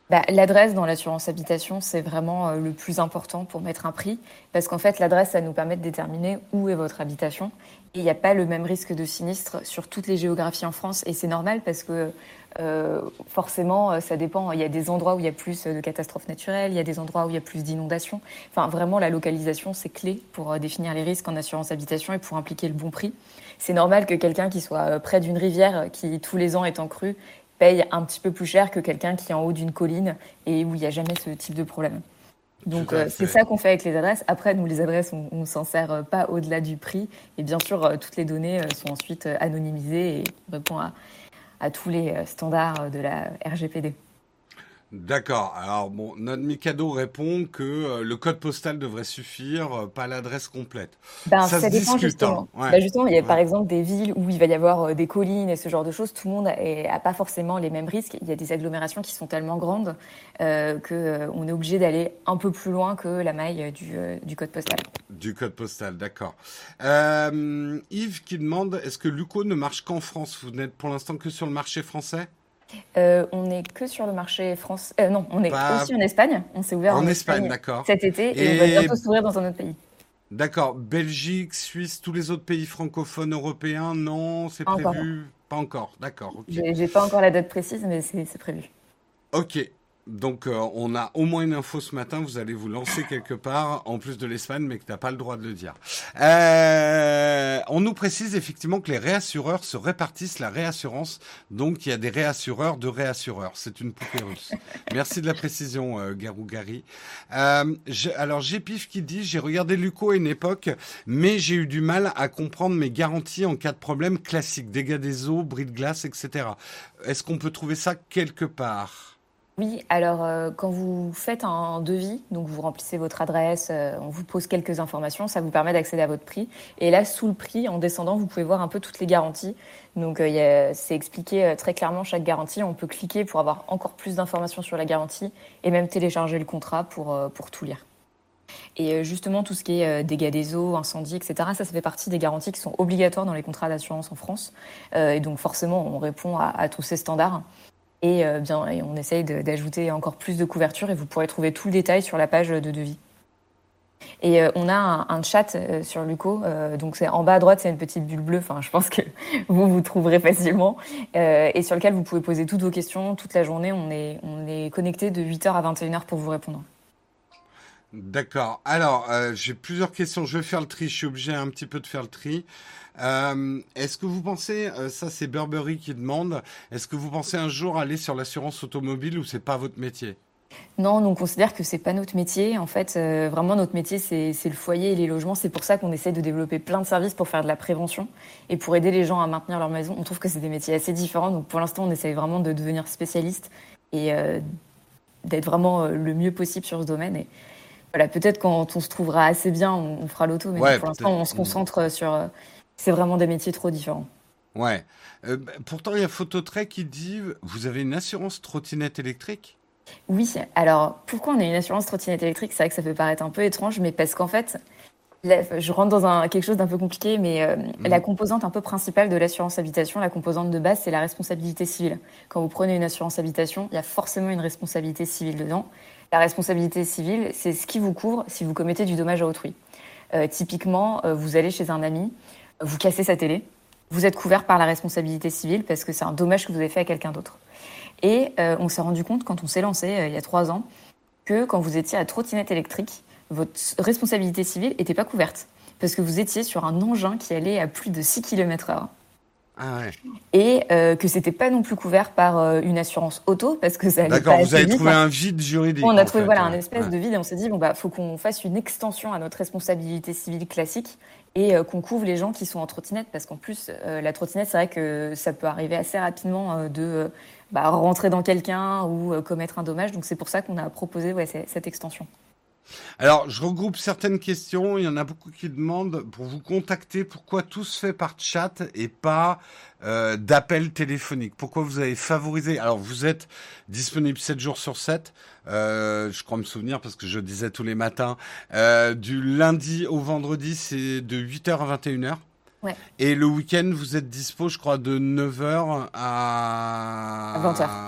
Bah, l'adresse dans l'assurance habitation, c'est vraiment euh, le plus important pour mettre un prix, parce qu'en fait, l'adresse, ça nous permet de déterminer où est votre habitation. Et il n'y a pas le même risque de sinistre sur toutes les géographies en France, et c'est normal parce que euh, forcément, euh, ça dépend. Il y a des endroits où il y a plus de catastrophes naturelles, il y a des endroits où il y a plus d'inondations. Enfin, vraiment, la localisation, c'est clé pour euh, définir les risques en assurance habitation et pour impliquer le bon prix. C'est normal que quelqu'un qui soit euh, près d'une rivière, qui tous les ans est en crue, paye un petit peu plus cher que quelqu'un qui est en haut d'une colline et où il n'y a jamais ce type de problème. Donc euh, c'est ça qu'on fait avec les adresses. Après, nous, les adresses, on, on s'en sert euh, pas au-delà du prix. Et bien sûr, euh, toutes les données euh, sont ensuite euh, anonymisées et répondent à, à tous les euh, standards de la R G P D. D'accord. Alors bon, notre Mikado répond que euh, le code postal devrait suffire, euh, pas l'adresse complète. Ben, Ça ça se dépend discute, hein. justement. Ouais. Ben, justement, il y a par Ouais. exemple des villes où il va y avoir euh, des collines et ce genre de choses. Tout le monde n'a pas forcément les mêmes risques. Il y a des agglomérations qui sont tellement grandes euh, qu'on euh, est obligé d'aller un peu plus loin que la maille du, euh, du code postal. Du code postal, d'accord. Euh, Yves qui demande, est-ce que Luco ne marche qu'en France? Vous n'êtes pour l'instant que sur le marché français? Euh, on n'est que sur le marché français. Euh, non, on est Pas aussi en Espagne. On s'est ouvert en en Espagne, Espagne d'accord. cet été et on va Et bientôt s'ouvrir dans un autre pays. d'accord, Belgique, Suisse, tous les autres pays francophones européens, non, c'est Pas encore. prévu? Pas encore, d'accord, ok. J'ai j'ai pas encore la date précise, mais c'est c'est prévu. Ok, donc euh, on a au moins une info ce matin, vous allez vous lancer quelque part, en plus de l'Espagne, mais que tu n'as pas le droit de le dire. Euh, on nous précise effectivement que les réassureurs se répartissent la réassurance, donc il y a des réassureurs de réassureurs. C'est une poupée russe. Merci de la précision, euh, Garou Gary. Euh, j'ai- alors j'ai Pif qui dit, j'ai regardé Luco à une époque, mais j'ai eu du mal à comprendre mes garanties en cas de problème classique, dégâts des eaux, bris de glace, et cetera. Est-ce qu'on peut trouver ça quelque part? Oui, alors euh, quand vous faites un devis, donc vous remplissez votre adresse, euh, on vous pose quelques informations, ça vous permet d'accéder à votre prix. Et là, sous le prix, en descendant, vous pouvez voir un peu toutes les garanties. Donc euh, il y a- c'est expliqué euh, très clairement chaque garantie. On peut cliquer pour avoir encore plus d'informations sur la garantie et même télécharger le contrat pour, euh, pour tout lire. Et euh, justement, tout ce qui est euh, dégâts des eaux, incendies, et cetera, ça, ça fait partie des garanties qui sont obligatoires dans les contrats d'assurance en France. Euh, et donc forcément, on répond à, à tous ces standards. Et, euh, bien, et on essaye de- d'ajouter encore plus de couverture et vous pourrez trouver tout le détail sur la page de devis. Et euh, on a un, un chat euh, sur Luco, euh, donc c'est en bas à droite, c'est une petite bulle bleue, enfin je pense que vous vous trouverez facilement, euh, et sur lequel vous pouvez poser toutes vos questions toute la journée. On est, on est connecté de huit heures à vingt et une heures pour vous répondre. D'accord. Alors, euh, j'ai plusieurs questions. Je vais faire le tri. Je suis obligé un petit peu de faire le tri. Euh, est-ce que vous pensez, euh, ça c'est Burberry qui demande, est-ce que vous pensez un jour aller sur l'assurance automobile ou c'est pas votre métier? Non, nous on considère que c'est pas notre métier. En fait, euh, vraiment notre métier c'est c'est le foyer et les logements. C'est pour ça qu'on essaie de développer plein de services pour faire de la prévention et pour aider les gens à maintenir leur maison. On trouve que c'est des métiers assez différents. Donc pour l'instant, on essaie vraiment de devenir spécialiste et euh, d'être vraiment euh, le mieux possible sur ce domaine. Et voilà, peut-être quand on se trouvera assez bien, on, on fera l'auto. Mais Ouais, pour l'instant, peut-être. on se Hmm. concentre sur. euh, c'est vraiment des métiers trop différents. Ouais. Euh, bah, pourtant, il y a Phototrait qui dit, vous avez une assurance trottinette électrique? Oui, alors pourquoi on a une assurance trottinette électrique? C'est vrai que ça peut paraître un peu étrange, mais parce qu'en fait, là, je rentre dans un, quelque chose d'un peu compliqué, mais euh, la Mhm. composante un peu principale de l'assurance habitation, la composante de base, c'est la responsabilité civile. Quand vous prenez une assurance habitation, il y a forcément une responsabilité civile dedans. La responsabilité civile, c'est ce qui vous couvre si vous commettez du dommage à autrui. Euh, typiquement, euh, vous allez chez un ami, vous cassez sa télé, vous êtes couvert par la responsabilité civile parce que c'est un dommage que vous avez fait à quelqu'un d'autre. Et euh, on s'est rendu compte quand on s'est lancé euh, il y a trois ans que quand vous étiez à trottinette électrique, votre responsabilité civile n'était pas couverte parce que vous étiez sur un engin qui allait à plus de six kilomètres heure Ah ouais. et euh, que c'était pas non plus couvert par euh, une assurance auto parce que ça allait pas D'accord, vous assez avez vite. trouvé un vide juridique On a en trouvé fait. voilà Ouais. un espèce Ouais. de vide et on s'est dit bon bah faut qu'on fasse une extension à notre responsabilité civile classique et euh, qu'on couvre les gens qui sont en trottinette parce qu'en plus euh, la trottinette c'est vrai que ça peut arriver assez rapidement euh, de euh, bah, rentrer dans quelqu'un ou euh, commettre un dommage, donc c'est pour ça qu'on a proposé ouais, c'est- cette extension. Alors, je regroupe certaines questions. Il y en a beaucoup qui demandent pour vous contacter pourquoi tout se fait par chat et pas euh, d'appel téléphonique. Pourquoi vous avez favorisé. Alors, vous êtes disponible sept jours sur sept. Euh, je crois me souvenir parce que je disais tous les matins. Euh, du lundi au vendredi, c'est de huit heures à vingt et une heures. Ouais, Et le week-end, vous êtes dispo, je crois, de neuf heures à vingt heures. à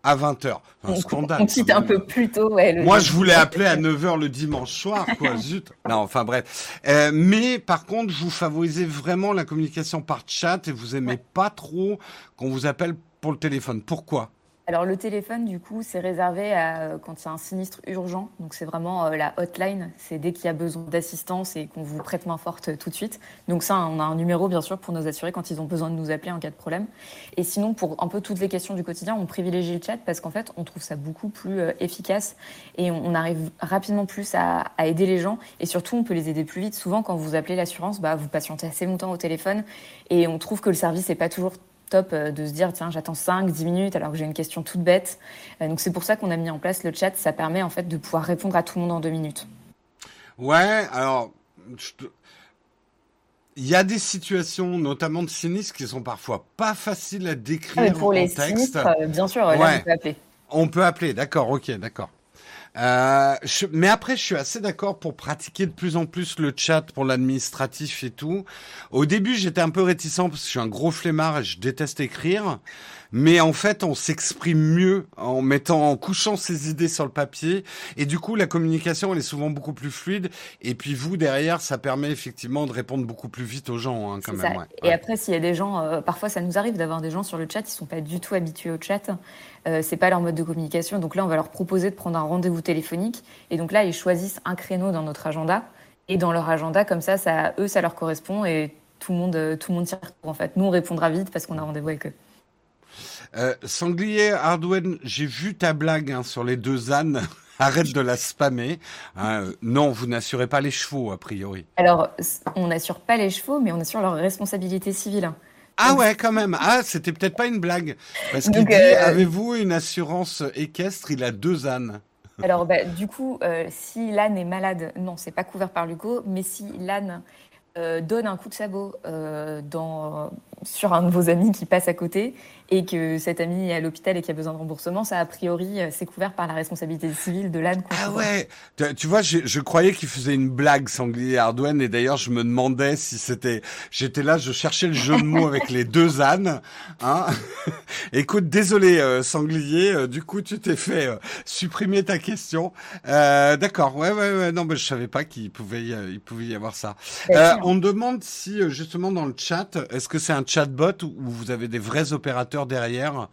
À vingt heures. Un On, scandale. on quitte un peu plus tôt. Ouais, le Moi, je voulais appeler à neuf heures le dimanche soir, quoi, zut. Non, enfin bref. Euh, mais par contre, vous favorisez vraiment la communication par chat et vous aimez Ouais. pas trop qu'on vous appelle pour le téléphone. Pourquoi? Alors le téléphone, du coup, c'est réservé à euh, quand il y a un sinistre urgent. Donc c'est vraiment euh, la hotline. C'est dès qu'il y a besoin d'assistance et qu'on vous prête main forte euh, tout de suite. Donc ça, on a un numéro bien sûr pour nos assurés quand ils ont besoin de nous appeler en cas de problème. Et sinon, pour un peu toutes les questions du quotidien, on privilégie le chat parce qu'en fait, on trouve ça beaucoup plus euh, efficace et on, on arrive rapidement plus à, à aider les gens. Et surtout, on peut les aider plus vite. Souvent, quand vous appelez l'assurance, bah, vous patientez assez longtemps au téléphone et on trouve que le service n'est pas toujours top de se dire tiens j'attends cinq dix minutes alors que j'ai une question toute bête. Euh, donc c'est pour ça qu'on a mis en place le chat, ça permet en fait de pouvoir répondre à tout le monde en deux minutes. Ouais, alors, je te- il y a des situations, notamment de sinistres, qui sont parfois pas faciles à Ah, mais décrire pour en les texte. sinistres, euh, bien sûr, là on Ouais, peut appeler. on peut appeler, d'accord, ok, d'accord. Euh, je- mais après, je suis assez d'accord pour pratiquer de plus en plus le chat pour l'administratif et tout. Au début, j'étais un peu réticent parce que je suis un gros flemmard et je déteste écrire. Mais en fait, on s'exprime mieux en mettant, en couchant ses idées sur le papier. Et du coup, la communication, elle est souvent beaucoup plus fluide. Et puis vous, derrière, ça permet effectivement de répondre beaucoup plus vite aux gens, hein, quand C'est même. ça. Ouais, Et ouais. après, s'il y a des gens, euh, parfois ça nous arrive d'avoir des gens sur le chat, ils sont pas du tout habitués au chat. Euh, c'est pas leur mode de communication. Donc là, on va leur proposer de prendre un rendez-vous téléphonique. Et donc là, ils choisissent un créneau dans notre agenda. Et dans leur agenda, comme ça, ça, eux, ça leur correspond et tout le monde, euh, tout le monde s'y retrouve en fait. Nous, on répondra vite parce qu'on a rendez-vous avec eux. Euh, Sanglier Hardwen, j'ai vu ta blague hein, sur les deux ânes. Arrête de la spammer. Hein, euh, non, vous n'assurez pas les chevaux, a priori. Alors, c- on n'assure pas les chevaux, mais on assure leur responsabilité civile. Ah Donc, ouais, quand même. Ah, c'était peut-être pas une blague. Parce qu'il donc, dit, euh, avez-vous une assurance équestre? Il a deux ânes. alors, bah, du coup, euh, si l'âne est malade, non, c'est pas couvert par l'U C O, mais si l'âne euh, donne un coup de sabot euh, dans, sur un de vos amis qui passe à côté et que cet ami est à l'hôpital et qui a besoin de remboursement, ça, a priori, euh, c'est couvert par la responsabilité civile de l'âne qu'on Ah couvre. ouais, tu, tu vois, je, je croyais qu'il faisait une blague, Sanglier Hardwen, et d'ailleurs, je me demandais si c'était... J'étais là, je cherchais le jeu de mots avec les deux ânes. Hein. Écoute, désolé, euh, Sanglier, euh, du coup, tu t'es fait euh, supprimer ta question. Euh, d'accord, ouais, ouais, ouais, non, mais je savais pas qu'il pouvait, y, il pouvait y avoir ça. Bah, Euh, si, hein. on demande si, euh, justement, dans le chat, est-ce que c'est un chatbot ou vous avez des vrais opérateurs derrière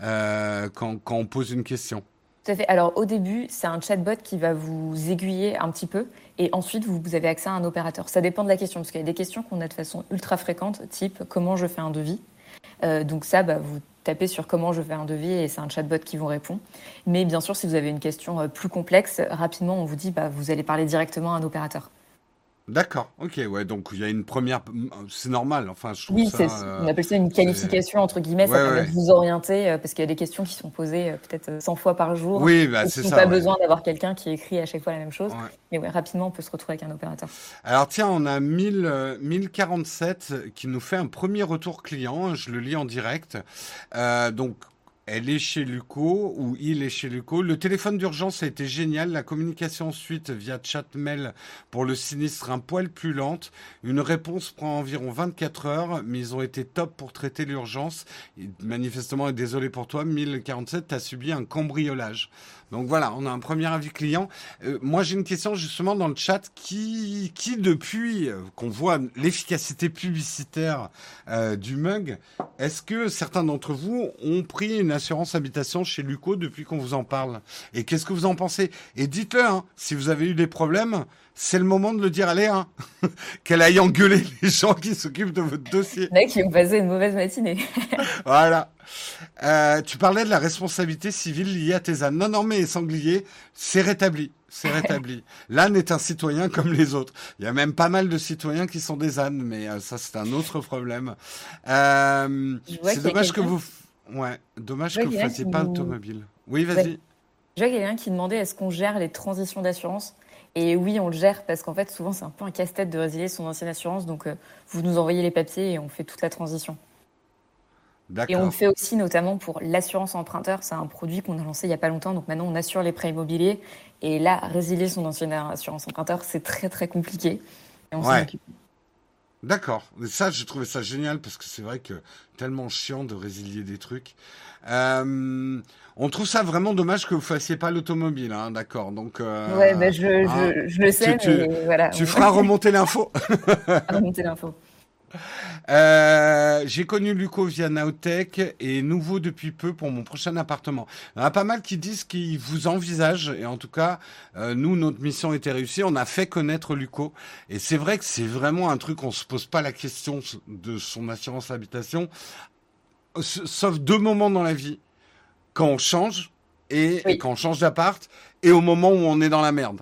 euh, quand, quand on pose une question? Tout à fait. Alors, au début, c'est un chatbot qui va vous aiguiller un petit peu et ensuite, vous, vous avez accès à un opérateur. Ça dépend de la question, parce qu'il y a des questions qu'on a de façon ultra fréquente, type comment je fais un devis. Euh, donc ça, bah, vous tapez sur comment je fais un devis et c'est un chatbot qui vous répond. Mais bien sûr, si vous avez une question euh, plus complexe, rapidement, on vous dit bah, vous allez parler directement à un opérateur. D'accord, ok, ouais, donc il y a une première, c'est normal, enfin je trouve Oui, c'est, ça, on euh, appelle ça une c'est, qualification, entre guillemets. Ça ouais, permet de ouais, vous orienter euh, parce qu'il y a des questions qui sont posées euh, peut-être cent fois par jour oui, bah et c'est qui n'ont pas ça, ouais, besoin d'avoir quelqu'un qui écrit à chaque fois la même chose. ouais. Mais ouais, rapidement, on peut se retrouver avec un opérateur. Alors tiens, on a mille, euh, mille quarante-sept qui nous fait un premier retour client, je le lis en direct, euh, donc elle est chez Luco ou il est chez Luco. Le téléphone d'urgence a été génial. La communication ensuite via chat mail pour le sinistre un poil plus lente. Une réponse prend environ vingt-quatre heures, mais ils ont été top pour traiter l'urgence. Et manifestement, et désolé pour toi, mille quarante-sept, tu as subi un cambriolage. Donc voilà, on a un premier avis client. Euh, moi, j'ai une question justement dans le chat. Qui, qui depuis euh, qu'on voit l'efficacité publicitaire euh, du mug, est-ce que certains d'entre vous ont pris une assurance habitation chez Luco depuis qu'on vous en parle? Et qu'est-ce que vous en pensez? Et dites-le, hein, si vous avez eu des problèmes, c'est le moment de le dire à Léa. Hein, qu'elle aille engueuler les gens qui s'occupent de votre dossier. Il y en a qui ont passé une mauvaise matinée. Voilà. Euh, tu parlais de la responsabilité civile liée à tes ânes. Non, non, mais Sanglier, c'est rétabli. C'est rétabli. L'âne est un citoyen comme les autres. Il y a même pas mal de citoyens qui sont des ânes, mais euh, ça, c'est un autre problème. Euh, Je vois c'est qu'il y a dommage que quelqu'un vous... f- Ouais, dommage je vois que vous qu'il y a fassiez qui- pas automobile. Oui, ouais. vas-y. Je vois qu'il y a quelqu'un qui demandait est-ce qu'on gère les transitions d'assurance. Et oui, on le gère parce qu'en fait, souvent, c'est un peu un casse-tête de résilier son ancienne assurance. Donc, euh, vous nous envoyez les papiers et on fait toute la transition. Et on le D'accord. fait aussi notamment pour l'assurance emprunteur. C'est un produit qu'on a lancé il n'y a pas longtemps. Donc maintenant, on assure les prêts immobiliers. Et là, résilier son ancienne assurance emprunteur, c'est très, très compliqué. Et on s'en Ouais. occupe. D'accord. Mais ça, j'ai trouvé ça génial parce que c'est vrai que tellement chiant de résilier des trucs. Euh, on trouve ça vraiment dommage que vous fassiez pas l'automobile, hein, d'accord. Donc, Ouais, ben euh, je, hein, je, je le tu, sais, tu, mais voilà, tu on feras remonter l'info. va remonter l'info. Euh, j'ai connu Luco via Nowtech et nouveau depuis peu pour mon prochain appartement. Il y en a pas mal qui disent qu'ils vous envisagent et en tout cas, euh, nous, notre mission était réussie. On a fait connaître Luco et c'est vrai que c'est vraiment un truc, on se pose pas la question de son assurance habitation, s- sauf deux moments dans la vie, quand on change et, et Oui, quand on change d'appart et au moment où on est dans la merde.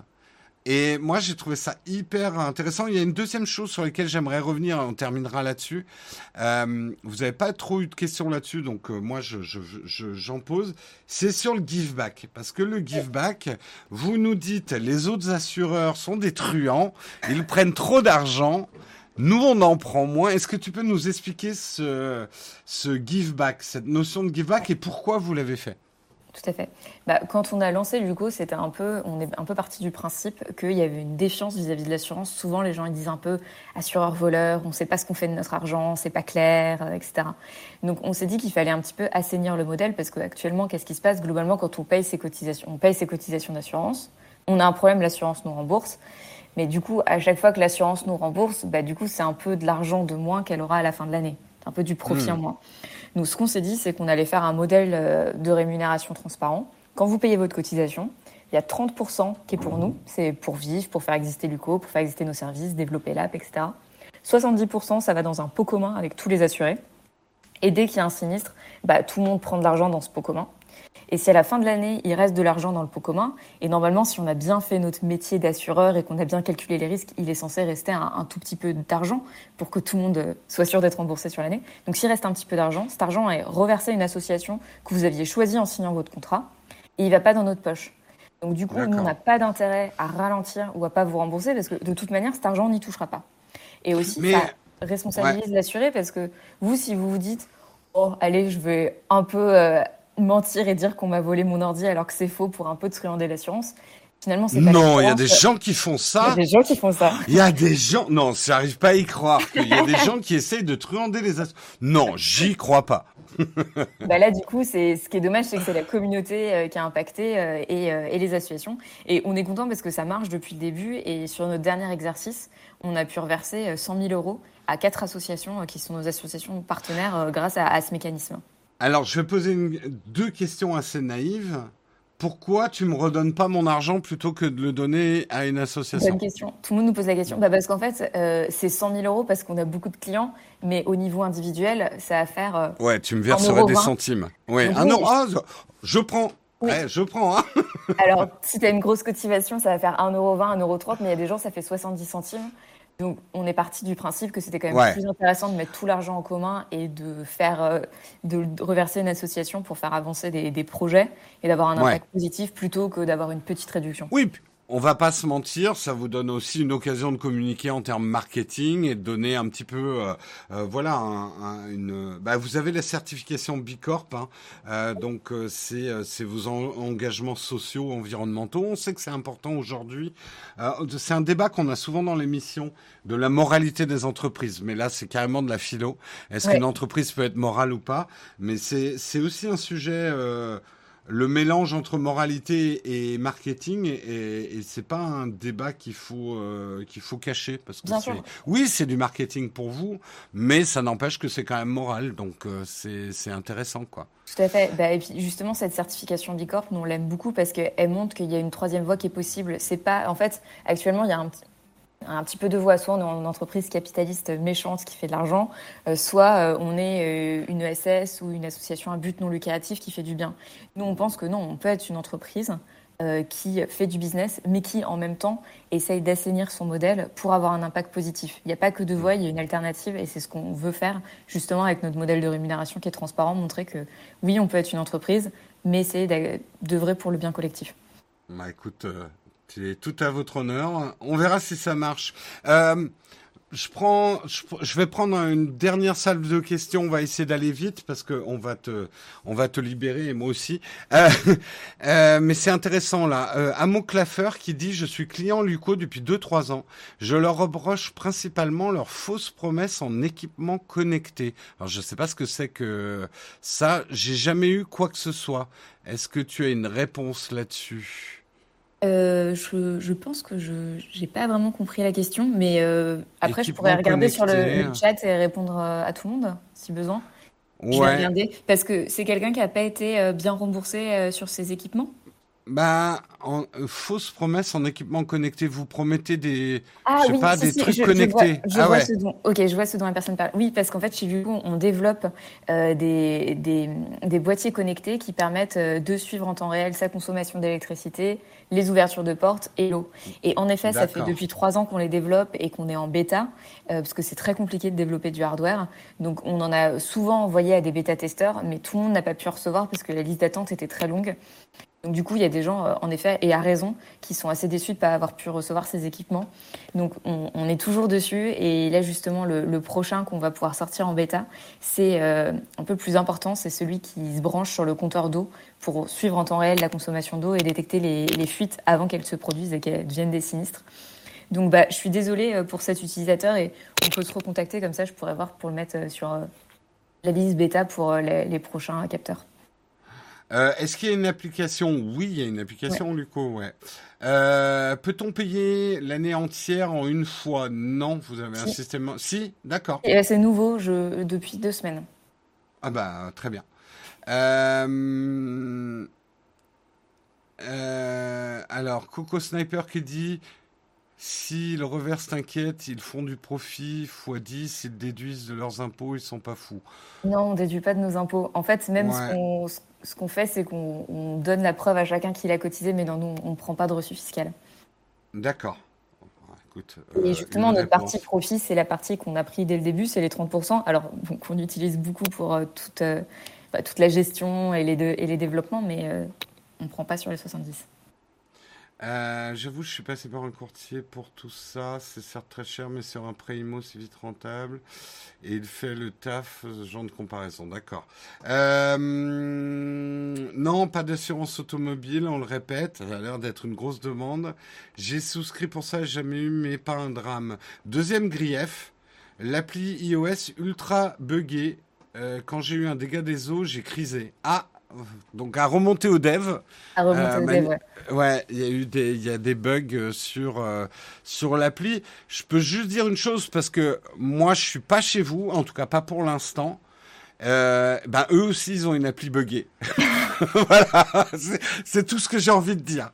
Et moi, j'ai trouvé ça hyper intéressant. Il y a une deuxième chose sur laquelle j'aimerais revenir, on terminera là-dessus. Euh, vous n'avez pas trop eu de questions là-dessus, donc euh, moi, je, je, je- j'en pose. C'est sur le give back. Parce que le give back, vous nous dites, les autres assureurs sont des truands, ils prennent trop d'argent. Nous, on en prend moins. Est-ce que tu peux nous expliquer ce, ce give back, cette notion de give back et pourquoi vous l'avez fait? tout à fait. Bah, quand on a lancé Luco, c'était un peu, on est un peu parti du principe qu'il y avait une défiance vis-à-vis de l'assurance. Souvent, les gens ils disent un peu assureur-voleur, on ne sait pas ce qu'on fait de notre argent, c'est pas clair, euh, et cetera. Donc, on s'est dit qu'il fallait un petit peu assainir le modèle parce qu'actuellement, qu'est-ce qui se passe globalement quand on paye ses cotisations? On paye ses cotisations d'assurance. On a un problème, l'assurance nous rembourse. Mais du coup, à chaque fois que l'assurance nous rembourse, bah, du coup, c'est un peu de l'argent de moins qu'elle aura à la fin de l'année. C'est un peu du profit en Hmm, moins. Nous, ce qu'on s'est dit, c'est qu'on allait faire un modèle euh, de rémunération transparent. Quand vous payez votre cotisation, il y a trente pour cent qui est pour nous. C'est pour vivre, pour faire exister Luco, pour faire exister nos services, développer l'app, et cetera. soixante-dix pour cent, ça va dans un pot commun avec tous les assurés. Et dès qu'il y a un sinistre, bah, tout le monde prend de l'argent dans ce pot commun. Et si à la fin de l'année, il reste de l'argent dans le pot commun, et normalement, si on a bien fait notre métier d'assureur et qu'on a bien calculé les risques, il est censé rester un, un tout petit peu d'argent pour que tout le monde euh, soit sûr d'être remboursé sur l'année. Donc s'il reste un petit peu d'argent, cet argent est reversé à une association que vous aviez choisie en signant votre contrat, et il ne va pas dans notre poche. Donc du coup, nous, on n'a d'accord. pas d'intérêt à ralentir ou à pas vous rembourser, parce que de toute manière, cet argent, on n'y touchera pas. Et aussi, Mais, ça ouais. responsabilise l'assuré, parce que vous, si vous vous dites, oh, allez, je vais un peu euh, mentir et dire qu'on m'a volé mon ordi alors que c'est faux pour un peu truander l'assurance. Finalement, c'est pas Non, il y a des l'assurance. gens qui font Il y a ça. des gens qui font ça. Il y a des gens, non, j'arrive pas à y croire qu'il y a des gens qui essayent de truander les as. Non, j'y crois pas. Bah là, du coup, c'est ce qui est dommage, c'est que c'est la communauté euh, qui a impacté euh, et, euh, et les associations. Et on est content parce que ça marche depuis le début. Et sur notre dernier exercice, on a pu reverser euh, cent mille euros à quatre associations euh, qui sont nos associations partenaires euh, grâce à, à ce mécanisme. Alors, je vais poser une- deux questions assez naïves. Pourquoi tu me redonnes pas mon argent plutôt que de le donner à une Bonne association? question. Tout le monde nous pose la question. Bah parce qu'en fait, euh, c'est cent mille euros parce qu'on a beaucoup de clients, mais au niveau individuel, ça va faire euh, Ouais, tu me un verserais euro des vingt. centimes. Ouais, Donc un oui, euro. Ah, je je prends. oui. Ouais, je prends, hein. Alors, si tu as une grosse cotisation, ça va faire un euro vingt, un euro trente, mais il y a des gens, ça fait soixante-dix centimes. Donc, on est parti du principe que c'était quand même Ouais, plus intéressant de mettre tout l'argent en commun et de faire, euh, de le reverser une association pour faire avancer des, des projets et d'avoir un ouais. impact positif plutôt que d'avoir une petite réduction. Oui, p- on va pas se mentir, ça vous donne aussi une occasion de communiquer en termes marketing et de donner un petit peu, euh, euh, voilà, un- un- une. Bah, vous avez la certification B Corp, hein, euh, donc euh, c'est euh, c'est vos en- engagements sociaux, environnementaux. On sait que c'est important aujourd'hui. Euh, c'est un débat qu'on a souvent dans l'émission de la moralité des entreprises, mais là c'est carrément de la philo. Est-ce qu'une Ouais. entreprise peut être morale ou pas? Mais c'est c'est aussi un sujet. Euh, le mélange entre moralité et marketing et, et c'est pas un débat qu'il faut euh, qu'il faut cacher parce que Bien c'est sûr. oui c'est du marketing pour vous mais ça n'empêche que c'est quand même moral donc euh, c'est c'est intéressant quoi. Tout à fait. Bah, et puis justement, cette certification B Corp, nous on l'aime beaucoup parce qu'elle montre qu'il y a une troisième voie qui est possible. C'est pas, en fait, actuellement, il y a un, petit- un petit peu deux voies. Soit on est une entreprise capitaliste méchante qui fait de l'argent, euh, soit euh, on est euh, une E S S ou une association à but non lucratif qui fait du bien. Nous, on pense que non, on peut être une entreprise euh, qui fait du business, mais qui en même temps essaye d'assainir son modèle pour avoir un impact positif. Il n'y a pas que deux voies, il y a une alternative et c'est ce qu'on veut faire justement avec notre modèle de rémunération qui est transparent, montrer que oui, on peut être une entreprise, mais essayer d'a- d'œuvrer pour le bien collectif. Bah écoute, euh, c'est tout à votre honneur. On verra si ça marche. Euh, je prends, je, je vais prendre une dernière salve de questions. On va essayer d'aller vite parce que on va te, on va te libérer et moi aussi. Euh, euh, mais c'est intéressant là. Euh, Amo Claffer qui dit: je suis client Luco depuis deux trois ans. Je leur reproche principalement leurs fausses promesses en équipement connecté. Alors je sais pas ce que c'est que ça. J'ai jamais eu quoi que ce soit. Est-ce que tu as une réponse là-dessus? Euh, je, je pense que je j'ai pas vraiment compris la question, mais euh, après je pourrais Équipement regarder sur le, connecté. le chat et répondre euh, à tout le monde si besoin. Je vais Ouais. regarder parce que c'est quelqu'un qui a pas été euh, bien remboursé euh, sur ses équipements. Bah, en, euh, fausse promesse en équipement connecté. Vous promettez des, je Ah sais oui, pas, si, des si, trucs je, je vois, connectés. je Ah vois ouais, ce dont, ok, je vois ce dont la personne parle. Oui, parce qu'en fait, chez Vivo, on développe euh, des, des, des boîtiers connectés qui permettent euh, de suivre en temps réel sa consommation d'électricité, les ouvertures de portes et l'eau. Et en effet, ça fait d'accord, depuis trois ans qu'on les développe et qu'on est en bêta, euh, parce que c'est très compliqué de développer du hardware. Donc, on en a souvent envoyé à des bêta-testeurs, mais tout le monde n'a pas pu recevoir parce que la liste d'attente était très longue. Donc du coup, il y a des gens, euh, en effet, et à raison, qui sont assez déçus de ne pas avoir pu recevoir ces équipements. Donc on, on est toujours dessus. Et là, justement, le, le prochain qu'on va pouvoir sortir en bêta, c'est euh, un peu plus important. C'est celui qui se branche sur le compteur d'eau pour suivre en temps réel la consommation d'eau et détecter les, les fuites avant qu'elles se produisent et qu'elles deviennent des sinistres. Donc bah, je suis désolée euh, pour cet utilisateur et on peut se recontacter comme ça, je pourrais voir pour le mettre euh, sur euh, la liste bêta pour euh, les, les prochains capteurs. Euh, est-ce qu'il y a une application? Oui, il y a une Ouais. application, Luco, ouais. Euh, peut-on payer l'année entière en une fois? Non, vous avez un Si. système. Si, d'accord. Et, euh, c'est nouveau je, depuis deux semaines. Ah bah très bien. Euh, euh, alors, Coco Sniper qui dit: si le revers t'inquiète, ils font du profit fois dix, ils déduisent de leurs impôts, ils sont pas fous. Non, on déduit pas de nos impôts. En fait, même ce Ouais, qu'on ce ce qu'on fait, c'est qu'on on donne la preuve à chacun qu'il a cotisé, mais non, nous, on ne prend pas de reçu fiscal. d'accord. Écoute, Et euh, une justement, notre partie réponse. profit, c'est la partie qu'on a pris dès le début, c'est les trente pour cent. Alors, donc, on utilise beaucoup pour euh, toute, euh, bah, toute la gestion et les, deux, et les développements, mais euh, on ne prend pas sur les soixante-dix. Euh, j'avoue, je suis passé par un courtier pour tout ça. C'est certes très cher, mais sur un prêt IMO, c'est vite rentable. Et il fait le taf, ce genre de comparaison. D'accord. Euh, non, pas d'assurance automobile, on le répète. Ça a l'air d'être une grosse demande. J'ai souscrit pour ça, j'ai jamais eu, mais pas un drame. Deuxième grief, l'appli iOS ultra buggée. Euh, quand j'ai eu un dégât des eaux, j'ai crisé. Ah, donc à remonter au dev. À remonter Euh, aux dev, mani- ouais. ouais, il y a eu des, il y a des bugs euh, sur euh, sur l'appli. Je peux juste dire une chose parce que moi je suis pas chez vous, en tout cas pas pour l'instant. Euh, ben eux aussi ils ont une appli buggée. Voilà, c'est c'est tout ce que j'ai envie de dire.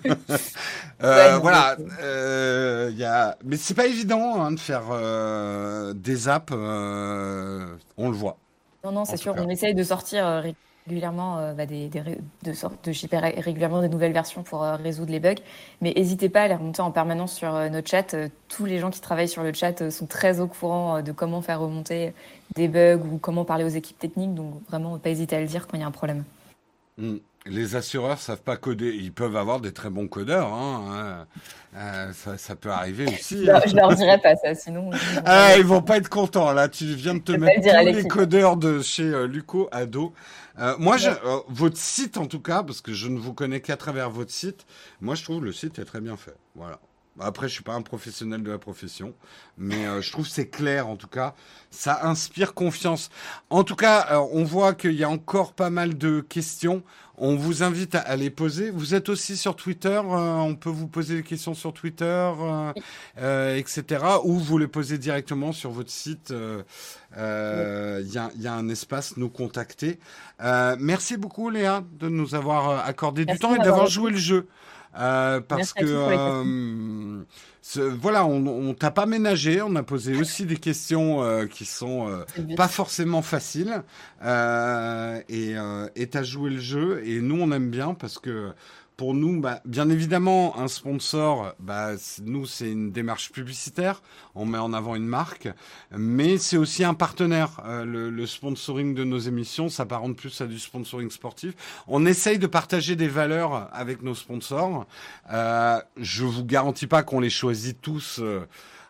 Ouais, Euh, non, mais voilà, c'est- euh, il y a, mais c'est pas évident hein, de faire euh, des apps. Euh, on le voit non, non, en c'est tout sûr, cas. on essaye de sortir euh, régulièrement, euh, bah, des, des ré- de, sort- de shipper ré- régulièrement des nouvelles versions pour euh, résoudre les bugs. Mais n'hésitez pas à les remonter en permanence sur euh, notre chat. Euh, tous les gens qui travaillent sur le chat euh, sont très au courant euh, de comment faire remonter des bugs ou comment parler aux équipes techniques. Donc vraiment, pas hésiter à le dire quand il y a un problème. Mm. Les assureurs savent pas coder. Ils peuvent avoir des très bons codeurs. Hein, hein. Euh, ça, ça peut arriver Je aussi. Hein. leur, je leur dirai pas ça, sinon ils vont pas Ah, me- ils vont pas être contents là. Tu viens de te je vais pas mettre le dire à tous les l'équipe. codeurs de chez euh, Luco à dos. Euh, moi, je, Ouais. euh, votre site en tout cas, parce que je ne vous connais qu'à travers votre site. Moi, je trouve le site est très bien fait. Voilà. Après, je suis pas un professionnel de la profession, mais euh, je trouve que c'est clair en tout cas. Ça inspire confiance. En tout cas, euh, on voit qu'il y a encore pas mal de questions. On vous invite à, à les poser. Vous êtes aussi sur Twitter. Euh, on peut vous poser des questions sur Twitter, euh, euh, et cetera. Ou vous les posez directement sur votre site. Euh, euh, Il y, a, il y a un espace nous contacter. Euh, merci beaucoup Léa de nous avoir euh, accordé du Merci de temps et m'avoir d'avoir joué reçu. le jeu. Euh, parce Merci que à tous pour les questions. euh, ce- voilà, on, on t'a pas ménagé, on a posé aussi des questions euh, qui sont euh, C'est le pas but. forcément faciles, euh, et euh, et t'as joué le jeu et nous on aime bien parce que pour nous, bah, bien évidemment, un sponsor, bah, c'est- nous c'est une démarche publicitaire, on met en avant une marque, mais c'est aussi un partenaire. Euh, le, le sponsoring de nos émissions s'apparente plus à du sponsoring sportif. On essaye de partager des valeurs avec nos sponsors. Euh, je vous garantis pas qu'on les choisit tous euh,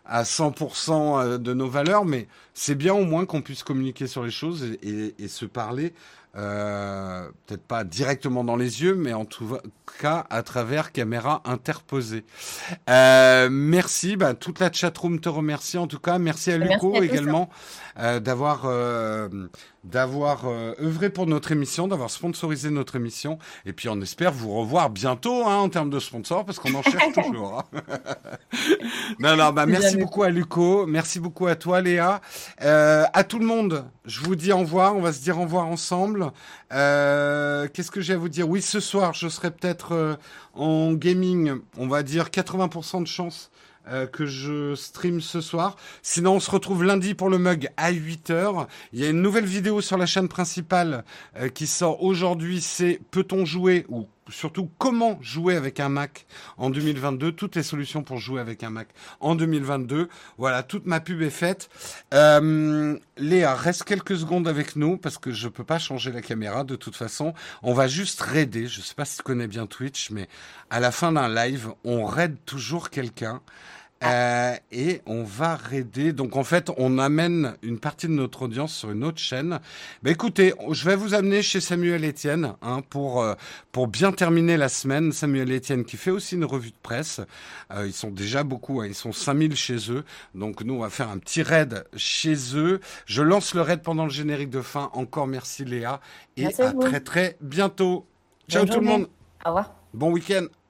à cent pour cent de nos valeurs, mais c'est bien au moins qu'on puisse communiquer sur les choses et, et, et se parler. Euh, peut-être pas directement dans les yeux, mais en tout cas à travers caméra interposée. Euh, merci, bah, toute la chatroom te remercie en tout cas. Merci à Luco merci à également euh, d'avoir euh, d'avoir euh, œuvré pour notre émission, d'avoir sponsorisé notre émission. Et puis on espère vous revoir bientôt hein, en termes de sponsors parce qu'on en cherche toujours. Hein. non, non, bah merci beaucoup à Luco, merci beaucoup à toi Léa, euh, à tout le monde. Je vous dis au revoir, on va se dire au revoir ensemble. Euh, qu'est-ce que j'ai à vous dire? Oui, ce soir, je serai peut-être euh, en gaming, on va dire quatre-vingts pour cent de chance euh, que je stream ce soir. Sinon, on se retrouve lundi pour le mug à huit heures. Il y a une nouvelle vidéo sur la chaîne principale euh, qui sort aujourd'hui, c'est Peut-on jouer ou surtout comment jouer avec un Mac en deux mille vingt-deux, toutes les solutions pour jouer avec un Mac en deux mille vingt-deux. Voilà, toute ma pub est faite. Euh, Léa, reste quelques secondes avec nous parce que je peux pas changer la caméra de toute façon. On va juste raider, je sais pas si tu connais bien Twitch, mais à la fin d'un live, on raid toujours quelqu'un. Euh, et on va raider. Donc en fait, on amène une partie de notre audience sur une autre chaîne. Bah écoutez, je vais vous amener chez Samuel Etienne hein, pour euh, pour bien terminer la semaine. Samuel Etienne qui fait aussi une revue de presse. Euh, ils sont déjà beaucoup, hein, ils sont cinq mille chez eux. Donc nous, on va faire un petit raid chez eux. Je lance le raid pendant le générique de fin. Encore merci Léa et merci à vous. très très bientôt. Ciao Bonne tout journée. le monde. Au revoir. Bon week-end.